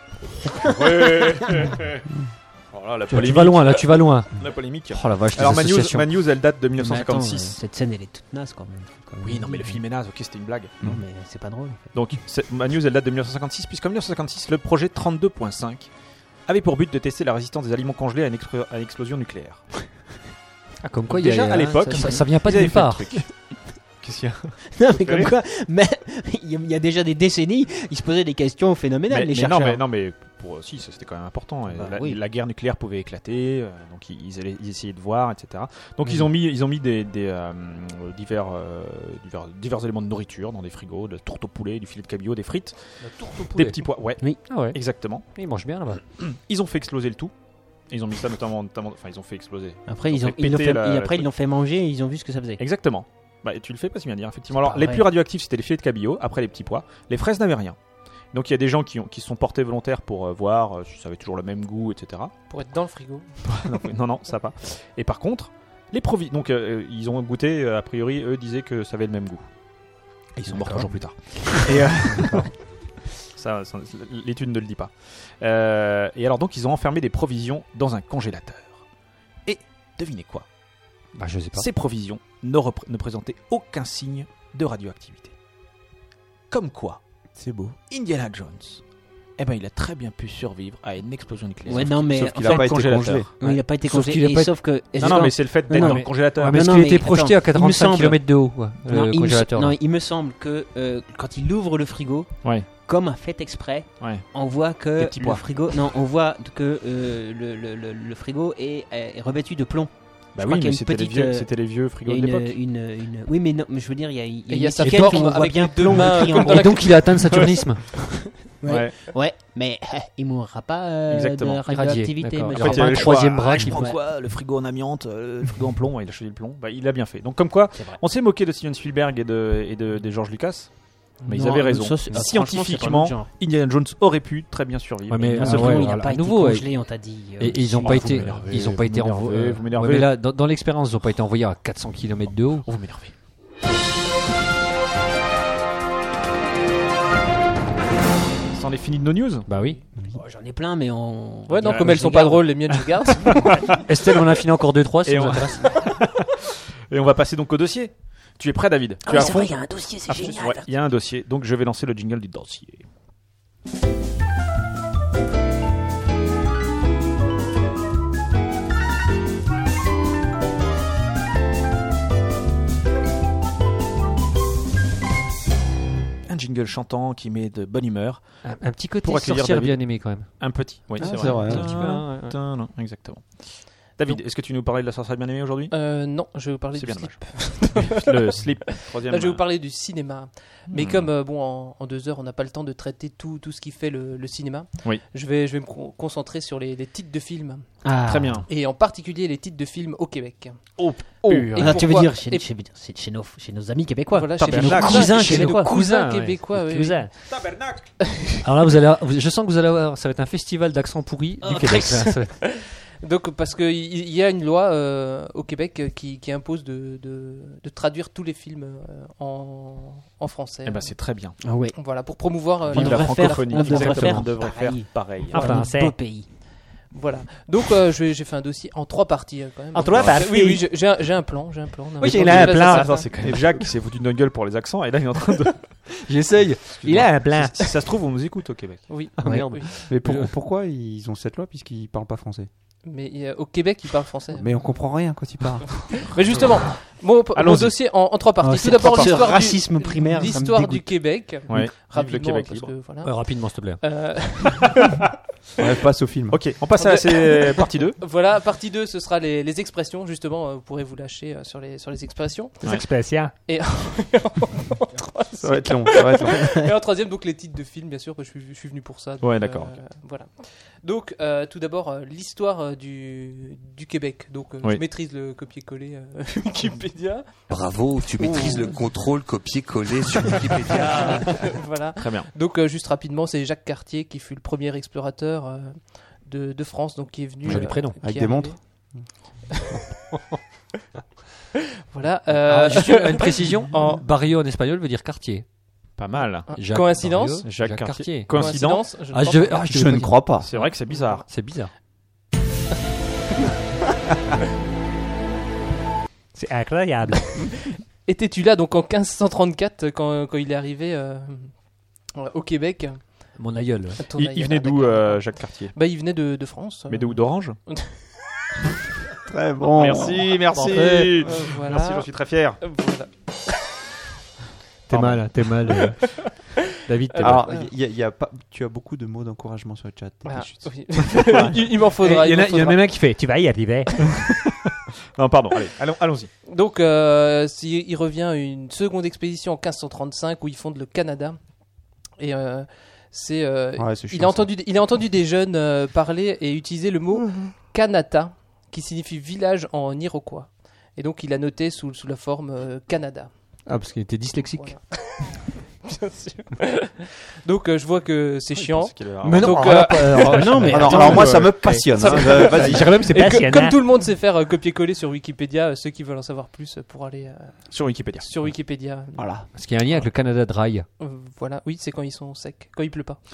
Ouais. Voilà, la Tu, tu polémique. vas loin là, tu vas loin. La polémique. Oh la vache, les Alors ma news, associations. ma news, elle date de Mais attends, euh, mille neuf cent cinquante-six. cette scène, elle est toute naze quand même. Faut quand même Oui, non, dire. mais le film est naze. Ok, c'était une blague. Non, mais c'est pas drôle. en fait. Donc, c'est- ma news, elle date de mille neuf cent cinquante-six, puisqu'en mille neuf cent cinquante-six, le projet trente-deux point cinq avait pour but de tester la résistance des aliments congelés à une, explo- à une explosion nucléaire. Ah, comme quoi, il y a- Déjà, il y a- à l'époque, ça, ça- ça vient pas Ils de avaient nulle fait le part. truc. Qu'est-ce qu'il y a Non, mais comme quoi, mais il y a- il y a déjà des décennies, ils se posaient des questions phénoménales, mais, les mais chercheurs. non, mais, non, mais pour, si, ça c'était quand même important. Et Bah la, oui. la guerre nucléaire pouvait éclater, euh, donc ils, ils, allaient- ils essayaient de voir, et cetera. Donc Mhm. ils ont mis, ils ont mis des, des, euh, divers, euh, divers, divers éléments de nourriture dans des frigos, de la tourte au poulet, du filet de cabillaud, des frites, des petits pois. Ouais, Ah ouais, exactement. il mange bien là-bas. Ils ont fait exploser le tout. Ils ont mis ça notamment, notamment enfin ils ont fait exploser. Après, Ils ils ont ont, fait ils l'ont péter fait, la- et la après, truc. ils l'ont fait manger et ils ont vu ce que ça faisait. Exactement. Bah, et tu le fais pas si bien dire, effectivement. C'est Alors, pas les vrai. plus radioactifs, c'était les filets de cabillaud, après les petits pois. Les fraises n'avaient rien. Donc, il y a des gens qui, ont, qui se sont portés volontaires pour euh, voir euh, si ça avait toujours le même goût, et cetera. Pour être dans le frigo. non, non, non, ça va pas. Et par contre, les provis. Donc, euh, ils ont goûté, euh, a priori, eux disaient que ça avait le même goût. Et ils sont morts trois jours plus tard. Et, euh, ça, ça, l'étude ne le dit pas. Euh, et alors, donc, ils ont enfermé des provisions dans un congélateur. Et devinez quoi? Bah, je sais pas. Ces provisions ne, repré- ne présentaient aucun signe de radioactivité. Comme quoi, C'est beau. Indiana Jones, eh ben, il a très bien pu survivre à une explosion nucléaire. Ouais, non, mais Sauf qu'il en a fait, pas été congélateur. congelé. oui, il a pas été Sauf congelé. qu'il a et pas- Sauf que. Non, non, mais c'est le fait d'être Non, dans mais- le congélateur. Ouais, mais Non, est-ce non, qu'il mais était projeté attends, à il me quatre-vingt-cinq semble- kilomètres de haut, quoi, Non, le il me, congélateur non, là. il me semble que euh, quand il ouvre le frigo, Ouais. comme un fait exprès, Ouais. on voit Des que petits le pois. frigo, non, on voit que euh, le, le, le, le frigo est, est revêtu de plomb. Bah Je crois oui, qu'il y a mais une c'était les, petite, vieux, euh, c'était les vieux Il frigos y a de une, l'époque. une, une- oui, mais non, mais je veux dire, il y a, il y a Et il une y a sa étiquette forme où on voit avec bien les deux plomb mains, écrit en comme haut. dans la Et donc il a atteint le saturnisme. Ouais. Ouais. Ouais, mais il mourra pas euh, Exactement. de radioactivité. d'accord. mais Il je aura sais pas pas. un troisième bras Ah, qui je prends pourrait- quoi? Le frigo en amiante, euh, le frigo en plomb. Ouais, il a choisi le plomb. Bah, il a bien fait. Donc, comme quoi, C'est vrai. on s'est moqué de Steven Spielberg et de, et de, de George Lucas. Mais ils Non, avaient raison. ça, c'est- ah, Scientifiquement, franchement, c'est pas notre genre. Indiana Jones aurait pu très bien survivre. Ouais, mais, Il ah, se ouais, trouve- il n'a voilà, pas à été nouveau, ouais. congelé, on t'a dit. euh, Et, et ils ont Ah, pas vous été, m'énervez, ils ont pas vous été m'énervez, envoyés. vous m'énervez. mais là, dans, dans l'expérience, ils ont pas été envoyés à quatre cents kilomètres de haut. Oh, vous m'énervez. C'en est fini de nos news. Bah oui. Oh, J'en ai plein, mais on. Ouais, non, Ouais, comme mais elles je sont les pas garde. drôles, les miennes, je garde. Estelle, on a fini encore deux trois si Et ça vous on- intéresse. Et on va passer donc au dossier. Tu es prêt, David? Ah Tu es oui, à c'est fond? vrai, il y a un dossier, c'est Ah, génial. ouais, il y a un dossier, donc je vais lancer le jingle du dossier. Un jingle chantant qui met de bonne humeur. Un, un petit côté Pour accueillir sorcière David. bien aimé quand même. Un petit, oui, Ah, c'est c'est vrai. vrai. Un petit peu, hein, ouais. Tin, non, exactement. David, est-ce que tu nous parlais de la sorcière bien aimée aujourd'hui? Euh, non, je vais vous parler C'est du bien slip. Le slip, troisième. Là, je vais vous parler du cinéma. Mais Hmm. comme euh, bon, en, en deux heures, on n'a pas le temps de traiter tout, tout ce qui fait le, le cinéma, Oui. je, vais, je vais me con- concentrer sur les, les titres de films. Ah. Très bien. Et en particulier les titres de films au Québec. Oh, Et Ah, tu veux pourquoi- dire chez, et- chez, chez, chez nos, chez nos amis québécois. Voilà, chez nos Tabernacle. cousins, Cousins chez nos québécois. cousins Cousins, québécois. oui, oui. Cousins. Alors là, vous allez, avoir- je sens que vous allez avoir, ça va être un festival d'accents pourris du Québec. là. Ça va être- Donc, parce qu'il y, y a une loi euh, au Québec euh, qui, qui impose de, de, de traduire tous les films euh, en, en français. Eh ben, c'est très bien. Ah ouais. Voilà, pour promouvoir euh, On Vive la devrait faire- francophonie. on devrait Exactement, faire on devrait faire pareil. pareil. Ah, Voilà, français. un beau pays. Voilà. Donc, euh, je vais- j'ai fait un dossier en trois parties euh, quand même. En trois Euh, parties. Oui, oui, j'ai- j'ai un, j'ai un plan. J'ai un plan. Non, Oui, mais il bon, a un je laisse plan. à ça. Attends, c'est quand même Jacques qui s'est foutu de notre gueule pour les accents et là il est en train de. J'essaye. Il a un plan. Si, si ça se trouve, on nous écoute au Québec. Oui. Ah, merde. Oui. Mais pour- pourquoi ils ont cette loi puisqu'ils parlent pas français? Mais euh, au Québec, ils parlent français. Mais on comprend rien quand ils parlent. Mais justement, mon, mon Allons-y. dossier en, en trois parties. Ah, Tout c'est d'abord, trop- ce l'histoire racisme du, primaire, ça me l'histoire dégoûte. du Québec. Ouais. Vive le Rapidement, Québec parce libre. que, voilà. Ouais, rapidement, s'il te plaît. Euh, On passe au film. Ok, on passe à la c'est partie deux. voilà, partie deux, ce sera les, les expressions. Justement, euh, vous pourrez vous lâcher euh, sur les, sur les expressions. Ouais. Expression. Et Ça va être long. Ça va être long. Et en troisième, donc les titres de films, bien sûr, parce que je, suis- je suis venu pour ça. donc, Ouais, d'accord, euh, Voilà. Donc, euh, tout d'abord, euh, l'histoire euh, du, du Québec. Donc, euh, Oui. je maîtrise le copier-coller euh, Wikipédia. Bravo, tu maîtrises le contrôle copier-coller sur Wikipédia. Voilà. Très bien. Donc, euh, juste rapidement, c'est Jacques Cartier qui fut le premier explorateur euh, de, de France, donc qui est venu. Joli prénom. qui Avec est des arrivé. montres. Voilà. euh, Ah, juste une précision. en- Barrio en espagnol veut dire quartier. Pas mal. Jacques Coïncidence Barrio, Jacques Jacques Cartier. Cartier. Coïncidence. je ne Ah, pense je, pas. ah, je, Je devais ne pas crois pas. C'est vrai que c'est bizarre. dire. C'est bizarre. C'est incroyable. Étais-tu là donc en quinze cent trente-quatre quand, quand il est arrivé euh, au Québec Mon aïeul. à ton Il, aïeul, il venait ah, d'où, d'accord. euh, Jacques Cartier? Bah, il venait de, de France. Mais d'où? D'Orange? Très bon. Merci, merci. Euh, voilà. Merci, j'en suis très fier. Euh, voilà. T'es Pardon. mal, t'es mal. euh. David, t'es mal. Alors, il y a- il y a pas, tu as beaucoup de mots d'encouragement sur le chat. Ah, Je suis- oui. il, il m'en faudra. Il y en m'en a, il y en a faudra. même un qui fait. Tu vas y arriver. Non, pardon, allez, allons, allons-y. Donc, euh, si- il revient une seconde expédition en quinze cent trente-cinq où il fonde le Canada. Et euh, c'est, euh, Ouais, c'est il, chiant, a ça. entendu, il a entendu des jeunes euh, parler et utiliser le mot Kanata, qui signifie village en iroquois. Et donc, il a noté sous, sous la forme euh, Canada. Ah, parce qu'il était dyslexique. Voilà. Bien sûr. Donc, euh, je vois que c'est chiant. Parce qu'il est- Mais non, Donc, alors, euh, alors, non, mais Alors, attends, alors moi, euh, ça me passionne. ça hein. me- Euh, Vas-y. Je dirais même c'est Et que- passionnant. comme tout le monde sait faire euh, copier-coller sur Wikipédia, euh, ceux qui veulent en savoir plus euh, pour aller euh, Sur Wikipédia. sur Wikipédia. Voilà. Parce qu'il y a un lien avec le Canada Dry. Euh, voilà, oui, c'est quand ils sont secs, quand il pleut pas.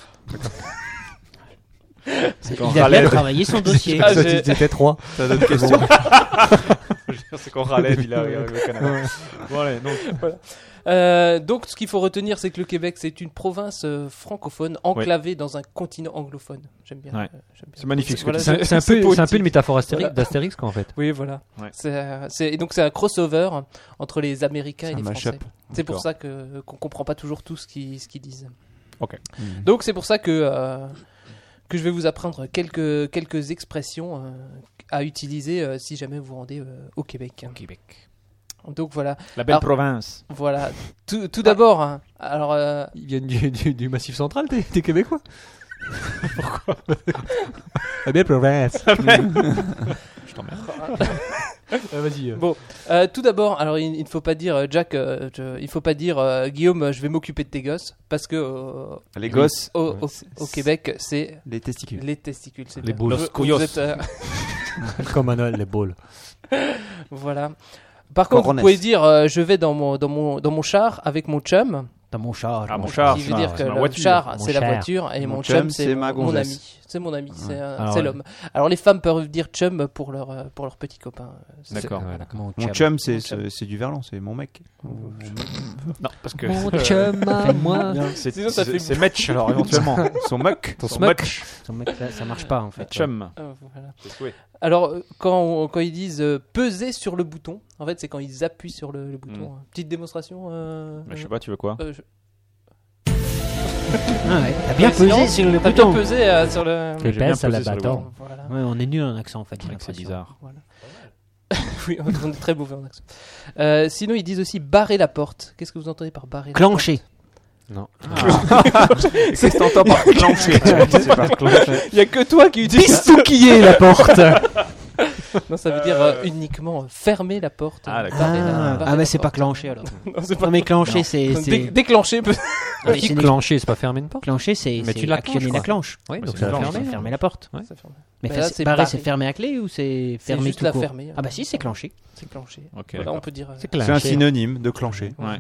C'est quand Il a bien Raleigh, travaillé son dossier. Ah, Ça, j'ai- ils étaient trois. T'as d'autres questions? c'est quand Raleigh, il arrive au Canada. Bon, allez, donc. Euh, donc, ce qu'il faut retenir, c'est que le Québec, c'est une province euh, francophone enclavée dans un continent anglophone. J'aime bien. Ouais. euh, j'aime bien. C'est magnifique ce que Voilà, tu C'est un- je- c'est un peu, c'est un peu poétique. une métaphore astérix- Voilà. d'Astérix, quoi, en fait. Oui, voilà. Ouais. C'est, euh, c'est- et donc, c'est un crossover entre les Américains et C'est les un Français. mash-up. C'est pour D'accord. ça que qu'on comprend pas toujours tout ce qu'ils ce qu'ils disent. Ok. Donc, c'est pour ça que euh, que je vais vous apprendre quelques quelques expressions euh, à utiliser euh, si jamais vous vous rendez euh, au Québec. Québec. Donc voilà, La belle Alors- province. voilà. Tout, tout d'abord, hein, alors euh, Ils viennent du, du, du Massif Central, t'es, t'es Québécois. Pourquoi La belle province. Je t'emmerde. Ah, vas-y. euh. bon, euh, tout d'abord, alors il, il ne faut pas dire euh, Jack, euh, je- il faut pas dire euh, Guillaume, je vais m'occuper de tes gosses, parce que euh, Les gosses, au, au- au Québec, c'est les testicules. les testicules, c'est Les bien. boules. Vous- Los cuyos. vous êtes, euh, Comme un les balles. voilà. Par contre, Coronets. vous pouvez dire euh, je vais dans mon dans mon dans mon char avec mon chum, T'as mon char. Ah, mon char, Qui veut ça, dire c'est que ma le voiture. char, Mon c'est la cher. voiture, et Mon mon chum, chum, c'est c'est ma mon, mon gonzesse. ami. C'est mon ami, c'est euh, Alors, c'est ouais. l'homme. Alors les femmes peuvent dire chum pour leur, euh, pour leur petit copain. C'est- D'accord. Ouais, d'accord. Mon Mon chum. chum, c'est Mon chum. c'est- c'est du verlan, c'est mon mec. Non, parce que. Mon chum à moi. C'est Sinon, ça fait c'est Match, alors éventuellement. Son mec. Son smoke. Match. Son mec, ça, ça marche pas en fait. Chum. Euh, voilà. C'est souhait. Alors, euh, quand, quand ils disent euh, peser sur le bouton, en fait, c'est quand ils appuient sur le, le bouton. Mm. Petite démonstration. Euh, Mais je sais pas, tu veux quoi euh, je- Ah ouais, t'as bien Ouais, sinon, pesé sur le T'as bien bouton. pesé euh, sur le. Et J'ai bien pèse à la pesé sur le bâton. bouton. Voilà. Ouais, on est nul en accent en fait. j'ai Ouais, c'est l'impression. bizarre. Voilà. Oui, on est très mauvais en accent. Euh, sinon, ils disent aussi barrer la porte. Qu'est-ce que vous entendez par barrer la Clencher. Non. Qu'est-ce que t'entends par clencher C'est par clencher. porte Il y a que toi qui utilises. Pistouquiller la porte. Non, ça veut dire euh, uniquement euh, fermer la porte. Ah, euh, d'accord. barrer la- Ah, barrer ah la mais c'est pas porte. clencher alors. Non, c'est pas Non mais clencher c'est Dé- c'est déclencher. peut- Ah, mais Qui c'est- clencher, c'est pas fermer une porte. clencher c'est Mais c'est tu la actionner clenches, la quoi. clenche. Oui, Ouais, donc c'est c'est la clencher. fermer. C'est fermer la porte. Ouais. Ça ferme. Mais Mais fa- là, c'est barrer barrer. c'est fermer à clé ou c'est C'est fermer juste tout la court. fermer. hein. Ah bah si c'est clencher. C'est clencher. Ok, Voilà, d'accord. on peut dire. euh, C'est C'est un clencher. synonyme de clencher. Ouais.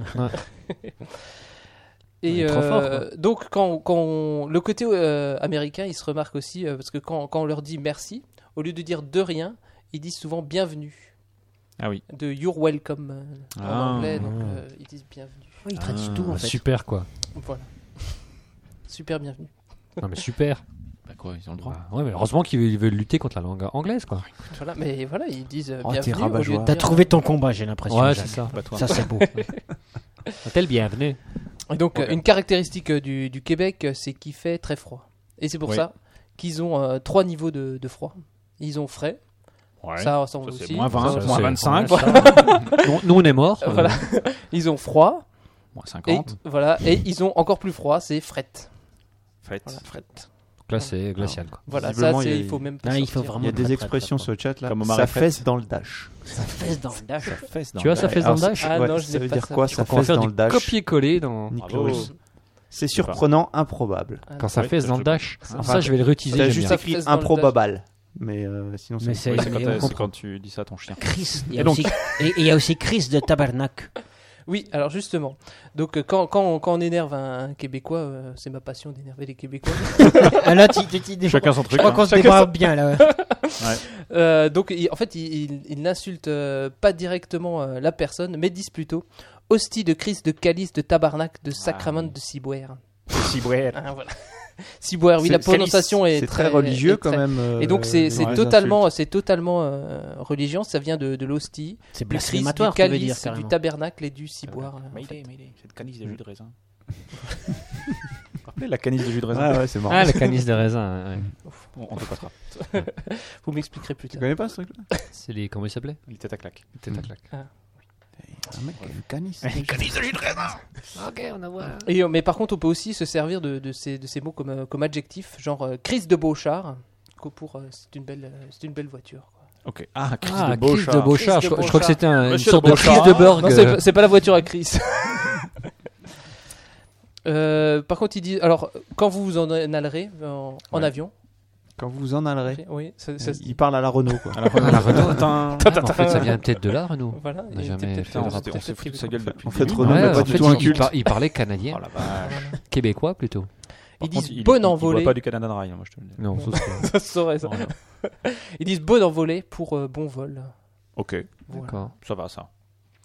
Et Ouais, trop euh, fort, quoi. donc quand, quand on- le côté euh, américain, il se remarque aussi euh, parce que quand, quand on leur dit merci, au lieu de dire de rien, ils disent souvent bienvenue. Ah oui. De you're welcome euh, en Ah. anglais, donc euh, ils disent bienvenue. Oui, ils traduisent Ah, tout en fait. Super quoi. Voilà. Super bienvenue. Non mais super. Bah quoi, ils ont le droit. Bah, ouais, mais heureusement qu'ils veulent, ils veulent lutter contre la langue anglaise quoi. Voilà, mais voilà, ils disent euh, Oh, t'es bienvenue. au lieu de rabat-joie. T'as dire- trouvé ton combat j'ai l'impression. Ouais, Jacques. c'est ça. Bah toi. Ça c'est beau. Tel bienvenue. Et donc, Ok. euh, une caractéristique euh, du, du Québec, euh, c'est qu'il fait très froid. Et c'est pour Oui. ça qu'ils ont euh, trois niveaux de, de froid. Ils ont frais, Ouais. ça, ça, on Ça, aussi. c'est moins vingt, Ça, moins c'est- vingt-cinq, nous, nous, on est morts. Euh, Voilà. Ils ont froid, moins et, cinquante. voilà, et ils ont encore plus froid, c'est fret. Faites. Voilà, fret. Donc là c'est glacial quoi. Voilà, ça, Visiblement, c'est, il y a- il faut même pas Non, il faut sortir. vraiment Il y a très, des très, expressions très sur le chat là. Comme au Ça marais fesse dans le dash. Ça fesse dans le dash. Fesse dans Tu vois le- ça fesse dans le Alors, dash. Ah ouais, non, je ça n'ai veut pas dire ça. quoi Je ça crois qu'on va fesse faire dans du le dash copier-coller dans. Nick Bravo. Loris. C'est Je sais pas. surprenant, improbable. Ah, Quand ça Ouais, fesse ça, dans je le peux- dash. Enfin, Ça je vais le réutiliser. T'as j'aime juste bien. Ça écrit fesse dans le improbable. Mais euh, sinon Mais c'est. c'est- Ouais, c'est quand, mais t'as- on c'est comprend. quand tu dis ça à ton chien. Chris. Il y Et a donc- aussi et et il y a aussi Chris de Tabarnak. Oui, alors justement, donc euh, quand, quand, on, quand on énerve un, un Québécois, euh, c'est ma passion d'énerver les Québécois. Ah là tu tu- tu- Chacun son Je truc. crois hein. qu'on se débat bien là. Euh, donc, il- en fait, il, il- il n'insulte euh, pas directement euh, la personne, mais disent plutôt hostie de Christ, de calice, de tabarnak, de sacrament, oui. de ciboire. Ciboire. Ah, voilà. Ciboire, oui, C'est- la prononciation est C'est très, très religieux est quand très- même. euh, Et donc, c'est c'est ouais, totalement, c'est totalement euh, religieux. Ça vient de, de l'hostie, C'est du Christ, du blasphématoire tu veux dire calice, du carrément. tabernacle et du ciboire. euh, en Mayday, fait. Mayday. Cette canisse de jus de raisin. Vous vous rappelez la canisse de jus de raisin Ouais, ouais, c'est marrant. Ah le canis de raisin. ouais. On, on te passera. Vous m'expliquerez plus Tu tard. connais pas ce truc là C'est les comment il s'appelait? Il était à claque. Tête à claque. Un mec qui a une canisse. Ok on a voir. Et, euh, mais par contre, on peut aussi se servir de, de ces, de ces mots comme, euh, comme adjectif, genre euh, Christ de Beauchard, que pour euh, c'est une belle, euh, c'est une belle voiture. Quoi. Ok. Ah, Chris Ah de Chris Beauchard. de Beauchard. Chris Je, de je crois que c'était un- une Monsieur sorte de de Chris Beauchard. de Borg. Non, c'est, pas- c'est pas la voiture à Chris. Euh, par contre, il dit alors quand vous vous en allerez en, en Ouais. avion, Quand vous en allerez. oui, ça, ça se dit. Il parle à la Renault quoi. À la Renault. Ah, la Renault. Attends. Ah, mais en fait ça vient peut-être de là Renault. Voilà, On n'a il jamais était fait peut-être- On le s'est- rapport. on s'est foutu de sa gueule depuis En le fait, début. Renault Ouais, n'est en pas du fait, tout un il, il culte. par- il parlait canadien, Oh la vache. québécois plutôt. Par Ils contre, disent il- bonne il- Il envolée. boit pas du Canada Dry, moi je te le dis. Non, ça, c'est- Ça se saurait, ça. Oh, non. Ils disent bonne envolée pour euh, bon vol. Ok, Voilà. d'accord. ça va ça.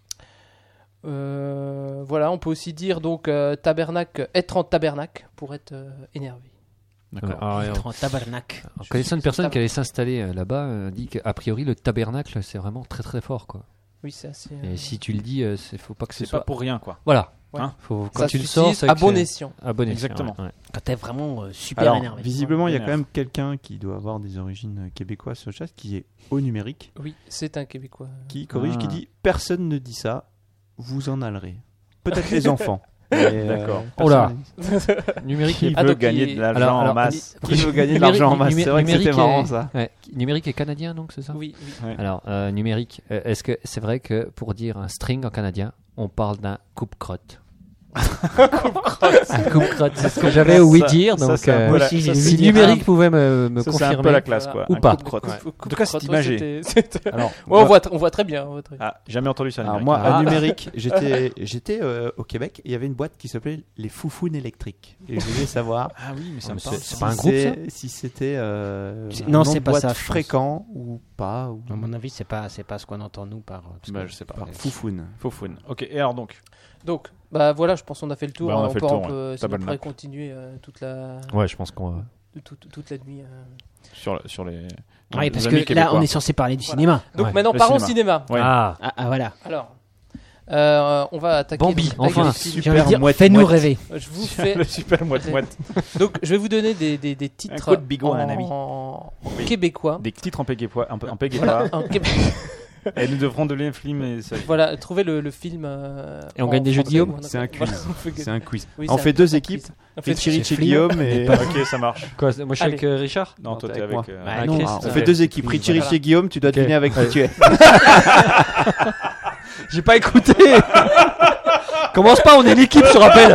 Euh, voilà, on peut aussi dire donc euh, tabernacle, être en tabernacle pour être euh, énervé. D'accord. Alors, Être en Tabarnak. en connaissant une personne qui allait s'installer euh, là-bas, euh, dit qu'a priori le tabernacle c'est vraiment très très fort quoi. Oui, c'est assez. euh, Et si tu le dis, euh, c'est faut pas que ce C'est pas soit. pour rien quoi. Voilà. Ouais. Hein Faut, quand ça tu le s'utilise sors, c'est à que bon c'est- escient. à bon escient. Exactement. ouais, ouais. Quand t'es vraiment euh, super Alors, énervé. visiblement, il y a Énerve. quand même quelqu'un qui doit avoir des origines euh, québécoises sur le chat, qui est au numérique, Oui, c'est un Québécois. qui corrige, Ah. qui dit personne ne dit ça, vous en allerez. Peut-être les enfants. Mais, euh, D'accord. Oh là. personne- Numérique Qui est Ah, veut donc, gagner il- de l'argent Alors, en alors, masse Qui veut gagner de Numérique- l'argent en masse. C'est vrai que numérique c'était marrant est- ça. Ouais. Numérique est canadien donc c'est ça? Oui, oui. Ouais. Alors euh, numérique, euh, est-ce que c'est vrai que pour dire un string en canadien, on parle d'un coupe-crotte? Un coupe-crotte, c'est ce que j'avais ouï dire. Ça, Donc, c'est un euh, peu Moi la- aussi, j'ai ça, vu si dire. numérique pouvait me, me Ça, c'est un confirmer. peu la classe, quoi. Ou Un pas. coupe-crotte, ouais. Coupe- En tout cas, c'est coupe- imagé. c'était- c'était- Alors, Ouais, on voit, tr- on voit très bien. on voit très bien. Ah, jamais entendu ça. Alors numérique. moi, Ah. à numérique, j'étais, j'étais euh, au Québec et il y avait une boîte qui s'appelait les Foufounes électriques. Et je voulais savoir Ah oui, mais ça Ah, me mais parle. c'est- c'est si pas un groupe, ça c'est- si c'était euh, C'est- un non, nom c'est de pas boîte ça, je pense. fréquent ou pas. Ou À mon avis, c'est pas, c'est pas ce qu'on entend nous par. parce Bah, que- je sais pas. par Foufoune. Foufoune. Ok, et alors donc Donc, bah voilà, je pense qu'on a fait le tour. Bah, on a hein, fait peut, le tour, on peut- ouais. sinon, T'as on bonne pourrait note. continuer euh, toute la, Ouais, je pense qu'on va. toute, toute la nuit. euh. sur, sur les. Oui, les parce amis que là, québécois. on est censé parler du Voilà. cinéma. Donc Ouais, maintenant, le parlons cinéma. cinéma. Ouais. Ah, Ah, ah, voilà. Alors, euh, on va attaquer. Bambi, avec enfin. les films. J'ai envie de dire, moite- fais-nous moite. rêver. Je vous fais. le super moite-moite. Donc, je vais vous donner des, des, des titres code bigot à un en, ami. en Oui. québécois. Des titres en péguépois. En, en Voilà, péguépois. en québé- Et nous devrons donner un film. Et ça... voilà, trouvez le, le film. euh, Et on en gagne des jeux de français Guillaume ou en C'est un anglais. quiz. Voilà, on fait- C'est un quiz. oui, on c'est fait un- deux c'est un équipes. quiz. On fait Richie, Richie, Flynn, Guillaume et. Ok, ça marche. quoi Moi, je suis Allez. avec euh, Richard. Non, toi, t'es t'es avec avec. moi. euh, Bah, avec non, Chris. ah, On fait deux équipes. Richie, Voilà. Richie, Guillaume, tu dois Ok. deviner avec qui Allez. tu es. J'ai pas écouté. Commence pas, on est l'équipe, je te rappelle.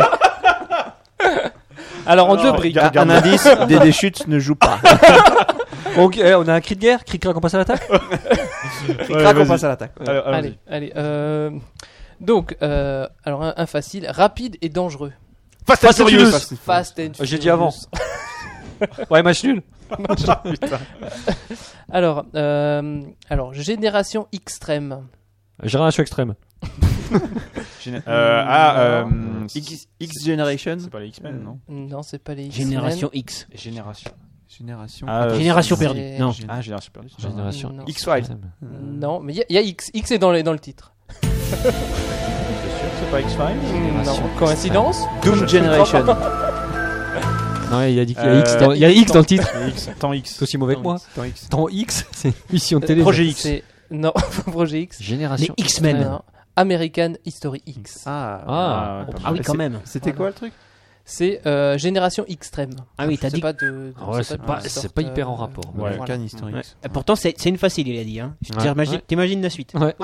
Alors, en Non, deux briques. regarde- Un indice, Dédé Chutes ne joue pas. Ok, eh, on a un cri de guerre, cri crac, on passe à l'attaque. Crac, on passe à l'attaque. Allez, allons-y. Allez, allez. euh, Donc, euh, alors un, un facile, rapide et dangereux. Fast and Fast and Furious. Furious. Fast and J'ai dit avant. Ouais, match nul. Putain. Alors, euh, alors, génération extrême. Génération extrême. Géné- euh, ah, euh, X, X Generation. c'est pas les X-Men, non Non, c'est pas les X-Men. Génération X. Génération. Génération. Ah, euh, Génération c'est- perdue. Non. Ah, Génération perdue. c'est pas vrai. Génération Non. X-Files. extrême. Non, mais il y, a- il y a X. X est dans, les, dans le titre. T'es sûr que c'est pas X-Files Non, coïncidence. Doom Generation. Non, il a dit qu'il y a Euh, X dans, il y a X dans le titre. X, temps X. C'est aussi mauvais que moi. Temps X. Temps X, c'est une mission de télé. Projet X. C'est- Non, Projet X. Génération Les X-Men. extrême. Non. American History X. Ah. Ah, ouais, pas Ah oui, mal. quand même. C'était Voilà. quoi le truc? C'est euh, Génération extrême. Ah oui, Je t'as sais dit. pas de. Ah ouais, je sais c'est de pas, quelle c'est sorte, pas hyper en euh, rapport. Ouais. American History X. Et pourtant, c'est c'est une facile, il a dit. Hein. Ouais. T'imagines, Ouais. t'imagines la suite. Ouais.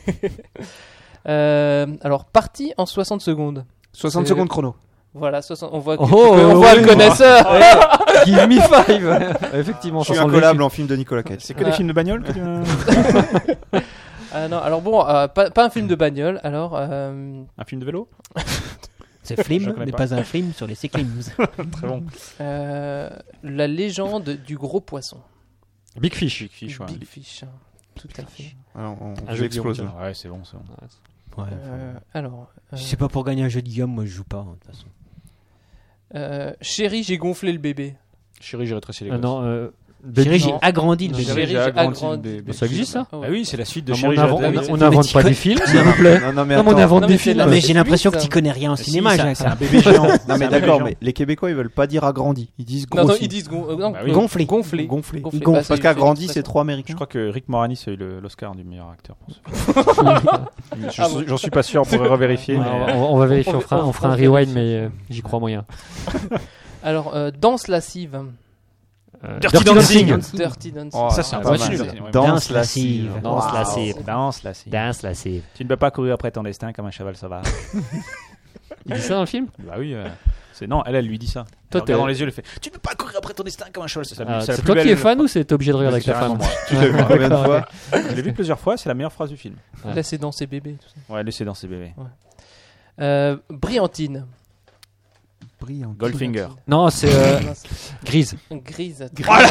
Euh, alors, partie en soixante secondes. soixante C'est- secondes chrono. Voilà, soixante on voit, que Oh, tu peux- on voit oui. le connaisseur. Give me five. Effectivement, Je suis ça sent le incollable en film de Nicolas Cage. C'est que des Ah. films de bagnole que tu- Ah non, alors bon, euh, pas, pas un film de bagnole, alors. euh, Un film de vélo C'est Je Flim, connais mais pas. pas un film sur les cyclismes. Très bon. euh, la légende du gros poisson. Big Fish. Big Fish, ouais. Big Fish. Tout à fait. Alors, on Un on jeu de l'explose. Guillaume, Ouais, c'est bon, c'est bon. Ouais. Euh, alors. euh, Si c'est pas pour gagner un jeu de Guillaume, moi je joue pas, hein, de toute façon. euh, Chérie, j'ai gonflé le bébé. Chérie, j'ai rétréci les Ah gosses. non, euh, Chérie, Baby- j'ai non. agrandi le Non, bébé. Chérie, j'ai agrandi le agrandi. bébé. Ça existe, ça Ah ouais. Ah oui, c'est la suite de Non, mais Chérie, on j'ai invente- adoré. on- on Mais n'invente tu pas connais- des films, s'il vous plaît. Non, non, mais Non, mais on attends. invente Non, des mais c'est films. la- Non, mais c'est j'ai l'impression que suite, tu connais rien au Si, cinéma, ça- Jacques. c'est un bébé géant. Non, C'est mais un bébé d'accord, géant. mais les Québécois ils veulent pas dire agrandi. Ils disent Non, non, grossi. ils disent gon- euh, non, Bah oui. Gonflé. Gonflé. Gonflé. Gonflé. Gonflé. Bah, Parce c'est- qu'agrandi c'est- c'est trop Je américain. crois que Rick Moranis a eu le- l'Oscar du meilleur acteur pour ce film. Je Ah suis- bon. J'en suis pas sûr, on pourrait revérifier. Ouais, mais- on, va- on va vérifier, On on fera, va- on fera on un va rewind, vérifier. mais euh, j'y crois moyen. Alors, euh, danse lascive. Euh, Dirty Dancing. Dirty Dancing. Oh, Ça, c'est un pas bon mal. film. Danse lascive. lascive. Danse Waouh. lascive. Danse là, si. Dance là, c'est. Tu ne peux pas courir après ton destin comme un cheval sauvage. Il dit ça dans le film Bah oui. euh, C'est non, elle, elle lui dit ça. Toi, Toi, t'es- dans les yeux, elle fait. Tu ne peux pas courir après ton destin comme un cheval. C'est Ah, c'est la C'est plus toi qui belle- es fan ou c'est t'es obligé de regarder avec C'est ta carrément femme moi. Tu l'as vu combien de fois? Je l'ai vu plusieurs fois. C'est la meilleure phrase du film. Laisser danser bébé. Tout ça. Ouais, laissez danser bébé. Euh, Brillantine. Brillant. Goldfinger. Non, c'est euh, Grise. Grise.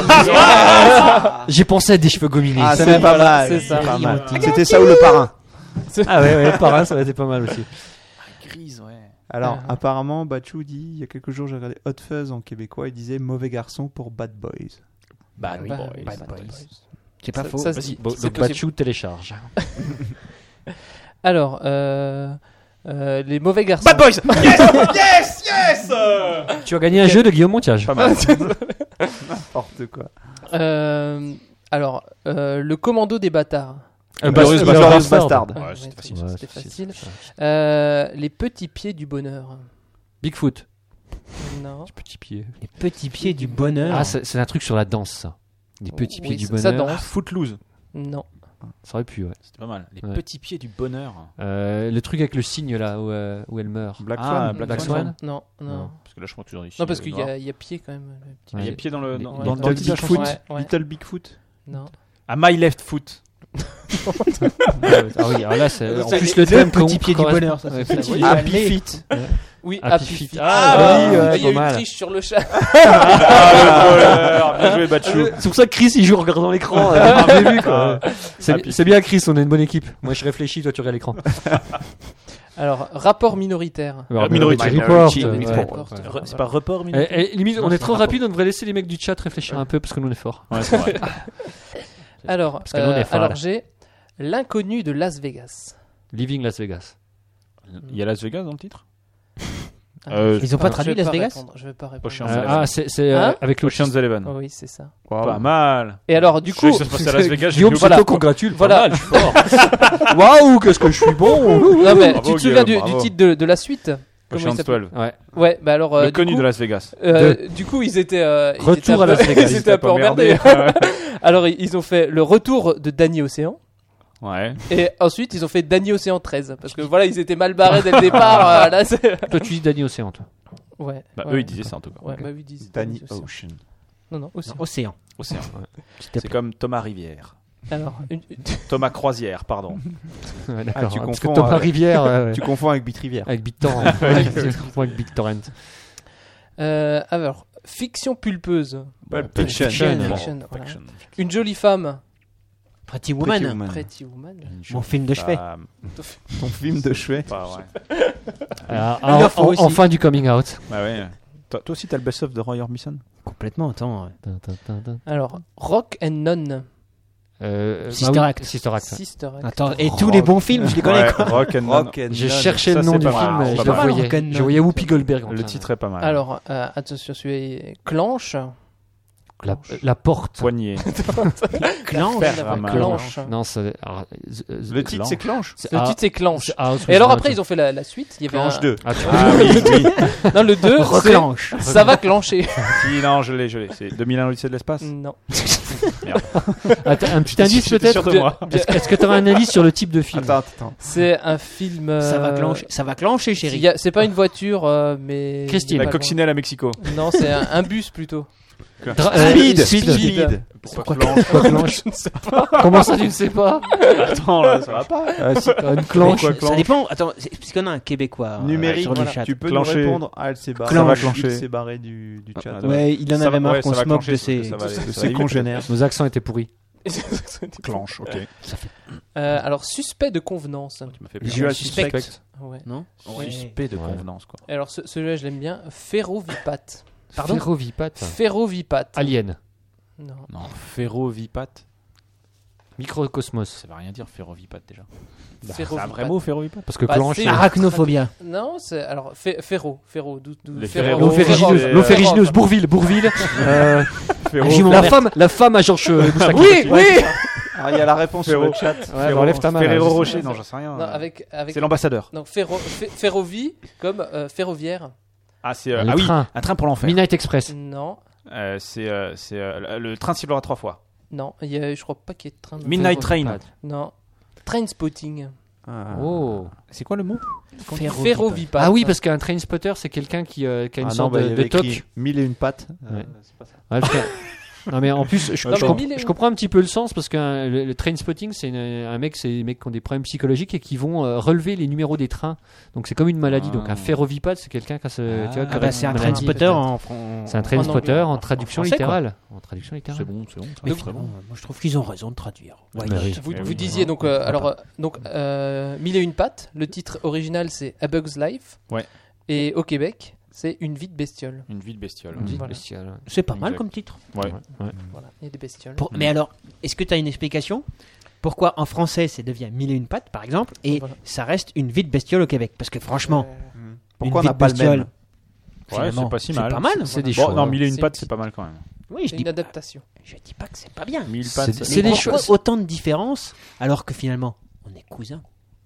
J'ai pensé à des cheveux gominés. Ah, Ça c'est m'a- pas mal. c'est ça. pas mal. C'était ça ou le parrain? Ah ouais, ouais, par là, ça aurait été pas mal aussi. Grise, ouais. Alors, Ah. apparemment, Bachou dit, il y a quelques jours, j'ai regardé Hot Fuzz en québécois, il disait mauvais garçon pour Bad Boys. Bad Bah, Boys. oui, Bad Bad Boys. Boys. C'est pas Ça- faux. ça se Vas-y, dit. bo- C'est donc possible. Bachou télécharge. Alors, euh, euh, les mauvais garçons. Bad Boys. Yes, yes, yes. Tu as gagné un jeu de Guillaume Montiage. Pas mal. N'importe quoi. Euh, alors, euh, le commando des bâtards. Euh, Glorious Bas- Bastard. Glorious Bastard. Ouais, Ouais, ouais, c'était c'était facile. Ouais, c'était c'est facile. facile. Euh, les petits pieds du bonheur. Bigfoot. Non. Petit pied. Les petits pieds du bonheur. Ah, c'est c'est un truc sur la danse, ça. Des petits pieds Oui, du ça- ça bonheur. danse. Footloose. Non. Ça aurait pu, ouais. C'était pas mal. Les Ouais. petits pieds du bonheur. Euh, le truc avec le signe là où, euh, où elle meurt. Black Ah, Swan. Black Black Swan. Swan. Non, non. Non. Parce que là, je crois que tu en ici. Non, parce euh, qu'il y noir. a, il y a pied quand même. le petit Ouais. Il y a pied. pied dans le. Ouais, Dans, dans dans, le dans le titre, titre. ouais, ouais. Little Bigfoot. Non. À My Left Foot. Ah oui, alors là, c'est. En C'est plus, le le thème petit pied du correspond- bonheur, ça, Ouais, c'est ça. petit Oui. pied. Happy Feet. Oui, Happy Happy Feet. Feet. Ah, oui, ouais, il y a pas eu mal. triche sur le chat. Ah, bien joué, Bachou. C'est pour ça que Chris il joue en regardant l'écran. euh, on avait vu, quoi. C'est Happy c'est bien, Chris, on est une bonne équipe. Moi je réfléchis, toi tu regardes l'écran. Alors, rapport minoritaire. Alors, Minority Report, Report, euh, Report. ouais. Report. Re- C'est pas report, Eh, Minority eh, limite, Non, on est c'est trop un rapide, on devrait laisser les mecs du chat réfléchir un peu parce que nous on est fort. Ouais, c'est vrai. Alors, Parce que nous, on est euh, fans. alors j'ai l'inconnu de Las Vegas. Living Las Vegas. Il y a Las Vegas dans le titre Ah, Euh, Ils ont pas alors, traduit je vais Las pas Vegas répondre, Je vais pas répondre. Ocean's Euh, Eleven. ah, c'est c'est, euh, Hein avec le Ocean's Eleven. Oh oui, c'est ça. Pas mal. Et alors, du Je coup, sais que ça se passe à Las Vegas. j'ai Guillaume dit, voilà. s'auto-congratule. Voilà. Voilà. Je suis fort. Waouh, qu'est-ce que je suis bon. non, mais Bravo, tu te souviens Guillaume, du, du bravo. titre de, de la suite? Comment il Ocean's s'appelle douze. Ouais. Ouais, bah alors. euh, Le du connu coup, de Las Vegas. euh, du coup, ils étaient. euh, ils Retour étaient un à Las peu- Vegas. Ils étaient un peu emmerdés. Alors, ils ils ont fait le retour de Danny Océan. Ouais. Et ensuite, ils ont fait Danny Océan treize. Parce que voilà, ils étaient mal barrés dès le départ. euh, là, c'est- Toi tu dis Danny Océan, toi. ouais. Bah, ouais. eux, ils disaient ça en tout cas. Ouais, bah oui, ils disent Danny Océan. Ocean. Non, non, Océan. Océan. Océan. S'il te C'est plaît. comme Thomas Rivière. Alors, une- une- Thomas Croisière, pardon. Ouais, d'accord. tu Parce que confonds, Thomas euh, Rivière. ouais, ouais. Tu confonds avec Bitrivière. Avec BitTorrent. Ouais, tu confonds avec BitTorrent. euh, alors, fiction pulpeuse. Pulp Fiction. Fiction, Bon, fiction, voilà. Fiction. Une jolie femme. Pretty Woman. Pretty Woman. Pretty Woman. Mon film de chevet. Femme. Ton film de chevet. Pas vrai. Ah, Il en faut en- aussi. Enfin du coming out. Bah ouais. Toi, toi aussi, t'as le best-of de Roy Orbison Complètement, attends. Alors, Rock and None. Euh, Sister bah oui, Act. Sister Act. ouais. Sister Act. Attends, et tous les bons films, je les connais Ouais, quoi. Rock and None. Rock and J'ai None. cherché Ça, le nom c'est du pas film, mal, et c'est je pas le mal. voyais. Rock'n'Roll. Je voyais Whoopi Goldberg. en Le train titre est pas mal. Alors, euh, attention, celui Clanche. de- la, la porte. Poignet. Clanche. Faire à main. Clanche. Non, c'est. alors, z- z- Le titre, c'est Clanche. c'est Le A- titre, c'est Clanche. c'est House Et with alors Mountain. après, ils ont fait la, la suite. Il y avait Clanche un... deux. Ah, tu- Ah oui, oui. Non, le deux, c'est... Reclanche. Ça va clencher. Si, non, je l'ai, je l'ai. C'est deux mille un Odyssée de l'espace. Non. Attends, un petit J'étais indice sûr- j'étais sûr peut-être. de moi. Bien- Est-ce que tu aurais un indice sur le type de film? Attends, attends. C'est un film... euh, Ça va clencher, ça va clencher, il chérie. y a- C'est pas une voiture, euh, mais... Christine. pas La loin. coccinelle à Mexico. Non, c'est un, un bus plutôt. Dra- euh, Speed. Speed. Speed. Pourquoi clanche Quoi, clenche Comment ça, tu ne sais pas? Attends, là, ça va pas. Euh, si- Une clenche. Pourquoi Ça dépend. Attends, c'est- puisqu'on a un Québécois euh, Numérique, sur le voilà. chat. Tu peux Clencher. nous répondre. Ah, elle s'est barrée. Clenche. Ça va Clencher. Il s'est barré du, du chat. Ah, Ouais, il en Ça avait va- marre ouais, qu'on ça va se moque clencher, de ça- ses. ça va aller- De ça va ses aller vite. congénères. Nos accents étaient pourris. Clanche, ok. Euh, alors, suspect de convenance. Tu m'as fait Je plaisir. suspecte. Suspect. Ouais. Non Ouais. Suspect de Ouais. convenance, quoi. Et alors, ce- celui-là, je l'aime bien. Ferrovipat. Pardon Ferrovipat. Ferrovipat. Alien. Non. Non, ferrovipat. Microcosmos. Ça veut rien dire ferrovipat déjà. C'est un Ferrovipat. vrai mot, ferrovipat. Parce que Bah, clenche. c'est- Arachnophobia. Non, c'est alors fe- ferro, ferro, d'où d'où Les ferro- ferros. L'Ophérégineuse. c'est- L'Ophérégineuse. Bourville. Bourville. Euh, Ferro. Jument La verte. femme, la femme à Georges euh, Moustaki. Oui, oui. Ah, il y a la réponse sur Ferro. le chat. Ouais, bah, enlève ta main. Ferrero là, je- Rocher, non, j'en sais rien. Non, avec avec C'est l'ambassadeur. non ferro, fe- ferrovie comme euh, ferroviaire. Ah, c'est euh, Le ah oui, train. un train pour l'enfer. Midnight Express. Non, Euh, c'est euh, c'est euh, le train ciblera trois fois. non, il y a, je crois pas qu'il y ait de train. de- Midnight Train. Ferrovipat. Non, train spotting. Ah. Oh. C'est quoi le mot Ferrovipat. Ah oui, parce qu'un train spotter, c'est quelqu'un qui, euh, qui a une Ah non, sorte bah, il y de, avait de toc. écrit mille et une pattes. Euh, Ouais. c'est pas ça. Ouais, parce que- Non mais en plus, je, Non, je mais comp- mille et- je comprends un petit peu le sens parce que euh, le, le train spotting, c'est une- un mec, c'est des mecs qui ont des problèmes psychologiques et qui vont euh, relever les numéros des trains. Donc c'est comme une maladie. Ah. Donc un ferrovipat, c'est quelqu'un qui a ce, Ah. tu vois, qui Ah aurait bah, c'est une un maladie, train spotter peut-être. en fran- C'est un train en spotter anglais. en traduction français, quoi. littérale. En traduction littérale. C'est bon, c'est bon. Mais Donc, vraiment, euh, moi je trouve qu'ils ont raison de traduire. Ouais, Bah oui. Vous, Eh vous oui. disiez donc euh, alors euh, donc euh, mille et une pattes. Le titre original c'est A Bug's Life. Ouais. Et au Québec c'est Une vie de bestiole. Une vie de bestiole. Une vie Voilà. spéciale. C'est pas mal Exact. comme titre. Ouais. Voilà, il y a des bestioles. Pour- Mais alors, est-ce que tu as une explication pourquoi en français ça devient mille et une pattes par exemple et Voilà. ça reste une vie de bestiole au Québec? Parce que franchement, Euh, Pourquoi on vie n'a de pas le bestiole, même Ouais, finalement, c'est pas si mal. C'est pas mal. C'est des Bon, choix. non, mille et une C'est- pattes, c'est pas mal quand même. Oui, je c'est dis, une adaptation. je dis pas que c'est pas bien. Mille C'est- pattes, c'est ça- Mais des pourquoi choix. autant de différences alors que finalement on est cousins?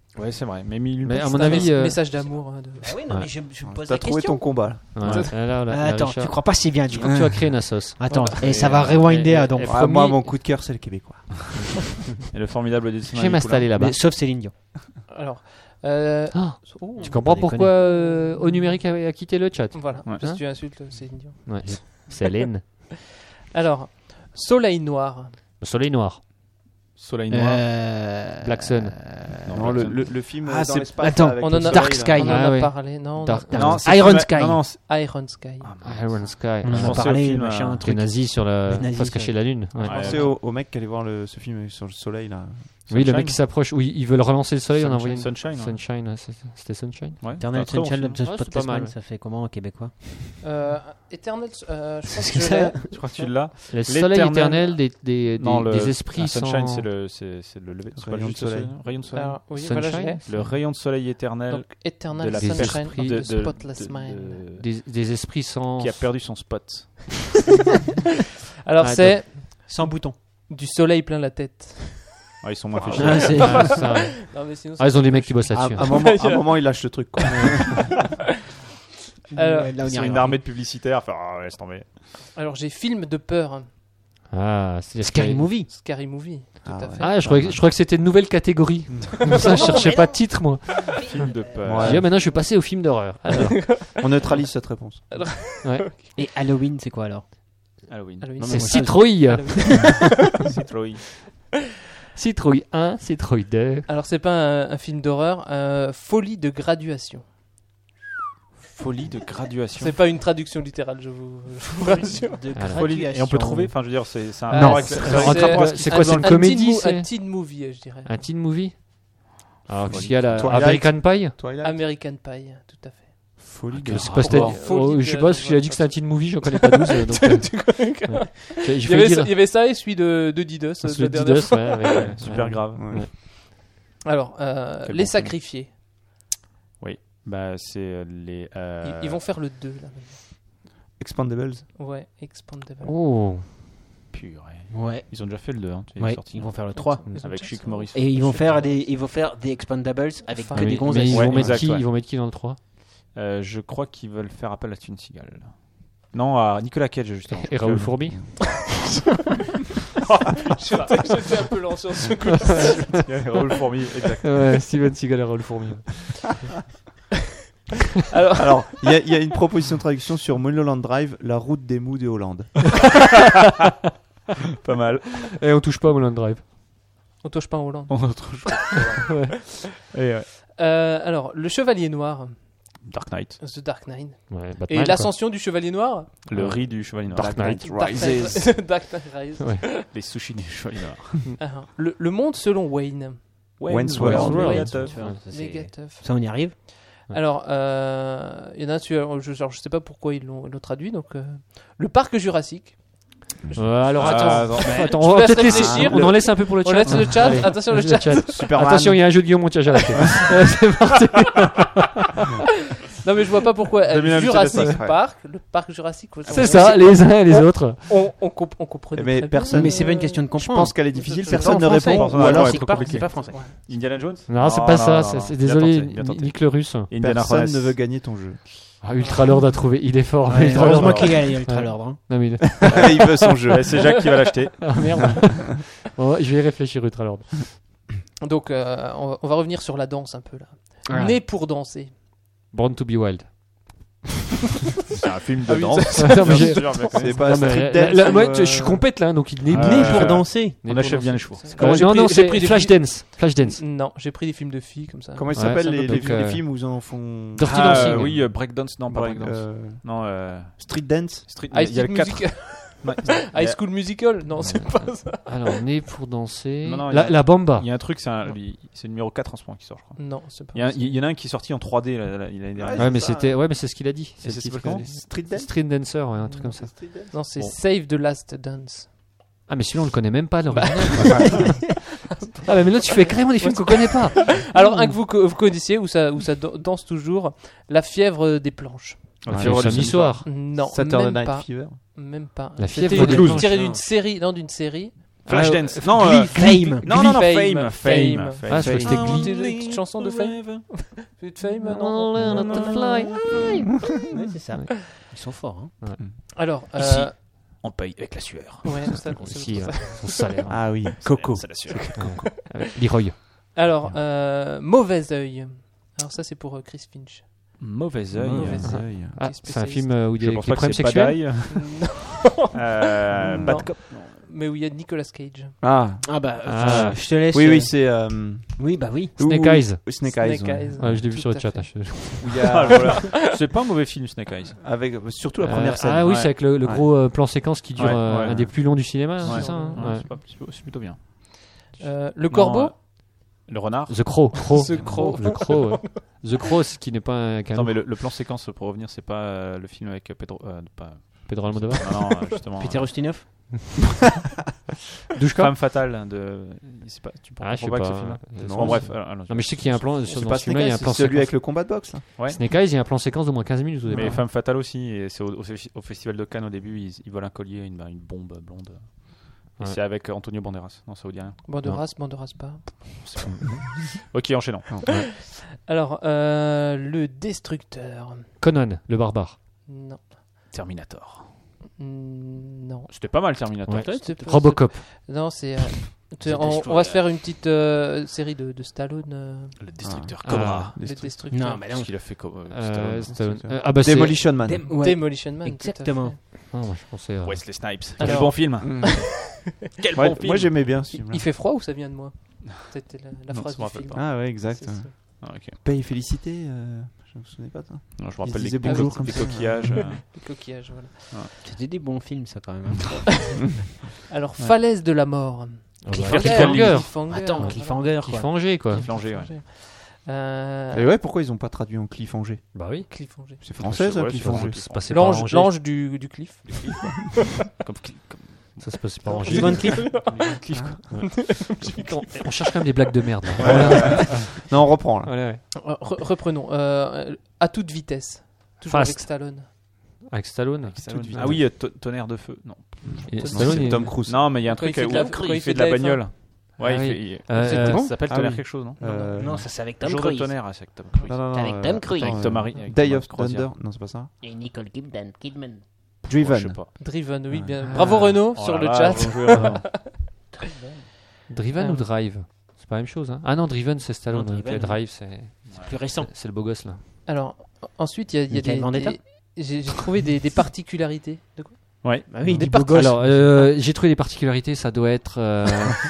Ouais, c'est vrai. Mais, mille- Mais à C'est mon un avis, mes- euh, message d'amour. hein, de- Ah oui, non, Ouais. mais je, je me pose T'as la trouvé question. ton combat. là. ouais, là, là, là, Ah, attends, Richard, tu crois pas si bien je du crois que tu vas créer une assos. Attends, Voilà. et ça Et, va euh, rewinder et- à et- donc. et- Ah, Promis- moi, mon coup de cœur, c'est le Québécois. Et le formidable dessin. Je vais m'installer là-bas. Mais sauf Céline Dion. Alors. euh, Ah, oh, Tu comprends Pas pourquoi déconner. euh, Au Numérique a, a quitté le chat? Voilà, Ouais. parce Hein que tu insultes Céline Dion. Ouais. C'est Hélène. Alors, Soleil Noir. Le soleil noir. Soleil noir. Euh... Black Sun. Non, le, le, le film Ah, euh, c'est- dans l'espace. attends, là, avec on le en a- soleil, Dark là. Sky. On en Ah a oui. parlé. Non, Dark- non. Non, c'est Iron le film- Sky. Non, non, c'est- non, Iron Sky. Iron Sky. On en Je a pensais au parlé, film, machin, euh, un Les truc. nazis sur la Les nazis, face cachée de la lune. Ouais. Ouais. Pensez au, au mec qui allait voir le, ce film sur le soleil là. Oui, le Sunshine. mec qui s'approche. Oui, ils veulent relancer le soleil. On a envoyé une... Sunshine. ouais. Sunshine. ouais, c'est- C'était Sunshine. Ouais. Eternal C'est un très bon Sunshine film. of the Ouais, c'est Spotless pas mal. Mind, ça fait comment en québécois? Euh, Eternal. Euh, je pense C'est que je ça. l'ai. Je crois que tu l'as. Le soleil L'éternel- éternel des, des, des, Non, le des esprits ah, Sunshine, sans... c'est le, c'est, c'est le lever. C'est pas Rayon juste de soleil. le rayon de soleil. Alors, oui, voilà, je Sunshine. l'ai. Le rayon de soleil éternel Donc, Eternal de la Des Sunshine esprits of de- the de- Spotless de- Mind. de- Des, des esprits sans... qui a perdu son spot. Alors, Ah, c'est Sans bouton. du soleil plein la tête. Ah, ils sont moins fait chier. Ah, c'est- Ah, ça, ouais. Non, mais sinon, Ah, ils ont des mecs qui bossent À là-dessus. un moment, à un moment, il lâche le truc. Quoi. Alors, Ouais, là, on y C'est arrive. une armée de publicitaires. Enfin, ah, laisse tomber. alors, j'ai film de peur. Ah, c'est Scary Movie. Scary Movie. Tout Ah à ouais. fait. Ah, je croyais, que- je croyais que c'était une nouvelle catégorie. Comme ça, je cherchais pas de titre, moi. Film de peur. Ouais. J'ai dit, ah, maintenant, je vais passer au film d'horreur. Alors, On neutralise cette réponse. Et Halloween, c'est quoi alors? Halloween. Halloween. Non, c'est mais moi, Citrouille. Halloween. Citrouille. Citrouille un, Citrouille deux. Alors, c'est pas un, un film d'horreur. euh, Folie de graduation. Folie de graduation. C'est pas une traduction littérale, je vous, je vous rassure. De Voilà. Folie. Et on peut trouver. Enfin, je veux dire, c'est c'est un. Euh, rapport avec- c'est- c'est- c'est- c'est- c'est quoi, c'est une un comédie, teen mo- c'est Un teen movie, euh, je dirais. Un teen movie. Alors, Folie. qu'est-ce qu'il y a là? Twilight. American Pie? Twilight. American Pie, tout à fait. Folie de. Je sais pas, c'était- Oh, oh, je sais pas, parce qu'il a dit que c'était un teen movie, je connais pas douze. Donc, euh, Tu connais quand même. j'ai j'ai il, y failli avait dire. ça, il y avait ça et celui de, de Didos. C'est de le la dernière Didos, fois. ouais, avec, euh, Super ouais. grave. Ouais. Alors, euh, Quel Les bon film. Sacrifiés. Bah, c'est euh, les. euh, Ils, ils vont faire le deux, là. Expandables. Ouais, Expandable. Oh. Purée. Ouais. Ils ont déjà fait le deux. Hein, tu es Ouais, sorti. ils vont faire le trois. Ils ont Avec déjà Chic ça. Maurice. Et ils vont faire des, ils vont faire des Expandables avec Enfin, que Mais, des mais gonzesses. ils, Ouais, vont mettre exact, qui, ouais. ils vont mettre qui dans le trois? Euh, je crois qu'ils veulent faire appel à Steven Seagal. Non, à Nicolas Cage, justement. Et Raoul Fourbi? J'étais j'étais un peu lent sur ce coup. Raoul Fourmi, exact. Ouais, Steven Seagal et Raoul Fourbi. Alors, Alors, il y, a- il y a une proposition de traduction sur Mulholland Drive, la route des mous de Hollande. Pas mal. Et on touche pas à Mulholland Drive. on touche pas en Hollande. On retrouve. Ouais. Et ouais. Euh, alors, Le Chevalier Noir, Dark Knight. The Dark Knight. Ouais, Et Batman, quoi. l'ascension du Chevalier Noir, Le Ouais. riz du Chevalier Noir. Dark Knight Dark Rises. Knight, Dark Knight Rises. Ouais. Les sushis du Chevalier Noir. Ah, le, le monde selon Wayne. Wayne's World. World. Méga Wayne. tough. Ça, c'est- Méga tough. Ça, on y arrive. Alors, euh, il y en a un, tu- alors, je, alors, je sais pas pourquoi ils l'ont ils l'ont traduit. Donc, euh, le parc Jurassique. Ouais, alors Ah, attends, attends. attends, Je on vous va laisse peut-être laisser. réfléchir. On en laisse un peu pour le chat. On laisse le chat. Allez. Attention, le Le chat. chat. Superman. Attention, il y a un jeu de Guillaume montage à la clé. Ouais, c'est parti. Non, mais je vois pas pourquoi. euh, J'aime bien Jurassic inviter ça, ouais. Park, le parc Jurassique. C'est ça, les uns et les autres. On, on, comp- on comprenait. Mais très personne- bien. Mais c'est pas une question de Je comprendre. pense qu'elle est difficile, C'est personne pas ne en français. répond. Personne Ou ne alors, répond, c'est trop pas, compliqué. c'est pas français. Indiana Jones. Non, c'est Non, pas non, ça. non, c'est- non. c'est- Bien Désolé, tenté, bien tenté. Nick le russe. Indiana personne Jones. ne veut gagner ton jeu. Ah, Ultralord a trouvé. Il est fort. Ouais, Ultralord. heureusement qu'il gagne Ultra Ouais. Lord. hein. Non, mais il- Il veut son jeu. Ouais, c'est Jacques qui va l'acheter. Ah merde. Bon, je vais y réfléchir, Ultralord. Donc, euh, on, va, on va revenir sur la danse un peu là. Ah. Né pour danser. Born to be Wild. C'est un film Ah de oui, danse. ça- Non, mais j'ai- Bien sûr, bien connu. C'est pas Non, mais, Street là, Dance. là, ou, moi, euh, je suis compète là, donc il est Ah, né ouais, pour ouais. danser. On achève bien les chevaux. Comment j'ai non, pris- non, j'ai c'est pris des Flashdance. Flashdance. Non, j'ai pris des films de filles comme ça. Comment ils Ouais, s'appellent ça les, peut- les, donc, les euh, films où ils en font. Dirty Ah, Dancing. euh, oui, euh, breakdance, non, pas Break- breakdance. euh, Non, euh, Street Dance. Street. High Il y a School le quatre. Musical. Ouais, il y a- High School Musical. Non, c'est pas ça. Alors, né pour danser. Non, non, il y a- La, la Bamba. Il y a un truc, c'est un- il- c'est le numéro quatre en ce moment qui sort, je crois. Non, c'est pas Il y, a un- ça. il y en a un qui est sorti en trois D là, là, l'année dernière. Ouais, mais c'était, ouais, mais c'est ce qu'il a dit. Et C'est ça le titre s'appelle comment qu'il a dit. Street Dance. Street Dancer, ouais, un truc comme ça. Non, c'est Bon. Save the Last Dance. Ah, mais celui-là, on le connaît même pas, l'original. Ah, mais maintenant, tu fais carrément des films qu'on connaît pas. Alors, un que vous, co- vous connaissiez, où ça, où ça dan- danse toujours, La fièvre des planches. Ah, Ouais, Fièvre le du samedi soir. Non, Saturday même Night pas. Fever. Même pas. La C'était fièvre des une- planches. tiré d'une série, non, d'une série Flashdance. Ah, non, Glee, euh, Fame. non, non, non, Fame. Fame. Fame. Fame. Fame. Ah, je crois que c'était Ah, Glee. tu sais, une petite chanson de Fame De Fame, non, Learn non, to non, non. fly. Ouais, c'est ça. Ils sont forts. Hein. Alors, euh, Ici. On paye avec la sueur. ouais, ça, Aussi, c'est euh, pour ça. son salaire. Ah oui. Coco. C'est la sueur. Avec Leroy. Alors, euh, Mauvais œil. Alors ça, c'est pour euh, Chris Finch. Mauvais œil. Mauvais œil. Ah, Qui est c'est un spécialiste. film euh, où il y Je a pense des pas problèmes que c'est pas sexuels. Euh, Non. Bad Cop. Mais où il y a Nicolas Cage. Ah. Ah bah, Ah. euh, je te laisse. Oui, euh, oui, c'est. euh, Oui, bah oui. Snake où- Eyes. où- Snake Eyes. Snake ouais. Eyes. Ouais, je l'ai vu Tout sur le à chat. fait. hein, je- Où il y Ah, a. voilà. C'est pas un mauvais film, Snake Eyes. Avec surtout la Euh, première scène. Ah oui, Ouais. c'est avec le, le Ouais. gros euh, plan séquence qui dure Ouais, euh, ouais. un des plus longs du cinéma, Ouais. c'est ça hein Ouais, Ouais. c'est pas- c'est pas- c'est plutôt bien. Euh, le Corbeau. Non, euh, Le renard. The Crow. Crow. The Crow. The Crow. ouais. The Crow, ce qui n'est pas un Attends, canon. mais le, le plan séquence, pour revenir, c'est pas euh, le film avec euh, Pedro. euh, pas... Pedro Almodovar. Non, non, euh, justement. Peter euh, Ustinov. Douchka. Femme fatale de. C'est pas... Tu Ah, je sais comprends pas, que pas. ce film-là Euh, Bon, bref. euh, allons-y. Non, mais je sais qu'il y a un plan sur C'est dans pas ce film-là, il Snake y a un Eyes, plan c'est celui séquence. avec le combat de boxe là. Ouais. Snake Eyes, il y a un plan séquence d'au moins quinze minutes au Mais départ. Femme fatale aussi, et c'est au, au, au festival de Cannes au début, ils, ils volent un collier, une, une bombe blonde. Et Ouais. c'est avec Antonio Banderas. Non, ça vous dit rien. Banderas, Banderas pas. Ok, enchaînons. Alors, euh, le Destructeur. Conan, le barbare. Non. Terminator. Mm, Non. C'était pas mal, Terminator. Ouais. C'est pas- Robocop. c'est- Non, c'est. euh, c'est- on, on va se faire une petite euh, série de, de Stallone. euh, Le Destructeur Ah. Cobra. le Destructeur. Destructeur. Non, mais non. Qu'est-ce qu'il a fait co- euh, Euh, Stallone Stallone. Euh, Ah bah c'est. Demolition Man. Dem- ouais. Demolition Man. tout à fait. Exactement. Ah, moi, je pensais. euh, Wesley Snipes. Alors- Quel bon film. Mm. Quel Ouais, bon film. moi j'aimais bien ce Il, film. il fait froid ou ça vient de moi C'était la, la Non, phrase ça me du rappelle film. pas. Ah ouais, exact. C'est- c'est- Ah, ok. Paye et félicité. euh, Je me souvenais pas de ça. Non, je me Il rappelle disait les, bonjour co- comme les ça. coquillages. euh. Le coquillage, voilà. C'était des bons films, ça, quand même. hein. Alors, Falaise de la mort. Ah bah, Cliffhanger. Cliffhanger. Attends, Cliffhanger, quoi. Cliffhanger, quoi. Flanger, ouais. Euh, Et ouais, pourquoi ils ont pas traduit en Cliffhanger? Bah oui. Cliffhanger. C'est français ça, Ouais, Cliffhanger. c'est C'est passé par L'ange, Angers. l'ange du, du cliff. Comme, comme- Ça se passe par Angers. Yvonne Cliff. Cliff, quoi. on, on cherche quand même des blagues de merde. là. Non, on reprend là. Voilà, ouais. Euh, re- reprenons. Euh, à toute vitesse. Toujours Fast. avec Stallone. Avec Stallone. Stallone. Toute Ah oui, euh, to- tonnerre de feu. Non. Et Non, Stallone, C'est il- Tom Cruise. Non, mais il y a un Quand truc il fait où de la- où quand il fait de la F un. bagnole. Ouais, Ah il oui. fait. il- Euh, c'est- euh, Ça s'appelle Ah tonnerre oui. quelque chose, non Euh, Non, ça, c'est avec Tom Jour de Cruise. tonnerre, c'est avec Tom Cruise. Non, non, non, Avec euh, Tom Cruise. Avec attends, Tom euh, Hardy. avec Day Thomas of Crozier. Thunder. Non, c'est pas ça. Et Nicole Kidman. Kidman. Je sais Driven. pas. Driven, oui, Ouais. bien. Bravo Renaud Oh sur là le là, chat. je jouais au- Driven Ah. ou Drive C'est pas la même chose. Hein. Ah non, Driven, c'est Stallone. Non, hein. Driven, Le Drive, c'est Plus récent. c'est le beau gosse là. Alors, ensuite, il y a, il y a Michael des. Vendetta. des- J'ai j'ai trouvé des, des particularités. De quoi Ouais. Bah oui, Des du beau parties. gosse. Alors, euh, j'ai trouvé des particularités. Ça doit être. euh,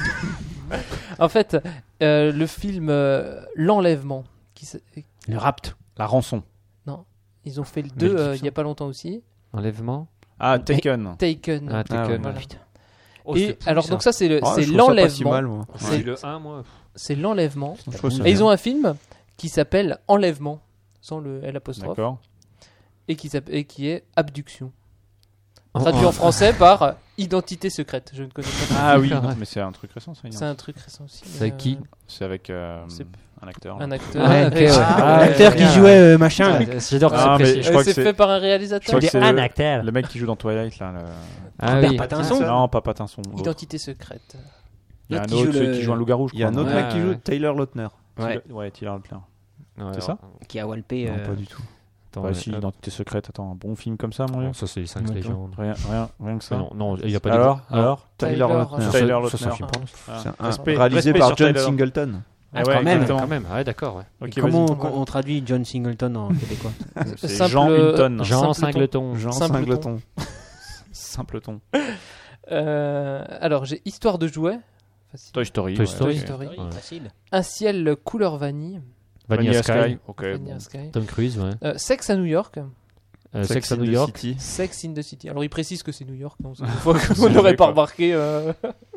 En fait, euh, le film euh, L'Enlèvement, qui s- Le rapt. La rançon. ils ont fait le deux Mel euh, il Gibson. n'y a pas longtemps aussi. Enlèvement. Ah, Taken. Taken. Ah, Ah, ouais. Taken. Voilà. Putain. Oh, Et c'était pourri, alors, ça. donc ça, c'est le- Ah, c'est je trouve ça pas si l'enlèvement. mal, moi. C'est- Ouais, le un, moi. C'est l'enlèvement. Je trouve ça Et ils bien. ont un film qui s'appelle Enlèvement, sans le L apostrophe, D'accord. et qui, s'appelle- et qui est Abduction. Oh, Traduit oh. en français par euh, Identité secrète. Je ne connais pas. Ah oui, Ouais. mais c'est un truc récent, ça. il y a- C'est un truc récent aussi. C'est mais, avec qui euh, C'est avec euh, C'est- un acteur. Un là. acteur. Ah, avec- ok, ouais. Ah, Ah, L'acteur qui bien. jouait euh, machin. là. Ah, J'adore que Ah, c'est mais précis. je crois Euh, que c'est c'est- fait par un Je réalisateur. crois que C'est c'est un le- acteur. Le mec qui joue dans Twilight, là. le- Ah Robert oui. Pattinson. Non, pas Pattinson. l'autre. Identité secrète. Il y a un L'autre qui autre joue celui le- qui joue un loup-garou, je Il y a un crois, autre non Ouais, mec qui ouais. joue Taylor Lautner. Ouais. Ouais, Tyler Lautner. Ouais, C'est ça Qui a walpé. Non, euh, pas du tout. Attends, Bah ouais. si, Ah, Identité secrète. Attends, un bon film comme ça, mon bon, gars. ça, c'est les cinq D'accord. légendes. Rien, rien, rien que ça. Ah, Non, non, il n'y a pas Alors, des- alors Tyler Tyler, Lautner. euh, Ça, Tyler ça, Lautner. c'est un film porno. Ah. C'est un- Respect- réalisé respect par sur John Tyler. Singleton. Ah quand ouais, même. exactement. Quand même, ah ouais, d'accord. Ouais. Ok, Comment vas-y. on, on traduit John Singleton en québécois? C'est Simple- Jean Hilton. Jean Simpleton. Singleton. Jean Simpleton. Singleton. Simpleton. Euh, alors, j'ai Histoire de jouets. Facile. Toy Story. Toy ouais. Story. Toy Story. Ouais. Facile. Un ciel couleur vanille. Vanilla Sky. Ok. Vanilla bon. Sky. Tom Cruise, ouais. Euh, Sex à New York. Euh, Sex à in New the York. City. Sex in the City. Alors, il précise que c'est New York. hein, c'est une fois que C'est vous n'aurez vrai, pas quoi. remarqué. euh.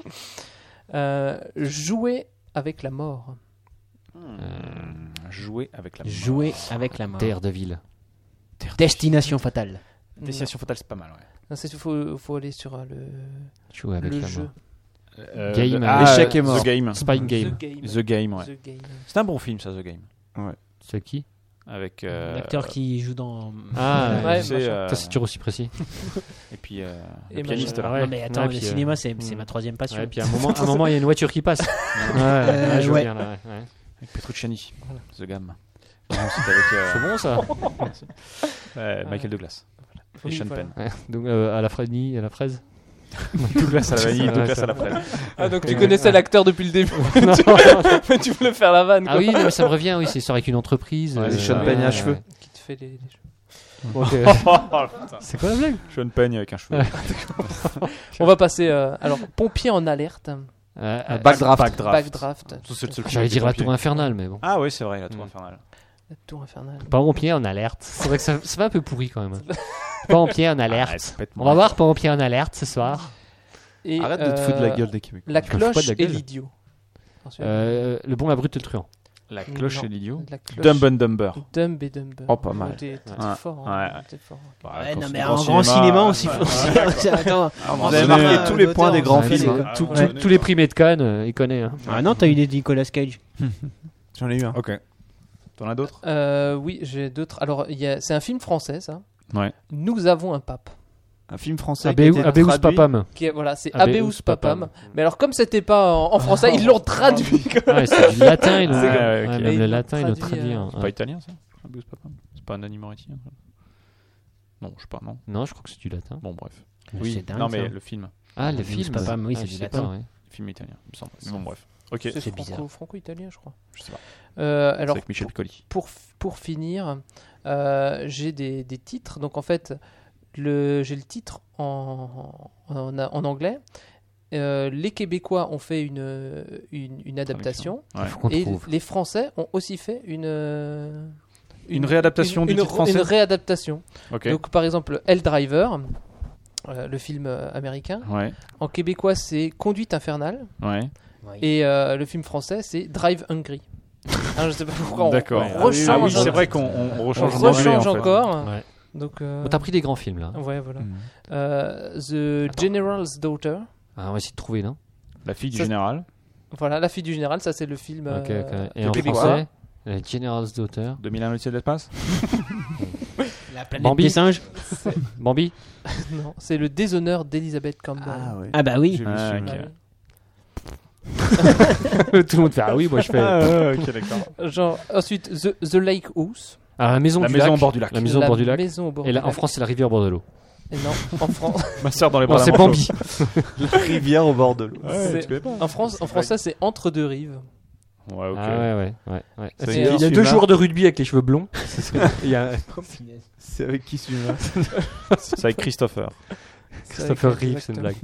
Euh, Jouer avec la mort. Hmm, Jouer avec la mort. Jouer avec la mort. Terre de ville. Destination fatale. Destination fatale, c'est pas mal, ouais. Non, il faut, faut aller sur euh, le, Jouer avec le la jeu. mort. Euh, Game, le- euh, ah, Échec est mort. The Game. Spine Game. The Game. The Game, ouais. The Game. C'est un bon film, ça, The Game. C'est qui avec euh, L'acteur qui joue dans. Ah, Ouais, c'est, machin. euh, ça c'est toujours aussi précis. et puis euh, Et le pianiste machin. là. Ouais. Non, mais attends, Ouais, le puis, cinéma, euh, c'est c'est hmm. ma troisième passion. Ouais, puis à un moment, à un moment, il y a une voiture qui passe. ouais, ouais, je vois ouais. bien, là, ouais, ouais. Avec Petrucciani, The Gam. Non, c'était avec euh, C'est bon ça. euh, Michael Douglas et Oui, Sean voilà. Penn. Ouais. Donc euh, à la vanille, à la fraise. Douglas à la vanille, Ouais, Douglas ça- à la fraise. Ah, donc tu connaissais l'acteur depuis le début. Non. Mais tu voulais faire la vanne, Ah quoi. oui, non, mais ça me revient. Oui, c'est sur avec une entreprise. Ouais, euh, Sean Penn à ouais, cheveux. ouais. Qui te fait les, les cheveux. Donc, euh, c'est quoi la blague? Sean Penn avec un cheveu. On va passer. euh, alors, pompier en alerte. Euh, euh, Backdraft. Backdraft. Backdraft. Ça, c'est le seul film J'allais avec dire les la pompiers. tour infernale, mais bon. Ah oui, c'est vrai, la tour Mm. infernale. La tour infernale. Pompier en alerte. C'est vrai que ça, ça va un peu pourri quand même. Pompier en Ah, alerte. complètement. On va voir Pompier en alerte ce soir. Et, Arrête de te foutre de la euh, gueule des Québécois. La Je me fous pas cloche de la et gueule. l'idiot. Ensuite, Euh, le bon, la brute et le truand. La cloche Non. et l'idiot. La cloche. Dumb and Dumber. Dumb et Dumber. Oh, pas mal. T'es t'es Ouais. fort. Hein. Ouais. T'es fort. Bah, Ouais, quand non, c'est mais du en grand cinéma aussi. Attends. Vous avez marqué tous les points des grands Ouais, films. c'est- hein. Tous- Ouais. tous- Tous les primés de Cannes, euh, il connaît. hein. Ah non, t'as eu des Nicolas Cage. J'en ai eu un. Ok. T'en as d'autres? Euh, oui, j'ai d'autres. Alors, il y a... c'est un film français, ça. Ouais. Nous avons un pape. Un film français. qui Abéou- a été Abéus traduit. Papam. Qui est, voilà, c'est Abeus Abeus Papam. Papam. Mais alors, comme c'était pas en, en français, ils l'ont traduit. quoi. Ouais, c'est du latin. Ils l'ont- C'est ouais, comme- ouais, ok. même Mais le ils l'ont latin, ils l'ont traduit, traduit. euh, hein. C'est Ouais. pas italien ça? Abuse Papa. C'est pas un animal italien ça? Non, je sais pas, non. Non, je crois que c'est du latin. Bon, bref. Oui, Oui, non, mais le film. Ah, le Abéus film. Papam, oui, Ah, c'est je du sais latin. pas, ouais. Le film italien, il me semble. Mais bon, bref. Ok. C'est C'est franco- bizarre. franco-italien, je crois. Je sais pas. Euh, C'est alors, avec Michel Piccoli. pour, pour finir, euh, j'ai des, des titres. Donc, en fait, le, j'ai le titre en, en, en anglais. Euh, les Québécois ont fait une, une, une adaptation. Ouais. Faut qu'on Et trouve. les Français ont aussi fait une... euh, Une réadaptation une, du une- titre français Une réadaptation. Ok. Donc, par exemple, Hell Driver, euh, le film euh, américain. Ouais. En québécois, c'est Conduite infernale. Ouais. Et euh, le film français, c'est Drive Hungry. Hein, je sais pas pourquoi on, D'accord. on rechange, Ah oui, c'est un- vrai qu'on on on rechange en anglais, rechange en fait. encore. Ouais. Donc, euh, Bon, t'as pris des grands films là. ouais, voilà. Mhm. Euh, The General's Daughter. Ah, on va essayer de trouver, non? La fille du Ça- général Voilà, La fille du général, ça c'est le film. Ok, euh, ok. Et en québécois. français, la General's Daughter. deux mille un L'Odyssée de l'espace. La planète Bambi. des singes. Bambi. Non, c'est le déshonneur d'Elizabeth Campbell. Ah ouais. Ah bah oui. J'ai vu Ah, celui-là. ok. Ouais. Tout le monde fait ah oui, moi je fais. Ah, ok, d'accord. Genre, ensuite, The, The Lake House. Ah, la maison La du maison lac. au bord du lac. La maison au bord du lac. maison au bord Et du là, en lac. France, c'est la rivière au bord de l'eau. Et non, en France. Ma soeur dans les Non, bras c'est d'un Bambi. La rivière au bord de l'eau. Ouais, C'est- tu connais pas. En France, en français, c'est Entre deux rives. Ouais, ok. Ah ouais, ouais, ouais. ouais. C'est Il y a, avec il y a qui deux celui-là joueurs de rugby avec les cheveux blonds. Il y a C'est avec qui celui-là? C'est avec Christopher. Christopher Reeve, c'est une Exactement.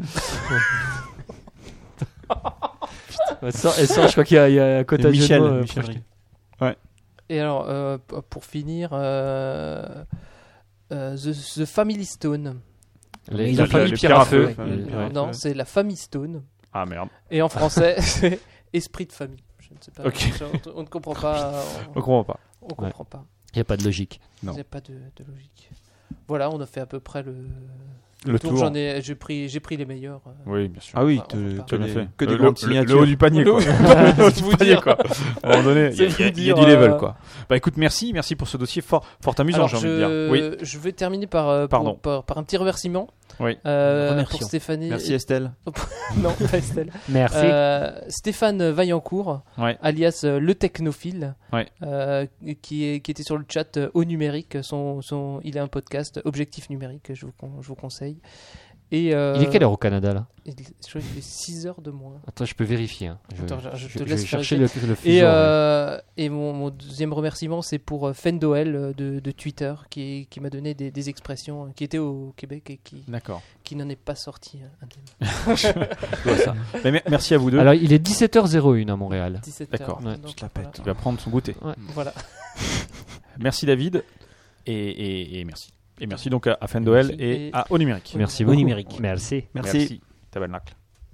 blague. Elle sort, elle sort, je crois qu'il y a, il y a un quota de jeu de Michel, mots, euh, Michel projeté. Rive. Et alors, euh, p- pour finir, euh, euh, the, The Family Stone. Les- Ils La ont famille le Pierre à feu. Pierre à feu. Euh, Ouais. ouais. Non, c'est La Famille Stone. Ah merde. Et en français, c'est Esprit de famille. Je ne sais pas. Ok. On, on ne comprend pas. On comprend pas. On, on comprend pas. Il n'y a pas de logique. Non. Il n'y a pas de, de logique. Voilà, on a fait à peu près le, Le tour. tour. J'en ai, j'ai pris, j'ai pris les meilleurs. euh. Oui, bien sûr. Ah oui, Enfin, te- on va pas- que Bien des- fait. que des le, grandes le- le signatures. haut du panier, Le quoi. haut du Le haut du vous panier, dire. quoi. À un moment donné, il y a, C'est il y a- vous il y a dire, du level, euh, quoi. Bah écoute, merci, merci pour ce dossier fort, fort amusant, Alors, j'ai envie je, de dire. Oui. je vais terminer par, euh, pour- Pardon. par, par un petit remerciement. Oui. Euh, Remercions. pour Stéphanie. Merci Estelle. Non, pas Estelle. Merci. Euh, Stéphane Vaillancourt, Ouais. alias euh, le technophile, Ouais. euh, qui, est, qui était sur le chat euh, au numérique. Son, son, il a un podcast, Objectif numérique, je vous, con- je vous conseille. Et, euh, Il est quelle heure au Canada là? il- Je crois qu'il est six heures de moins. Attends, je peux vérifier. hein. Je, Attends, je- je te vais laisse chercher le, le fuseau. Et, ouais. euh, et mon, mon deuxième remerciement, c'est pour euh, Fendoel euh, de, de Twitter, qui, qui m'a donné des, des expressions, euh, qui était au Québec et qui, D'accord. qui n'en est pas sorti. euh, indemne. Je dois ça. Mais mer- merci à vous deux. Alors, il est dix-sept heures zéro un à Montréal. dix-sept D'accord. heures. Ouais, Donc, je te la voilà. pète. Il va prendre son goûter. Voilà. Merci David. Et, et, et merci. Et merci donc à, à Fendoel Merci. et, Et- à Au Numérique. Merci Au beaucoup. numérique. Merci. Merci. Tabernacle.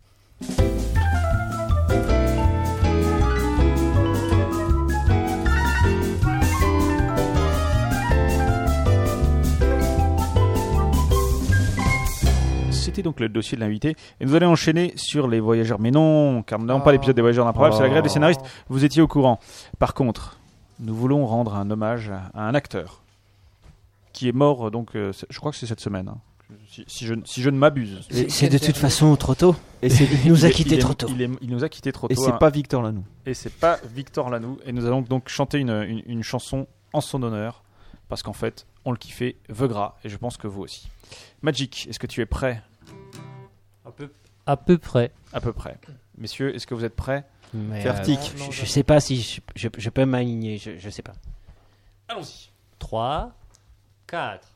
C'était donc le dossier de l'invité. Et nous allons enchaîner sur les voyageurs. Mais non, car nous n'avons pas Oh. l'épisode des voyageurs d'improbable, c'est la grève des Oh. scénaristes. Vous étiez au courant. Par contre, nous voulons rendre un hommage à un acteur qui est mort, donc euh, je crois que c'est cette semaine, hein, si, si, je, si je ne m'abuse. C'est, c'est de toute façon trop tôt. Et c'est Il nous a est- quittés il est- trop tôt. Il, est- il nous a quittés trop et tôt. c'est hein. pas Victor Lanoux. Et c'est pas Victor Lanoux. Et nous allons donc chanter une, une, une chanson en son honneur, parce qu'en fait, on le kiffait, Veugras, et je pense que vous aussi. Magic, est-ce que tu es prêt? À peu, à peu près. À peu près. Messieurs, est-ce que vous êtes prêts? Mais, Fertig. euh, je, je sais pas si je, je, je peux m'aligner, je, je sais pas. Allons-y. trois, quatre.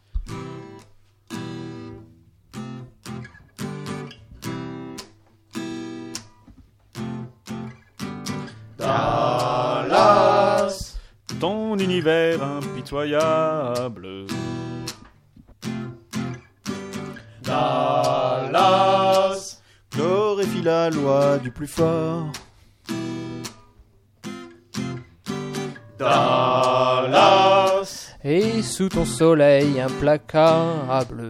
Dallas, ton univers impitoyable. Dallas, Glorifie la loi du plus fort. Dallas, Et sous ton soleil implacable.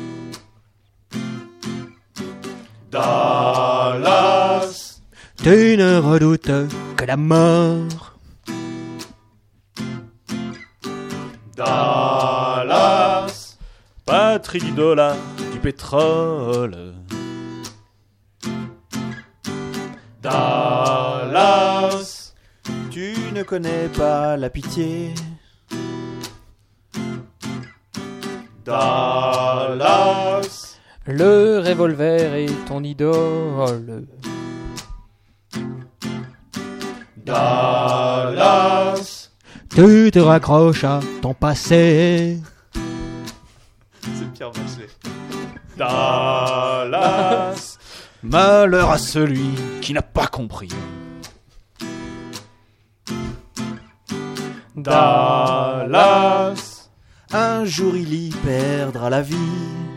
Dallas, Tu ne redoutes que la mort. Dallas, patrie du dollar, du pétrole. Dallas, Tu ne connais pas la pitié. Dallas, Le revolver est ton idole. Dallas, Tu te raccroches à ton passé. C'est Pierre Bachelet. Dallas, malheur à celui qui n'a pas compris. Dallas, Un jour il y perdra la vie.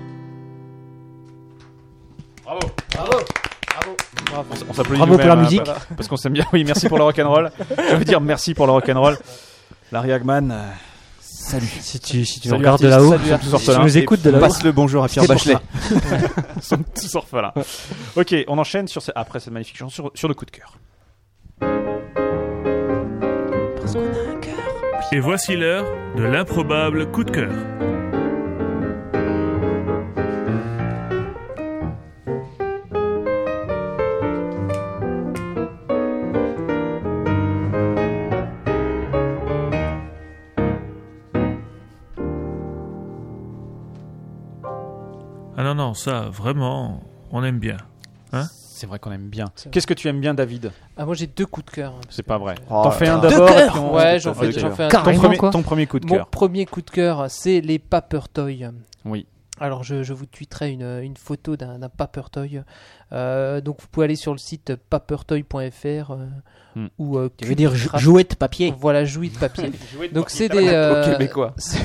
bravo. Bravo. On s'applaudit Bravo pour nous-mêmes, la hein, musique. parce- Parce qu'on s'aime bien. Oui, merci pour le rock'n'roll. Je veux dire merci pour le rock'n'roll. Larry Hagman, euh, Salut. Si tu, si tu nous Salut, regardes de artiste. là-haut, Salut, artiste. si tu nous écoutes de là-haut. Passe le bonjour à Pierre C'est pour Bachelet. ils sont tous orphelins. Ok, on enchaîne sur ce- après cette magnifique chanson sur, sur le coup de cœur. Et voici l'heure de l'improbable coup de cœur. Ah non, non, ça, vraiment, on aime bien. C'est vrai qu'on aime bien. Qu'est-ce que tu aimes bien, David? Ah, moi j'ai deux coups de cœur. C'est pas vrai. Oh, T'en fais un deux d'abord. cœurs et puis on- Ouais, j'en fais, Ok. j'en fais un. Ton Carrément, premier, quoi. ton premier coup de Mon cœur. premier coup de cœur, c'est les Paper Toys. Oui. Alors, je, je vous tweeterai une, une photo d'un, d'un Paper Toy. Euh, donc, vous pouvez aller sur le site papertoy point f r euh, Hmm. ou euh, Tu veux dire jou- Craft- jouet de papier. Voilà, jouet de papier. Donc, c'est des. euh, Au Québécois. c'est-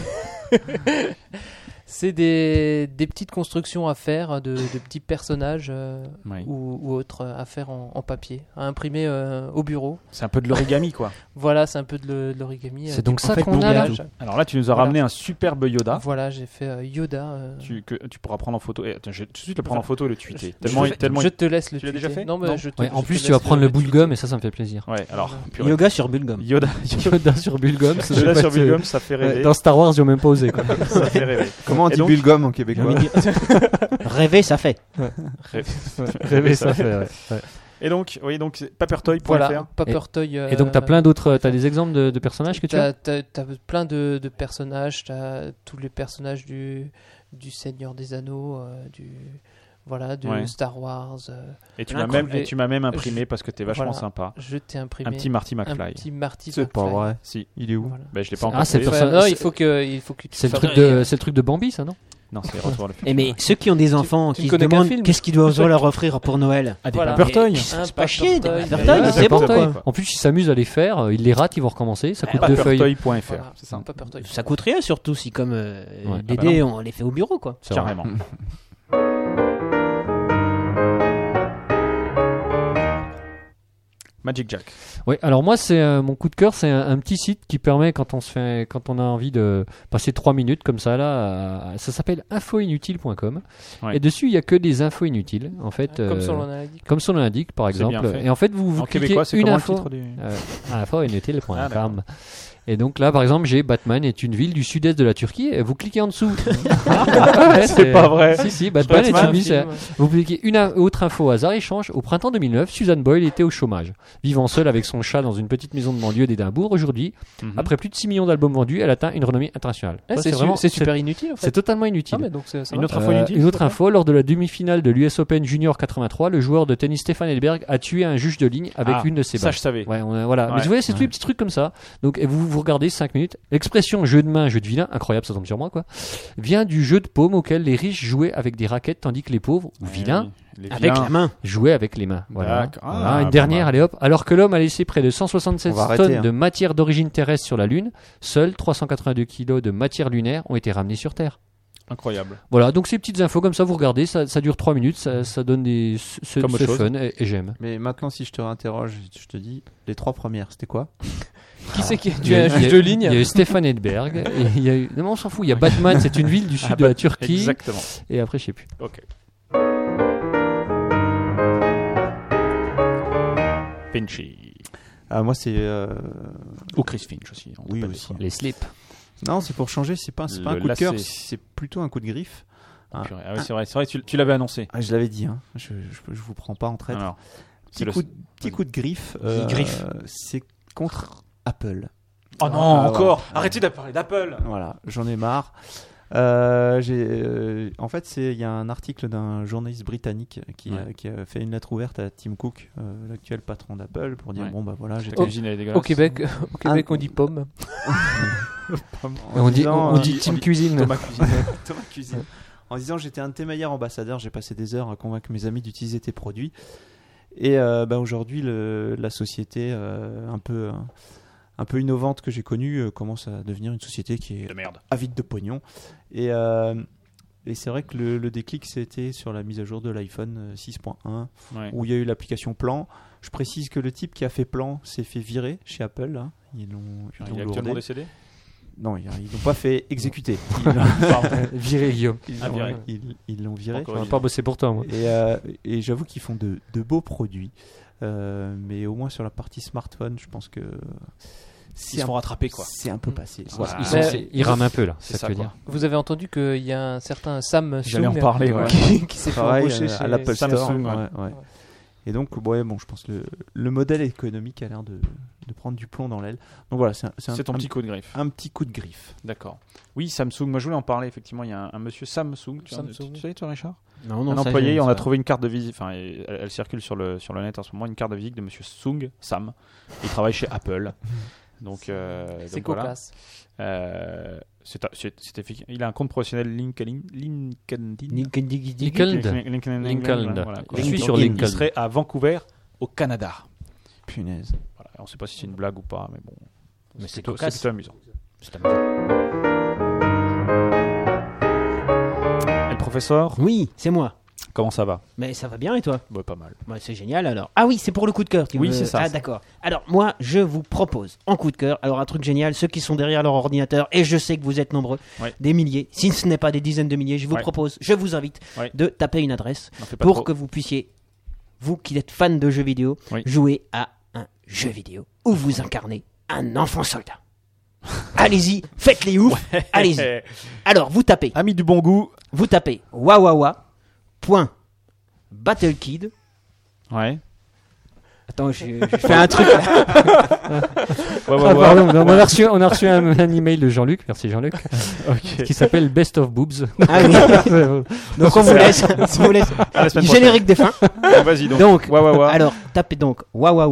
C'est des, des petites constructions à faire de, de petits personnages euh, Oui. ou, ou autres euh, à faire en, en papier, à imprimer euh, au bureau. C'est un peu de l'origami, quoi. Voilà, c'est un peu de, le- de l'origami. C'est euh, donc du ça fait qu'on a là. moulage. Alors là, tu nous as Voilà. ramené un superbe Yoda. Voilà, j'ai fait euh, Yoda. euh, Tu, que, tu pourras prendre en photo. Et, attends, je vais tout de suite le prendre en Voilà. photo et le tweeter. je, Tellement, je- tellement je te laisse le Tu l'as déjà tweeter. fait Non, mais Non. je te- Ouais, je en te plus, laisse tu vas prendre le tweeter. bullgum et ça, ça me fait plaisir. Ouais, alors. purée. Yoga sur Bulgum. Yoda, Yoda sur bullgum, ça doit Yoda pas sur être- Bulgum, ça fait Ouais, rêver. Dans Star Wars, ils ont même pas osé. Quoi. Ça fait rêver. Comment on Et dit donc- bulgum en québécois? Rêver, ça fait. Rêver, ça fait. Ouais. Ouais. Et donc, oui, donc c'est papertoy point f r. Voilà, Paper Toy. Et donc, t'as euh, plein d'autres. T'as des exemples de, de personnages que tu as T'as, t'as, t'as plein de, de personnages, t'as tous les personnages du, du Seigneur des Anneaux, euh, du, voilà, de Ouais. Star Wars. euh, Et tu m'as Incroyable. même, et tu m'as même imprimé Je- parce que t'es vachement voilà. sympa. Je t'ai imprimé Un petit Marty un McFly. petit Marty C'est pas McFly. vrai. Si. Il est où? Voilà. Ben, je l'ai pas Ah, encore c'est fait. le Enfin, personnage- non, c'est- il faut que, il faut que tu C'est le te truc fasses- de, c'est le truc de Bambi, ça, non Non, c'est Retour vers le futur. Eh mais ceux qui ont des enfants tu qui ne se connais qu'un demandent film. qu'est-ce qu'ils doivent leur offrir pour Noël. Ah, des Voilà. paper toys. Et- Un C'est pas chier, des Paper Toy. Paper Voilà, Toys, un c'est bon Paper quoi. Toy. En plus, ils s'amusent à les faire, euh, ils les ratent, ils vont recommencer, ça coûte deux feuilles. papertoy point f r. Voilà, C'est ça. Paper Toy. Ça coûte rien surtout si comme euh, Ouais. les Ah bah dés on les fait au bureau quoi. C'est vrai. Carrément. Magic Jack. Oui, alors moi, c'est euh, mon coup de cœur, c'est un, un petit site qui permet, quand on se fait, quand on a envie de passer trois minutes comme ça, là, à- ça s'appelle info inutile point com. Ouais. Et dessus, il n'y a que des infos inutiles, en fait. Comme euh, son nom l'indique. Comme son nom l'indique, par C'est bien exemple. fait. Et en fait, vous, vous En cliquez québécois, c'est une comment info. le titre du... Euh, info inutile point com. Ah, d'accord. Et donc là, par exemple, j'ai Batman est une ville du sud-est de la Turquie. Et vous cliquez en dessous. Ouais, C'est pas vrai. Si, si, Batman, Batman, est une ville. film. c'est- Vous cliquez une a- autre info au hasard. Échange. Au printemps deux mille neuf, Susan Boyle était au chômage. Vivant seule avec son chat dans une petite maison de banlieue d'Édimbourg, aujourd'hui, Mhm. après plus de six millions d'albums vendus, elle atteint une renommée internationale. Eh, Ouais, c'est, su- vraiment- c'est super inutile en C'est fait. totalement inutile. Ah, mais donc c'est, ça Une va. autre info Euh, inutile une autre s'il te info, lors de la demi-finale de l'U S Open Junior quatre-vingt-trois, le joueur de tennis Stéphane Edberg a tué un juge de ligne avec Ah, une de ses Ça, balles. je savais. Ouais, on a- voilà. Ouais. Mais vous voyez, c'est tous Ouais. les petits trucs comme ça. Donc, et vous, vous regardez cinq minutes. L'expression jeu de main, jeu de vilain, incroyable, ça tombe sur moi, quoi, vient du jeu de paume auquel les riches jouaient avec des raquettes, tandis que les pauvres, ou vilains, Les Avec vilains. la main. jouaient avec les mains. Voilà. D'accord. Voilà. Ah, Une pas dernière, mal. allez hop. Alors que l'homme a laissé près de cent soixante-sept On va arrêter, tonnes hein. de matière d'origine terrestre sur la Lune, seuls trois cent quatre-vingt-deux kilos de matière lunaire ont été ramenés sur Terre. Incroyable. Voilà, donc ces petites infos comme ça, vous regardez, ça, ça dure trois minutes, ça, ça donne des, ce, Comme ce autre chose. fun et, et j'aime. Mais maintenant, si je te réinterroge, je te dis, les trois premières, c'était quoi? Qui c'est qui a Il y tué a- un il y a- juge de ligne? Il y a eu Stéphane Edberg, et il y a eu, non, mais on s'en fout, il y a Batman, c'est une ville du sud Ah, de la bah, Turquie, Exactement. et après je sais plus. Ok. Pinchy. Ah, moi, c'est. euh, Ou Chris Finch aussi. on Oui, t'appelle aussi. quoi. Les slips. Non, c'est pour changer, c'est pas, c'est pas un Le coup de cœur, lacet. c'est plutôt un coup de griffe. Ah. Purée. Ah oui, c'est vrai, c'est vrai, tu, tu l'avais annoncé. Ah, je l'avais dit, hein. je, je, je vous prends pas en traître. Alors, Petit, c'est le- coup, de- petit coup de griffe, euh, griffe. c'est contre Apple. Oh non, Ah, encore ouais. Arrêtez de parler d'Apple. Voilà, j'en ai marre. Euh, j'ai, euh, en fait, c'est- il y a un article d'un journaliste britannique qui, Ouais. a, qui a fait une lettre ouverte à Tim Cook, euh, l'actuel patron d'Apple, pour dire Ouais. bon bah voilà, j'ai Ta Oh, cuisine, elle est dégueulasse. Au Québec, au Québec Un- on dit pomme. On dit, disant, on euh, dit Team Cuisine. Thomas Cuisine. Thomas Cuisine. En disant j'étais un de tes meilleurs ambassadeurs, j'ai passé des heures à convaincre mes amis d'utiliser tes produits. Et euh, bah, aujourd'hui, le- la société euh, un peu euh, un peu innovante que j'ai connue euh, commence à devenir une société qui est De merde. avide de pognon. Et, euh, et c'est vrai que le, le déclic, c'était sur la mise à jour de l'iPhone euh, six point un, Ouais. où il y a eu l'application Plan. Je précise que le type qui a fait Plan s'est fait virer chez Apple. Là. Ils l'ont ils Il l'ont est actuellement lourdé. décédé. Non, ils l'ont pas fait exécuter. Ils l'ont- Viré Guillaume. ils Ah, l'ont- viré. ils- ils l'ont viré. Encore On va pas bosser pour toi, moi. Et, euh, et j'avoue qu'ils font de, de beaux produits. Euh, mais au moins sur la partie smartphone, je pense que c'est Ils se un, font rattraper, quoi. c'est un peu passé. Voilà. Ils, Mais- sont- ils rament un peu là, C'est c'est ça ça, que je veux quoi. dire. Vous avez entendu qu'il y a un certain Sam J'allais en Sung parler, ouais. qui, qui s'est fait Pareil, embaucher euh, à chez l'Apple Store. Samsung, ouais. ouais, ouais. Et donc, ouais, bon, je pense que le, le modèle économique a l'air de, de prendre du plomb dans l'aile. Donc voilà, c'est un, c'est un- C'est ton un- petit coup de griffe. un petit coup de griffe. D'accord. Oui, Samsung. Moi, je voulais en parler. Effectivement, il y a un, un monsieur Samsung. Tu, Samsung. tu, tu sais, toi, Richard Non, non, Un ça, employé. je- On a ça- trouvé une carte de visite. Enfin, elle, elle circule sur le sur le net en ce moment. Une carte de visite de monsieur Sung Sam. Il travaille chez Apple. Donc, euh, C'est donc voilà. cocasse. Euh, c'est, c'est, c'est efficace. Il a un compte professionnel LinkedIn. LinkedIn. Linkedin. LinkedIn. LinkedIn. LinkedIn. Voilà, quoi. Je suis Donc, sur il- LinkedIn. Il serait à Vancouver, au Canada. Punaise. Voilà. On ne sait pas si c'est une blague ou pas, mais bon. Mais c'est plutôt, cocasse. plutôt amusant. C'est amusant. Et le professeur, Oui, c'est moi. comment ça va? Mais ça va bien et toi? Ouais, pas mal. Bah, c'est génial alors. Ah oui, c'est pour le coup de cœur. tu Oui, veux- c'est ça. Ah d'accord. Alors moi, je vous propose en coup de cœur, alors un truc génial, ceux qui sont derrière leur ordinateur, et je sais que vous êtes nombreux, Ouais. des milliers, si ce n'est pas des dizaines de milliers, je vous Ouais. propose, je vous invite Ouais. de taper une adresse N'en fais pas pour trop. que vous puissiez, vous qui êtes fan de jeux vidéo, Oui. jouer à un jeu vidéo où vous incarnez un enfant soldat. Allez-y, faites les ouf, allez-y. Alors vous tapez, Ami du bon goût. vous tapez wawawa.battlekid. Ouais. Attends, je, je fais un truc. là. Ouais, ouais, Ah, ouais. pardon, non, on a reçu, on a reçu un, un email de Jean-Luc, merci Jean-Luc, Ok. qui s'appelle Best of Boobs. Ah oui. Donc on vous laisse, on vous laisse. À la semaine Générique de fin. prochaine. Bon, vas-y donc. Donc, ouais, ouais, ouais. alors tapez donc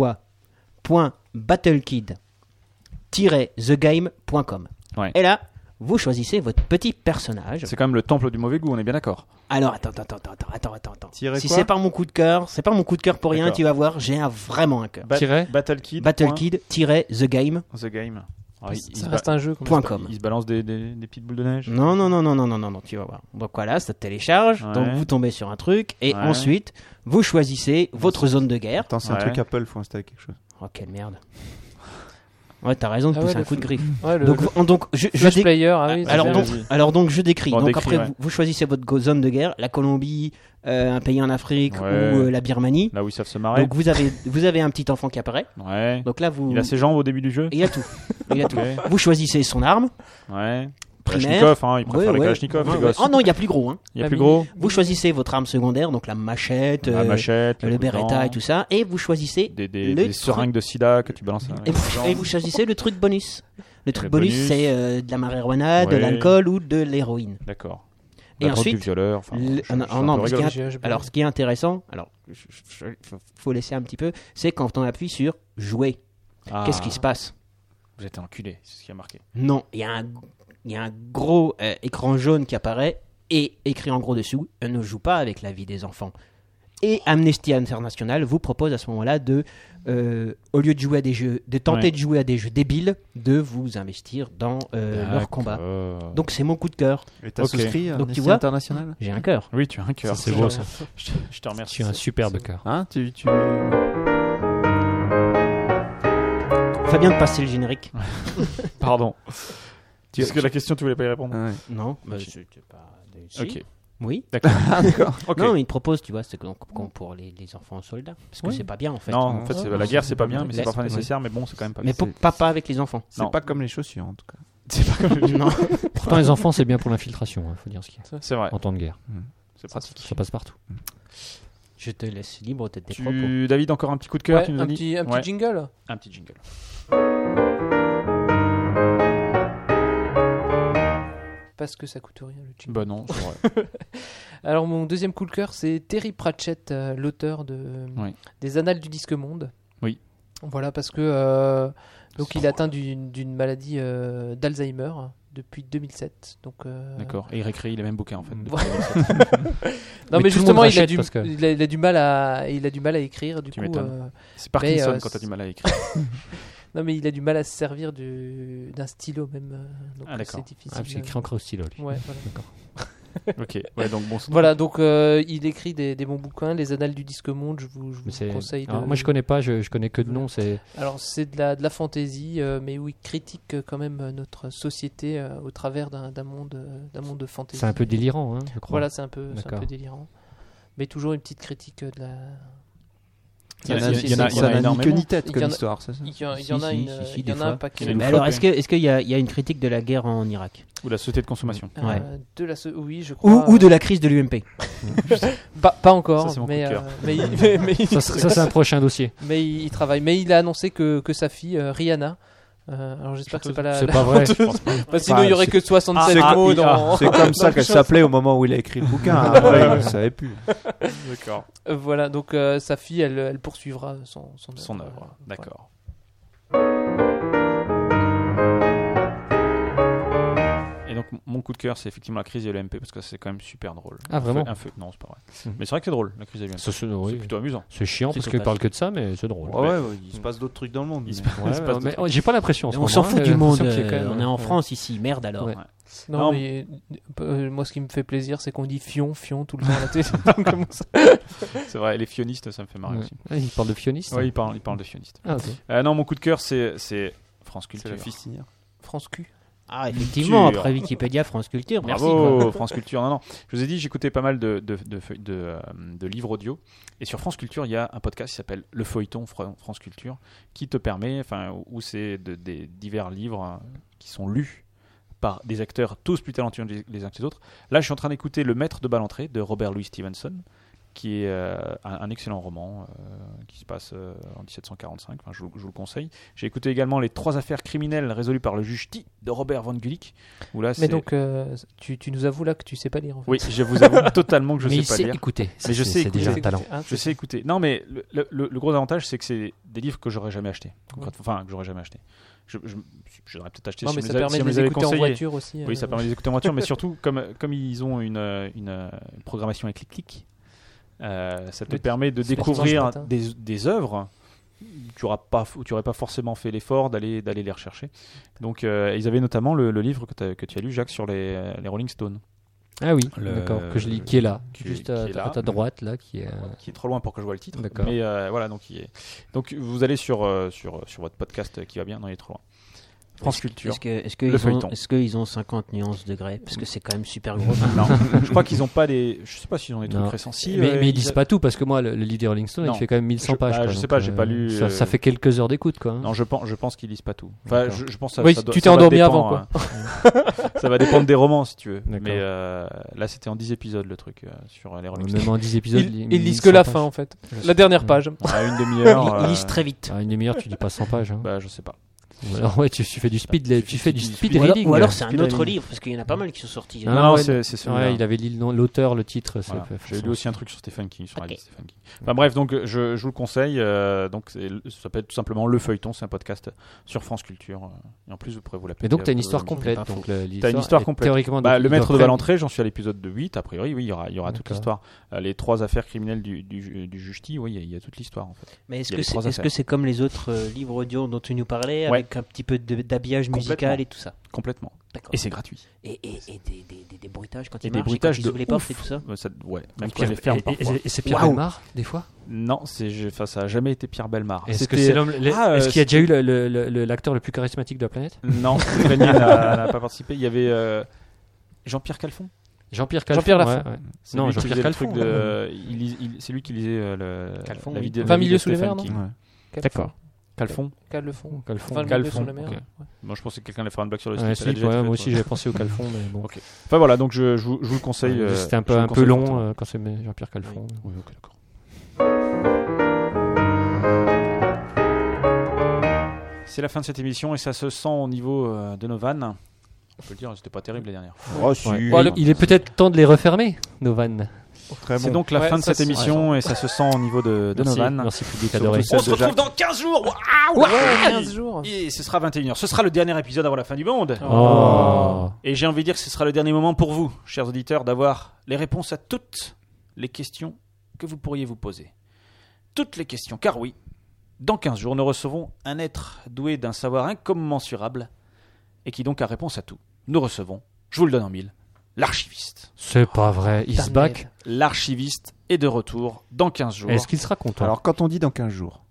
wawawa.battlekid-the game point com. Ouais. Et là, vous choisissez votre petit personnage. C'est quand même le temple du mauvais goût, on est bien d'accord. Alors attends, attends, attends, attends, attends, attends, attends. Tirez Si quoi c'est pas mon coup de cœur, c'est pas mon coup de cœur pour rien. D'accord. Tu vas voir, j'ai un, vraiment un cœur. Ba- Tiret. Battle Kid. Battlekid-the game point The game. Alors, il- il Ça se reste ba- un jeu. quand Point même. com. Il se balance des, des, des petites boules de neige. Non, non, non, non, non, non, non, non, tu vas voir. Donc voilà, ça télécharge, Ouais. donc vous tombez sur un truc, et Ouais. ensuite, vous choisissez votre zone de guerre. Attends, c'est un Ouais. truc Apple, faut installer quelque chose. Oh, quelle merde. Ouais, t'as raison de Ah pousser ouais, un le coup de fl- griffe. Ouais, le, Donc, le on- donc je, je Flash dé- Player, ah oui. alors, vas-y, donc, vas-y. alors donc je décris. Bon, donc décris, après ouais. vous, vous choisissez votre go- zone de guerre, la Colombie, euh, un pays en Afrique Ouais. ou euh, la Birmanie. Là où ils savent se marrer. Donc vous avez vous avez un petit enfant qui apparaît. Ouais. Donc là vous Il a ses jambes au début du jeu. il a tout. Il a tout. Ok. Vous choisissez son arme Ouais. primaire. Kalachnikov, hein, il préfère Ouais, les ouais. Kalachnikov, Ouais, les ouais. gosses. Oh non, il y a plus gros. Hein. Il y a La plus mini- gros. Vous choisissez votre arme secondaire, donc la machette, La euh, machette, le coup de Beretta dent, et tout ça, et vous choisissez Des, des, le des truc- seringues de sida que tu balances. Et avec les vous, gens. et vous choisissez le truc bonus. Le truc Le bonus, bonus. c'est euh, de la marijuana, de Ouais. l'alcool ou de l'héroïne. D'accord. Et La drogue ensuite, du violeur. Enfin, le- je- je- ah non, je suis un non, peu parce qu'il y a- rigolo. J'ai- j'ai pas- Alors, ce qui est intéressant, alors, il faut laisser un petit peu, c'est quand on appuie sur jouer. Ah, Qu'est-ce qui se passe? Vous êtes enculé, c'est ce qui a marqué. Non, il y a un, il y a un gros euh, écran jaune qui apparaît et écrit en gros dessous, « Ne joue pas avec la vie des enfants ». Et Amnesty International vous propose à ce moment-là de, euh, au lieu de jouer à des jeux, de tenter Ouais. de jouer à des jeux débiles, de vous investir dans euh, leur combat. D'accord. Donc c'est mon coup de cœur. Et t'as Ok. souscrit à Donc, tu Amnesty vois- International J'ai un cœur. Oui, tu as un cœur. Ça, c'est beau, ça. Je te, je te remercie. Tu as un superbe cœur. Hein tu, tu... Fabien de passer le générique. Pardon. Tu- Est-ce que la question, tu voulais pas y répondre? Ah ouais. Non, bah, Ok. c'était pas. Si. Ok. Oui. D'accord. Ah, d'accord. Ok. Non, mais il te propose, tu vois, c'est comme, comme pour les, les enfants soldats. Parce que Oui. c'est pas bien en fait. Non, en fait, c'est- la guerre, c'est pas bien, mais c'est Ouais, parfois c'est- nécessaire, mais bon, c'est quand même pas Mais bien. pour- pas, pas avec les enfants. C'est Non. pas comme les chaussures en tout cas. C'est pas comme le- non. Pourtant, les enfants, c'est bien pour l'infiltration, il faut dire ce qu'il y a. C'est vrai. En temps de guerre. C'est pratique. Ça passe partout. Je te laisse libre de tes propos. Tu... David, encore un petit coup de cœur, Ouais, tu nous as un dit petit, un petit Ouais. jingle. Un petit jingle. Parce que ça coûte rien le jingle. Bah non, c'est vrai. Alors mon deuxième coup de cœur, c'est Terry Pratchett, euh, l'auteur de Oui. des Annales du Disque Monde. Oui. Voilà, parce que euh, donc il est atteint d'une d'une maladie euh, d'Alzheimer depuis deux mille sept. Donc euh, D'accord. Et il réécrit les mêmes bouquins, en fait. Voilà. depuis non, Mais mais, tout le justement, monde il a, rachète du, parce que- il, a, il a du mal à il a du mal à écrire. Du Tu coup, m'étonnes. euh, C'est Parkinson Mais, euh, quand t'as du mal à écrire. non, mais il a du mal à se servir du d'un stylo même. euh, donc Ah, d'accord. c'est difficile. Ah, parce qu'il écrit encore au stylo, lui. Ouais, voilà. Ok. Ouais, donc bon. c'est- Voilà, donc euh, il écrit des, des bons bouquins, les Annales du Disque Monde. Je vous, je vous Mais c'est- conseille. De... Alors, moi, je connais pas, je, je connais que de nom. C'est Alors c'est de la, de la fantaisie, euh, mais où il critique euh, quand même euh, notre société euh, au travers d'un d'un monde, euh, d'un monde de fantaisie. c'est un peu délirant, hein, je crois. Voilà, c'est un peu, c'est un D'accord. peu délirant, mais toujours une petite critique euh, de la. Il y en a- de la il y en a- société. il y en a Ça n'a ni énormément. queue ni tête Il y comme en a- histoire. Ça, ça. Il y, en- il y Si, en a si, une, si, euh, si, il y des en a fois. un paquet. Il y en a une Mais fois, alors, ouais. est-ce que est-ce qu'il y a, il y a une critique de la guerre en Irak Ou la société de consommation. Euh, Ouais. de la, so- oui, je ou, crois. ou de la crise de l'U M P Pas, pas encore, Ça, c'est mon coup mais, de cœur. euh, mais, il- mais, mais il- Ça, c'est- ça, c'est un prochain dossier. mais il il travaille. Mais il a annoncé que, que sa fille, euh, Rihanna. euh, alors j'espère que c'est pas la. C'est la- pas vrai. Bah, sinon Enfin, il y aurait c'est- que soixante-sept Ah, mots ah, dans. C'est comme ça qu'elle s'appelait au moment où il a écrit le bouquin. Après, il ne savait plus. D'accord. Euh, Voilà, donc euh, sa fille, elle, elle poursuivra son, son œuvre. Son œuvre. Voilà. D'accord. Et donc, mon coup de cœur, c'est effectivement la crise de l'U M P parce que c'est quand même super drôle. Ah, vraiment Un feu, non, c'est pas vrai. Mhm. Mais c'est vrai que c'est drôle, la crise de l'U M P. Ça, c'est- C'est oui. plutôt amusant. C'est chiant C'est parce qu'il sauvage. parle que de ça, mais c'est drôle. Ouais, ouais, ouais, il se passe d'autres trucs dans le monde. Il se mais- passe- Ouais, il se passe ouais, d'autres mais j'ai pas l'impression en ce On moment. s'en fout hein, du j'ai monde. l'impression qu'il y a quand euh, même- on est en ouais. France ici, merde alors. Ouais. Non, Non. mais euh, moi ce qui me fait plaisir, c'est qu'on dit fion, fion tout le temps à la télé. Comment ça C'est vrai, les fionistes, ça me fait marrer Ouais. aussi. Ah, il parle de fioniste. Oui, il parle, il parle de fionistes. Ah, ok. Euh, non, mon coup de cœur, c'est c'est France C'est Culture. la fistinière. France Q. Ah, effectivement, Culture. après Wikipédia, France Culture, merci. Bravo, quoi. France Culture. Non, non. Je vous ai dit, j'écoutais pas mal de, de, de, feuilles- de, euh, de livres audio. Et sur France Culture, il y a un podcast qui s'appelle Le Feuilleton Fr- France Culture, qui te permet, enfin, où c'est de- des divers livres hein, qui sont lus par des acteurs tous plus talentueux les, les uns que les autres. Là, je suis en train d'écouter Le Maître de Ballantrée de Robert Louis Stevenson, qui est euh, un, un excellent roman euh, qui se passe euh, en dix-sept cent quarante-cinq. Enfin, je, vous- je vous le conseille. J'ai écouté également Les trois affaires criminelles résolues par le juge T de Robert Von Gulick. Où là, Mais c'est- donc euh, tu, tu nous avoues là que tu sais pas lire en fait. oui, je vous avoue totalement que je mais il sais pas sait lire. écouter. Mais je C'est- sais C'est déjà un écouter. talent. Hein, Je sais écouter. Non, mais le, le- le gros avantage, c'est que c'est des livres que j'aurais jamais achetés. Concrètement. Enfin, que j'aurais jamais acheté. Je, je, j'aurais peut-être acheté Non, si mais on ça les a- permet si de on les les avait écouter en conseillés. voiture aussi. Oui, ça euh, permet de les écouter en voiture, mais surtout, comme, comme ils ont une, une, une programmation éclectique, euh, ça te Oui, permet de c'est découvrir matin. des, des œuvres tu n'aurais pas, tu aurais pas forcément fait l'effort d'aller, d'aller les rechercher. Donc, euh, ils avaient notamment le, le livre que, que tu as lu, Jacques, sur les, les Rolling Stones. Ah oui, Le- d'accord, que je lis, qui est là, qui est- juste qui à, est là. à ta droite, là, qui est... euh, Qui est trop loin pour que je vois le titre. D'accord. Mais euh, voilà, donc, il est... donc vous allez sur, euh, sur, sur votre podcast qui va bien, non, il est trop loin. France Culture. Est-ce que est-ce Le qu'ils ont, feuilleton. est-ce qu'ils ont cinquante nuances de grès? Parce que c'est quand même super gros. Non, je crois qu'ils n'ont pas des. Je sais pas s'ils ont des trucs Non. récents. Si, mais, euh, mais ils disent pas tout, parce que moi, le, le livre des Rolling Stones, Non. il fait quand même mille cent Je- pages. bah, quoi, je sais donc, pas, j'ai euh, pas lu, Ça, euh, ça fait quelques heures d'écoute, quoi. hein. Non, je pense, je pense qu'ils lisent pas tout. Enfin, D'accord. je, je pense que ça, Oui, ça doit- tu ça t'es va endormi dépendre, avant, quoi. hein. Ça va dépendre des romans, si tu veux. D'accord. Mais euh, là, c'était en dix épisodes le truc euh, sur euh, les Rolling Stones. Même en dix épisodes, Ils, li- ils lisent mille que cent la pages. fin en fait. Je La sais. dernière page. À une demi-heure. Ils, euh, ils lisent très vite. À une demi-heure, tu dis pas cent pages. Hein. Bah, je sais pas. Ou alors, ouais, tu, tu fais du speed, Tu tu, fais fais du du speed speed Ou alors, reading. ou alors c'est un Speed autre reading. livre, parce qu'il y en a pas mal qui sont sortis. Ah, Non, non, ouais, c'est c'est celui-là. Ouais, il avait lu le- l'auteur, le titre. c'est- Voilà. fait- J'ai lu forcément. aussi un truc sur Stephen King, sur la Ok. vie de Stephen King. Enfin bref, donc je, je vous le conseille. euh, donc c'est- ça s'appelle tout simplement Le Feuilleton, c'est un podcast sur France Culture. euh, Et en plus, vous pourrez vous l'appeler. Mais donc, tu as une histoire complète. pas faux. Donc, le- T'as une histoire est complète. Théoriquement, Bah, donc, le ils maître de doivent Valentré, j'en suis à l'épisode de huit. A priori, oui, il y aura, il y aura toute D'accord. l'histoire. Euh, les trois affaires criminelles du, du, du Justi, oui, il y a- il y, a toute l'histoire en fait. Mais est-ce Il y a que les c'est trois est-ce que affaires. c'est comme les autres euh, livres audio dont tu nous parlais, Ouais. avec un petit peu de- d'habillage musical Complètement. et tout ça? Complètement. D'accord. Et c'est gratuit. Et, et, et des, des, des, des bruitages quand Et ils des marchent, bruitages et quand ils de ouvrent les portes ouf. et tout ça? Euh, ça- ouais, même Et, quand elle les ferme et- parfois. et- et c'est Pierre Waouh. Bellemare, des fois Non, c'est, j'ai- enfin, ça a jamais été Pierre Bellemare. Est-ce que C'était- c'est l'homme- les- Ah, euh, est-ce qu'il y a déjà eu c'était- le- le- le- l'acteur le plus charismatique de la planète Non, Grenier n'a n'a pas participé. Il y avait euh, Jean-Pierre Calfon. Jean-Pierre Calfon. Jean-Pierre ouais, Lafont. ouais. C'est Non, lui qui Jean-Pierre faisait le Calfon, truc de- il lis- il- C'est lui qui lisait euh, le, Calfon, la oui. vidéo. vingt la vie milieux de sous les Stephen mers, non King. Ouais. D'accord. Calfon. Cale le fond. Calfon. Enfin, le Calfon, milieu sur la mer. ok. ouais. Moi, je pensais que quelqu'un allait faire une blague sur le Ouais, slip. Elle a si, déjà ouais, été moi faite, aussi ouais. j'ai pensé au Calfon, mais bon. Ok. Enfin voilà, donc je, je, vous, je vous le conseille. Ouais, euh, C'était un je peu, vous le un peu conseille long fortement. euh, quand c'est Jean-Pierre Calfon. Oui, ok, d'accord. C'est la fin de cette émission et ça se sent au niveau euh, de nos vannes. On peut le dire, c'était pas terrible les dernières. Oh, si. Ouais. Bon, le- Il est peut-être temps de les refermer, nos vannes. Très C'est bon. donc la Ouais, fin de ça, cette c'est- émission et ça se sent au niveau de, de nos Merci, vannes. merci public Surtout adoré. celle On se de retrouve Jacques. dans quinze jours. Waouh, Ouais, ouais. quinze jours. Et ce sera vingt et une heures. Ce sera le dernier épisode avant la fin du monde. Oh. Et j'ai envie de dire que ce sera le dernier moment pour vous, chers auditeurs, d'avoir les réponses à toutes les questions que vous pourriez vous poser. Toutes les questions, car oui, dans quinze jours, nous recevons un être doué d'un savoir incommensurable et qui donc a réponse à tout. Nous recevons, je vous le donne en mille, l'archiviste. C'est pas vrai, il se Putain, back. merde. L'archiviste est de retour dans quinze jours. Est-ce qu'il sera content? Alors, quand on dit dans quinze jours,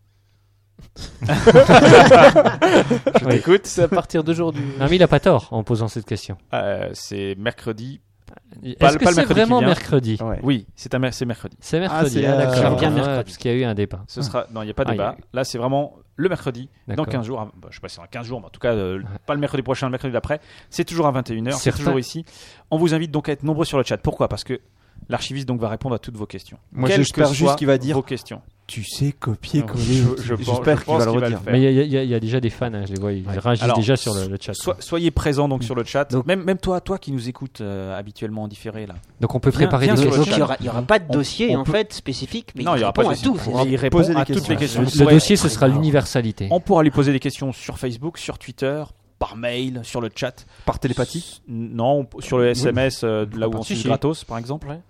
je t'écoute. C'est à partir d'aujourd'hui. Non, mais il a pas tort en posant cette question. Euh, c'est mercredi. Est-ce que pas le c'est mercredi qui vraiment vient. mercredi? ouais. Oui, c'est, un mer- c'est mercredi. C'est mercredi, c'est, ah, euh, d'accord. j'aime bien Ouais, mercredi. parce qu'il y a eu un débat. Ce sera, non, il n'y a pas de Ah, débat. il y Là, c'est vraiment le mercredi, dans D'accord. quinze jours. Ah, bah, je sais pas si c'est dans quinze jours, mais en tout cas, euh, pas le mercredi prochain, le mercredi d'après. C'est toujours à vingt et une heures, c'est Certain. toujours ici. On vous invite donc à être nombreux sur le chat. Pourquoi? Parce que l'archiviste donc va répondre à toutes vos questions. Moi, Quelles j'espère que juste soient qu'il va dire vos questions. tu sais copier-coller. Je- je pense- J'espère je qu'il pense va le qu'il va redire. le faire. Mais il y, a- il y a- il y a déjà des fans, hein, je les vois, ils réagissent Alors, déjà sur le, le chat. So- soyez présents donc sur le chat. Donc- même, même toi, toi qui nous écoutes euh, habituellement en différé là. Donc on peut Viens- préparer viens des sur le Donc questions. il n'y aura, il y aura pas de On- dossier on en peut- fait spécifique, mais non, il il n'y aura pas répond de à souci. tout. Il répond poser des à toutes questions. les questions. Le, Vous le pourrez- dossier, ce sera l'universalité. On pourra lui poser des questions sur Facebook, sur Twitter, par mail, sur le chat. Par télépathie. S- Non, on- sur le S M S, euh, là où on Si, suce si. gratos, par exemple. Ouais.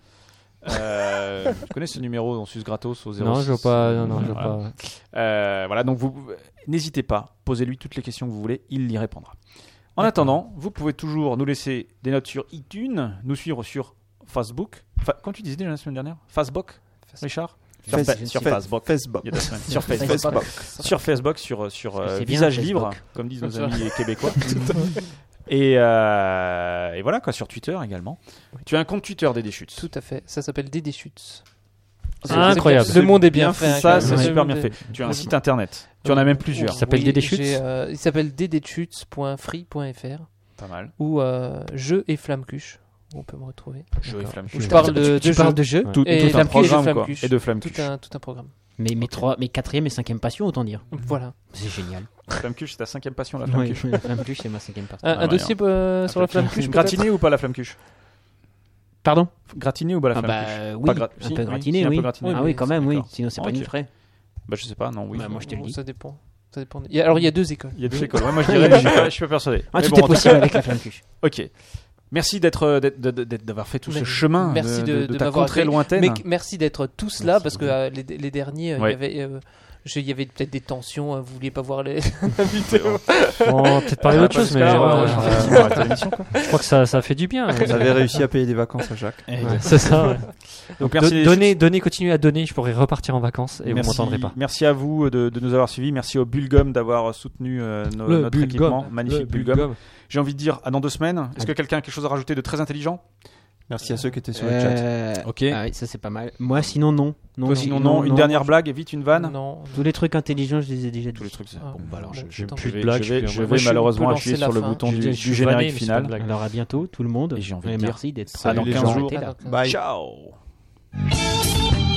Euh, tu connais ce numéro, on suce gratos au zéro Non, six. je vois pas. Non, non, je vois Voilà. pas. Euh, voilà, donc vous n'hésitez pas, posez-lui toutes les questions que vous voulez, il y répondra. En attendant, vous pouvez toujours nous laisser des notes sur iTunes, nous suivre sur Facebook. Enfin, quand tu disais déjà la semaine dernière, Facebook, Richard sur, Face- Fa- sur Face- Facebook. Facebook. Il y a deux semaines. Sur Facebook. Facebook. Sur Facebook, sur, sur euh, C'est bien, Visage Facebook. Libre, comme disent nos Comme ça. amis québécois. et, euh, et voilà, quoi, sur Twitter également. Tu as un compte Twitter des Deschutes. Tout à fait. Ça s'appelle Dédé Chutes. Ah, incroyable. Le monde est bien fait. Ça, hein, c'est quand même. super bien Le fait. monde est- Tu as un site internet. Tu en as même plusieurs. Qui s'appelle Oui, Dédé Chutes. j'ai, euh, Il s'appelle dédéchutes point free point f r Pas mal. ou euh, Jeux et Flamcuche. Où on peut me retrouver. Jeux et D'accord. flammes. Où je parle de, Tu de parles jeux. de jeux, Ouais. Tout, Et tout un Flamme Cuche et programme, Flamme quoi. Cuche. Et de flammes Tout un, tout un programme. mais mes, trois, mes quatrième et cinquième passions, autant dire. Voilà. C'est génial. Flamme cuche, c'est ta cinquième passion, la flamme Oui, cuche. la flamme cuche, c'est ma cinquième passion. Un, Ah, un ouais, dossier euh, sur la flamme cuche peut-être Gratiné ou pas la flamme cuche? Pardon Gratiné ou pas la Ah flamme bah cuche oui, Pas gra- un si, peu oui, gratiné, si, un oui. peu gratiné. Ah oui, quand même, oui. D'accord. Sinon, c'est pas Ok. une fraie. Bah, je sais pas, non, oui. Bah, moi, je te le dis. Ça dépend. Ça dépend. Il y a- alors, il y a deux écoles. Il y a deux écoles. Ouais, moi, je dirais, je suis pas, je suis pas persuadé. Ah, Mais tout bon, est en tout possible cas, avec la flamme cuche. Ok. Merci d'être, euh, d'être- d'être- d'être- d'avoir fait tout ce Mais- chemin merci de, de- de de ta m'avoir contrée accueilli. lointaine. Mais merci d'être tous là Merci parce que beaucoup. euh, les, les derniers, euh, il Ouais. y avait euh, je- il y avait peut-être des tensions, hein, vous vouliez pas voir les la vidéo. On va peut-être parler d'autre chose, mais Ouais, euh, ouais, euh, ouais, on va arrêter l'émission, quoi. je crois que ça, ça fait du bien. Vous avez réussi à payer des vacances à Jacques. Ouais, c'est ça. Ouais. Donc Do- merci, donnez, donnez, continuez à donner. Je pourrais repartir en vacances et merci, vous m'entendrez pas. merci à vous de, de nous avoir suivis. Merci au Bulgum d'avoir soutenu euh, nos- Le notre Bulgum. équipement. Magnifique Le Bulgum. Bulgum. J'ai envie de dire à dans deux semaines. Est-ce que quelqu'un a quelque chose à rajouter de très intelligent? Merci à ceux qui étaient sur le chat. Euh, Ok. Ah oui, ça c'est pas mal. Moi, sinon, non. non Toi, sinon, non. Une dernière blague, vite, une vanne. Non. Tous les trucs intelligents, je les ai déjà dit. Tous les trucs. Ah, Bon, bah alors, je, bon, je, tant je pis. vais, de blague, je vais, je je peux- vais moi, je malheureusement peux appuyer lancer sur la le fin. bouton Je du, dis- je du suis générique vanné, mais c'est pas une final. blague. Alors à bientôt, tout le monde. Et j'ai envie Et de dire, merci d'être à dans les quinze gens. jours. Voilà. Bye. Ciao.